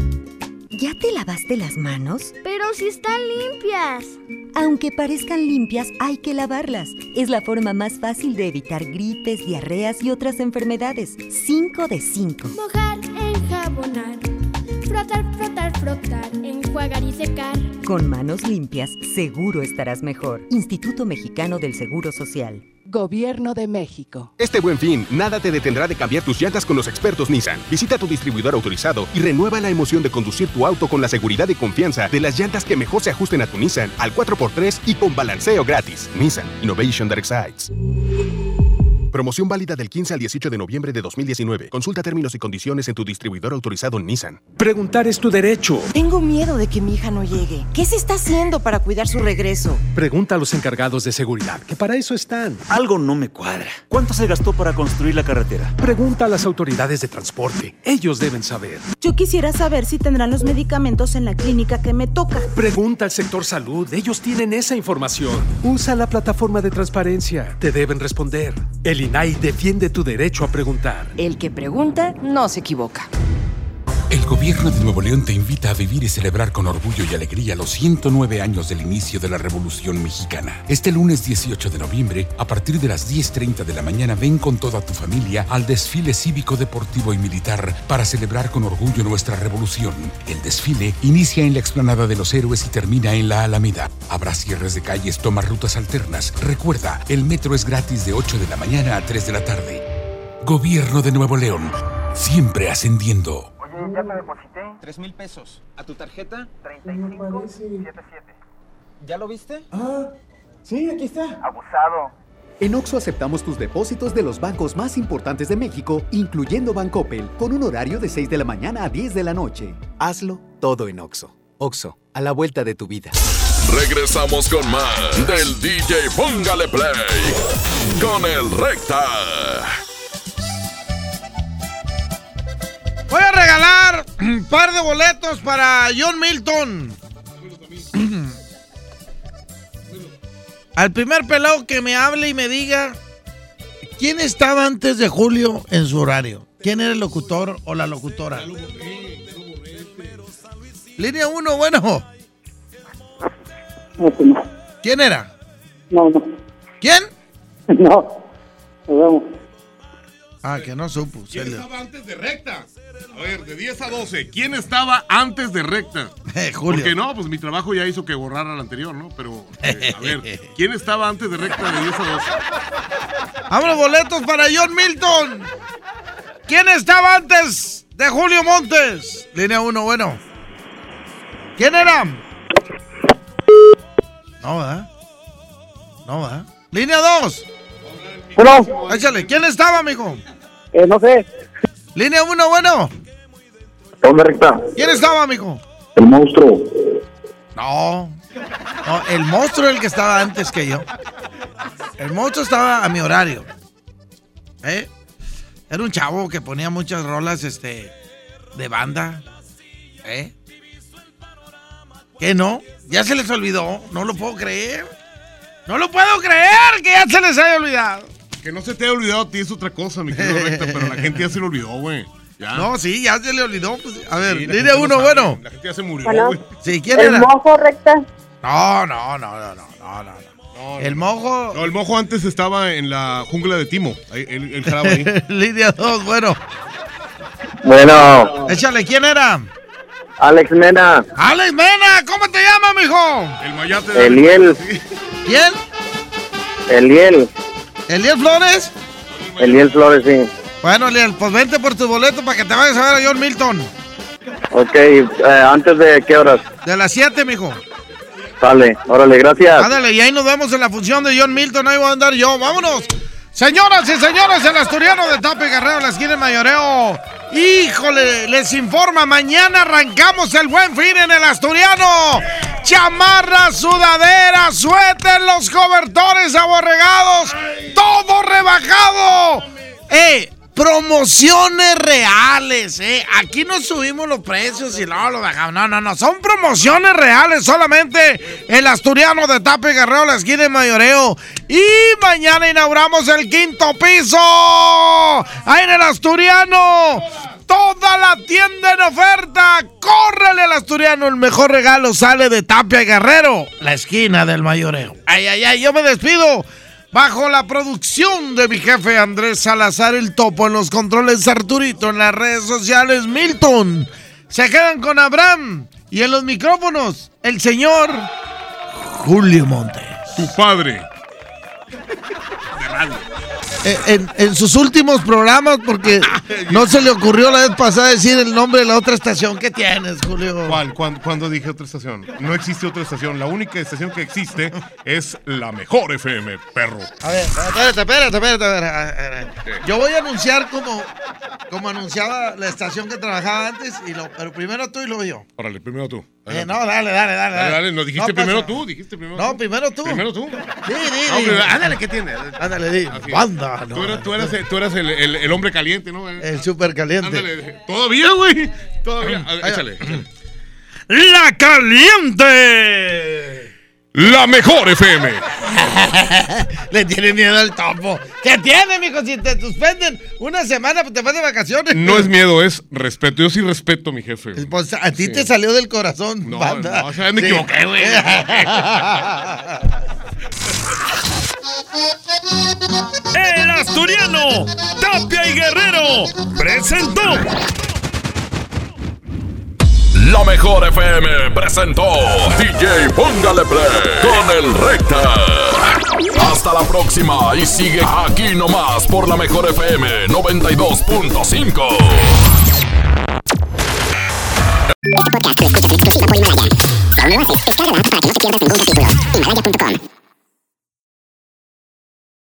[SPEAKER 17] ¿Ya te lavaste las manos?
[SPEAKER 22] Pero si están limpias.
[SPEAKER 17] Aunque parezcan limpias, hay que lavarlas. Es la forma más fácil de evitar gripes, diarreas y otras enfermedades. cinco de cinco.
[SPEAKER 22] Mojar, enjabonar, frotar, frotar, frotar, enjuagar y secar.
[SPEAKER 17] Con manos limpias, seguro estarás mejor. Instituto Mexicano del Seguro Social.
[SPEAKER 18] Gobierno de México.
[SPEAKER 23] Este Buen Fin, nada te detendrá de cambiar tus llantas con los expertos Nissan. Visita tu distribuidor autorizado y renueva la emoción de conducir tu auto con la seguridad y confianza de las llantas que mejor se ajusten a tu Nissan al cuatro por tres y con balanceo gratis. Nissan Innovation that excites. Promoción válida del quince al dieciocho de noviembre de dos mil diecinueve. Consulta términos y condiciones en tu distribuidor autorizado Nissan.
[SPEAKER 24] Preguntar es tu derecho.
[SPEAKER 25] Tengo miedo de que mi hija no llegue. ¿Qué se está haciendo para cuidar su regreso?
[SPEAKER 24] Pregunta a los encargados de seguridad, que para eso están.
[SPEAKER 26] Algo no me cuadra. ¿Cuánto se gastó para construir la carretera?
[SPEAKER 24] Pregunta a las autoridades de transporte. Ellos deben saber.
[SPEAKER 29] Yo quisiera saber si tendrán los medicamentos en la clínica que me toca.
[SPEAKER 24] Pregunta al sector salud. Ellos tienen esa información. Usa la plataforma de transparencia. Te deben responder. El I N A I defiende tu derecho a preguntar.
[SPEAKER 25] El que pregunta no se equivoca.
[SPEAKER 30] El gobierno de Nuevo León te invita a vivir y celebrar con orgullo y alegría los ciento nueve años del inicio de la Revolución Mexicana. Este lunes dieciocho de noviembre, a partir de las diez treinta de la mañana, ven con toda tu familia al desfile cívico, deportivo y militar para celebrar con orgullo nuestra revolución. El desfile inicia en la explanada de los Héroes y termina en la Alameda. Habrá cierres de calles, toma rutas alternas. Recuerda, el metro es gratis de ocho de la mañana a tres de la tarde. Gobierno de Nuevo León, siempre ascendiendo.
[SPEAKER 35] Ya te deposité. Tres mil pesos. ¿A tu tarjeta? treinta y cinco setenta y siete. ¿Ya lo viste?
[SPEAKER 6] Ah, sí, aquí está.
[SPEAKER 35] Abusado.
[SPEAKER 15] En Oxxo aceptamos tus depósitos de los bancos más importantes de México, incluyendo Bancoppel, con un horario de seis de la mañana a diez de la noche. Hazlo todo en Oxxo. Oxxo, a la vuelta de tu vida.
[SPEAKER 36] Regresamos con más del D J Póngale Play con el Recta.
[SPEAKER 31] Voy a regalar un par de boletos para John Milton. Al primer pelado que me hable y me diga quién estaba antes de Julio en su horario. ¿Quién era el locutor o la locutora? Línea uno, bueno. ¿Quién era?
[SPEAKER 37] No, no.
[SPEAKER 31] ¿Quién?
[SPEAKER 37] No. Nos vemos.
[SPEAKER 31] Ah, que no supo.
[SPEAKER 8] ¿Quién estaba antes de Recta? A ver, de diez a doce, ¿quién estaba antes de Recta?
[SPEAKER 31] Eh, Julio.
[SPEAKER 8] Porque no, pues mi trabajo ya hizo que borrara al anterior, ¿no? Pero, eh, a ver, ¿quién estaba antes de Recta de diez a doce?
[SPEAKER 31] ¡Vámonos, boletos para John Milton! ¿Quién estaba antes de Julio Montes? Línea uno, bueno. ¿Quién era? No, ¿verdad? No, ¿verdad? Línea dos.
[SPEAKER 37] Bueno.
[SPEAKER 31] Échale, ¿quién estaba, amigo?
[SPEAKER 37] Eh, no sé.
[SPEAKER 31] Línea uno, bueno.
[SPEAKER 37] ¿Dónde Recta?
[SPEAKER 31] ¿Quién estaba, amigo?
[SPEAKER 37] El monstruo.
[SPEAKER 31] No. No, el monstruo es el que estaba antes que yo. El monstruo estaba a mi horario. ¿Eh? Era un chavo que ponía muchas rolas, este, de banda. ¿Eh? ¿Qué no? Ya se les olvidó. No lo puedo creer. No lo puedo creer que ya se les haya olvidado.
[SPEAKER 8] Que no se te haya olvidado a ti es otra cosa, mi querido Recta, pero la gente ya se lo olvidó, güey. Ya.
[SPEAKER 31] No, sí, ya se le olvidó. Pues, a ver,
[SPEAKER 8] Sí, la
[SPEAKER 31] dile
[SPEAKER 8] gente
[SPEAKER 31] uno,
[SPEAKER 8] no sabe,
[SPEAKER 31] bueno.
[SPEAKER 8] La gente ya se murió,
[SPEAKER 1] Bueno.
[SPEAKER 8] güey.
[SPEAKER 31] Sí, ¿quién
[SPEAKER 1] ¿El
[SPEAKER 31] era?
[SPEAKER 1] mojo, Recta?
[SPEAKER 31] No, no, no, no, no, no, no.
[SPEAKER 8] No,
[SPEAKER 31] El
[SPEAKER 8] no.
[SPEAKER 31] mojo.
[SPEAKER 8] No, el mojo antes estaba en la jungla de Timo. Ahí, él, él jalaba ahí.
[SPEAKER 31] Lidia dos, bueno.
[SPEAKER 37] Bueno,
[SPEAKER 31] Échale, ¿quién era?
[SPEAKER 37] Alex Mena,
[SPEAKER 31] Alex Mena, ¿cómo te llamas, mijo?
[SPEAKER 8] El mayate de
[SPEAKER 37] Eliel,
[SPEAKER 8] Sí.
[SPEAKER 31] ¿Quién?
[SPEAKER 37] Eliel,
[SPEAKER 31] ¿Eliel Flores?
[SPEAKER 37] Eliel Flores, sí.
[SPEAKER 31] Bueno, Eliel, pues vente por tu boleto para que te vayas a ver a John Milton.
[SPEAKER 37] Ok, eh, ¿antes de qué horas?
[SPEAKER 31] De las siete, mijo.
[SPEAKER 37] Sale, órale, gracias.
[SPEAKER 31] Ándale, y ahí nos vemos en la función de John Milton. Ahí voy a andar yo. ¡Vámonos! Señoras y señores, el asturiano de Tapia y Guerrero, la esquina de Mayoreo. Híjole, les informa, mañana arrancamos el Buen Fin en el asturiano. Chamarras, sudaderas, suéter, los cobertores aborregados, todo rebajado. ¡Eh! Promociones reales, ¿eh? Aquí no subimos los precios y luego lo bajamos. No, no, no. Son promociones reales solamente. El asturiano de Tapia y Guerrero, la esquina de Mayoreo. Y mañana inauguramos el quinto piso. Ahí en el asturiano. Toda la tienda en oferta. ¡Córrele al asturiano! El mejor regalo sale de Tapia y Guerrero, la esquina del Mayoreo. Ay, ay, ay. Yo me despido. Bajo la producción de mi jefe Andrés Salazar el Topo, en los controles Arturito, en las redes sociales Milton. Se quedan con Abraham y en los micrófonos el señor Julio Montes.
[SPEAKER 8] Tu padre.
[SPEAKER 31] En, en, en sus últimos programas, porque no se le ocurrió la vez pasada decir el nombre de la otra estación que tienes, Julio.
[SPEAKER 8] ¿Cuál? ¿Cuándo, cuándo dije otra estación? No existe otra estación. La única estación que existe es la mejor F M, perro.
[SPEAKER 31] A ver, espérate, espérate, espérate. espérate. Yo voy a anunciar como, como anunciaba la estación que trabajaba antes, y lo, pero primero tú y luego yo.
[SPEAKER 8] Órale, primero tú.
[SPEAKER 31] Eh, no, dale, dale, dale.
[SPEAKER 8] Dale, dale, no dijiste
[SPEAKER 31] No
[SPEAKER 8] primero
[SPEAKER 31] pasa.
[SPEAKER 8] tú, dijiste primero
[SPEAKER 31] No,
[SPEAKER 8] tú.
[SPEAKER 31] primero tú.
[SPEAKER 8] Primero tú.
[SPEAKER 31] Sí, sí,
[SPEAKER 8] No,
[SPEAKER 31] sí.
[SPEAKER 8] pero ándale, ¿qué tiene?
[SPEAKER 31] Ándale, di.
[SPEAKER 8] Así es.
[SPEAKER 31] Banda, no.
[SPEAKER 8] Tú eras, tú eras, el, tú eras el, el, el hombre caliente, ¿no?
[SPEAKER 31] El súper caliente.
[SPEAKER 8] Ándale. Todavía, güey. Todavía. A ver,
[SPEAKER 31] Ahí va.
[SPEAKER 8] échale, échale.
[SPEAKER 31] ¡La caliente!
[SPEAKER 8] La mejor F M.
[SPEAKER 31] Le tiene miedo al Topo. ¿Qué tiene, mijo? Si te suspenden una semana, pues te vas de vacaciones.
[SPEAKER 8] No es miedo, es respeto. Yo sí respeto a mi jefe.
[SPEAKER 31] Pues a ti
[SPEAKER 8] Sí.
[SPEAKER 31] te salió del corazón,
[SPEAKER 8] No,
[SPEAKER 31] banda.
[SPEAKER 8] no, o sea, me
[SPEAKER 31] Sí.
[SPEAKER 8] equivoqué, güey.
[SPEAKER 2] El asturiano Tapia y Guerrero presentó.
[SPEAKER 36] La mejor F M presentó D J Póngale Play con el Recta. Hasta la próxima y sigue aquí nomás por la mejor F M noventa y dos punto cinco.
[SPEAKER 3] Este podcast lo escuchas en exclusiva por Himalaya. Solo nuevas, descarga la app para que no te pierdas ningún capítulo. Himalaya punto com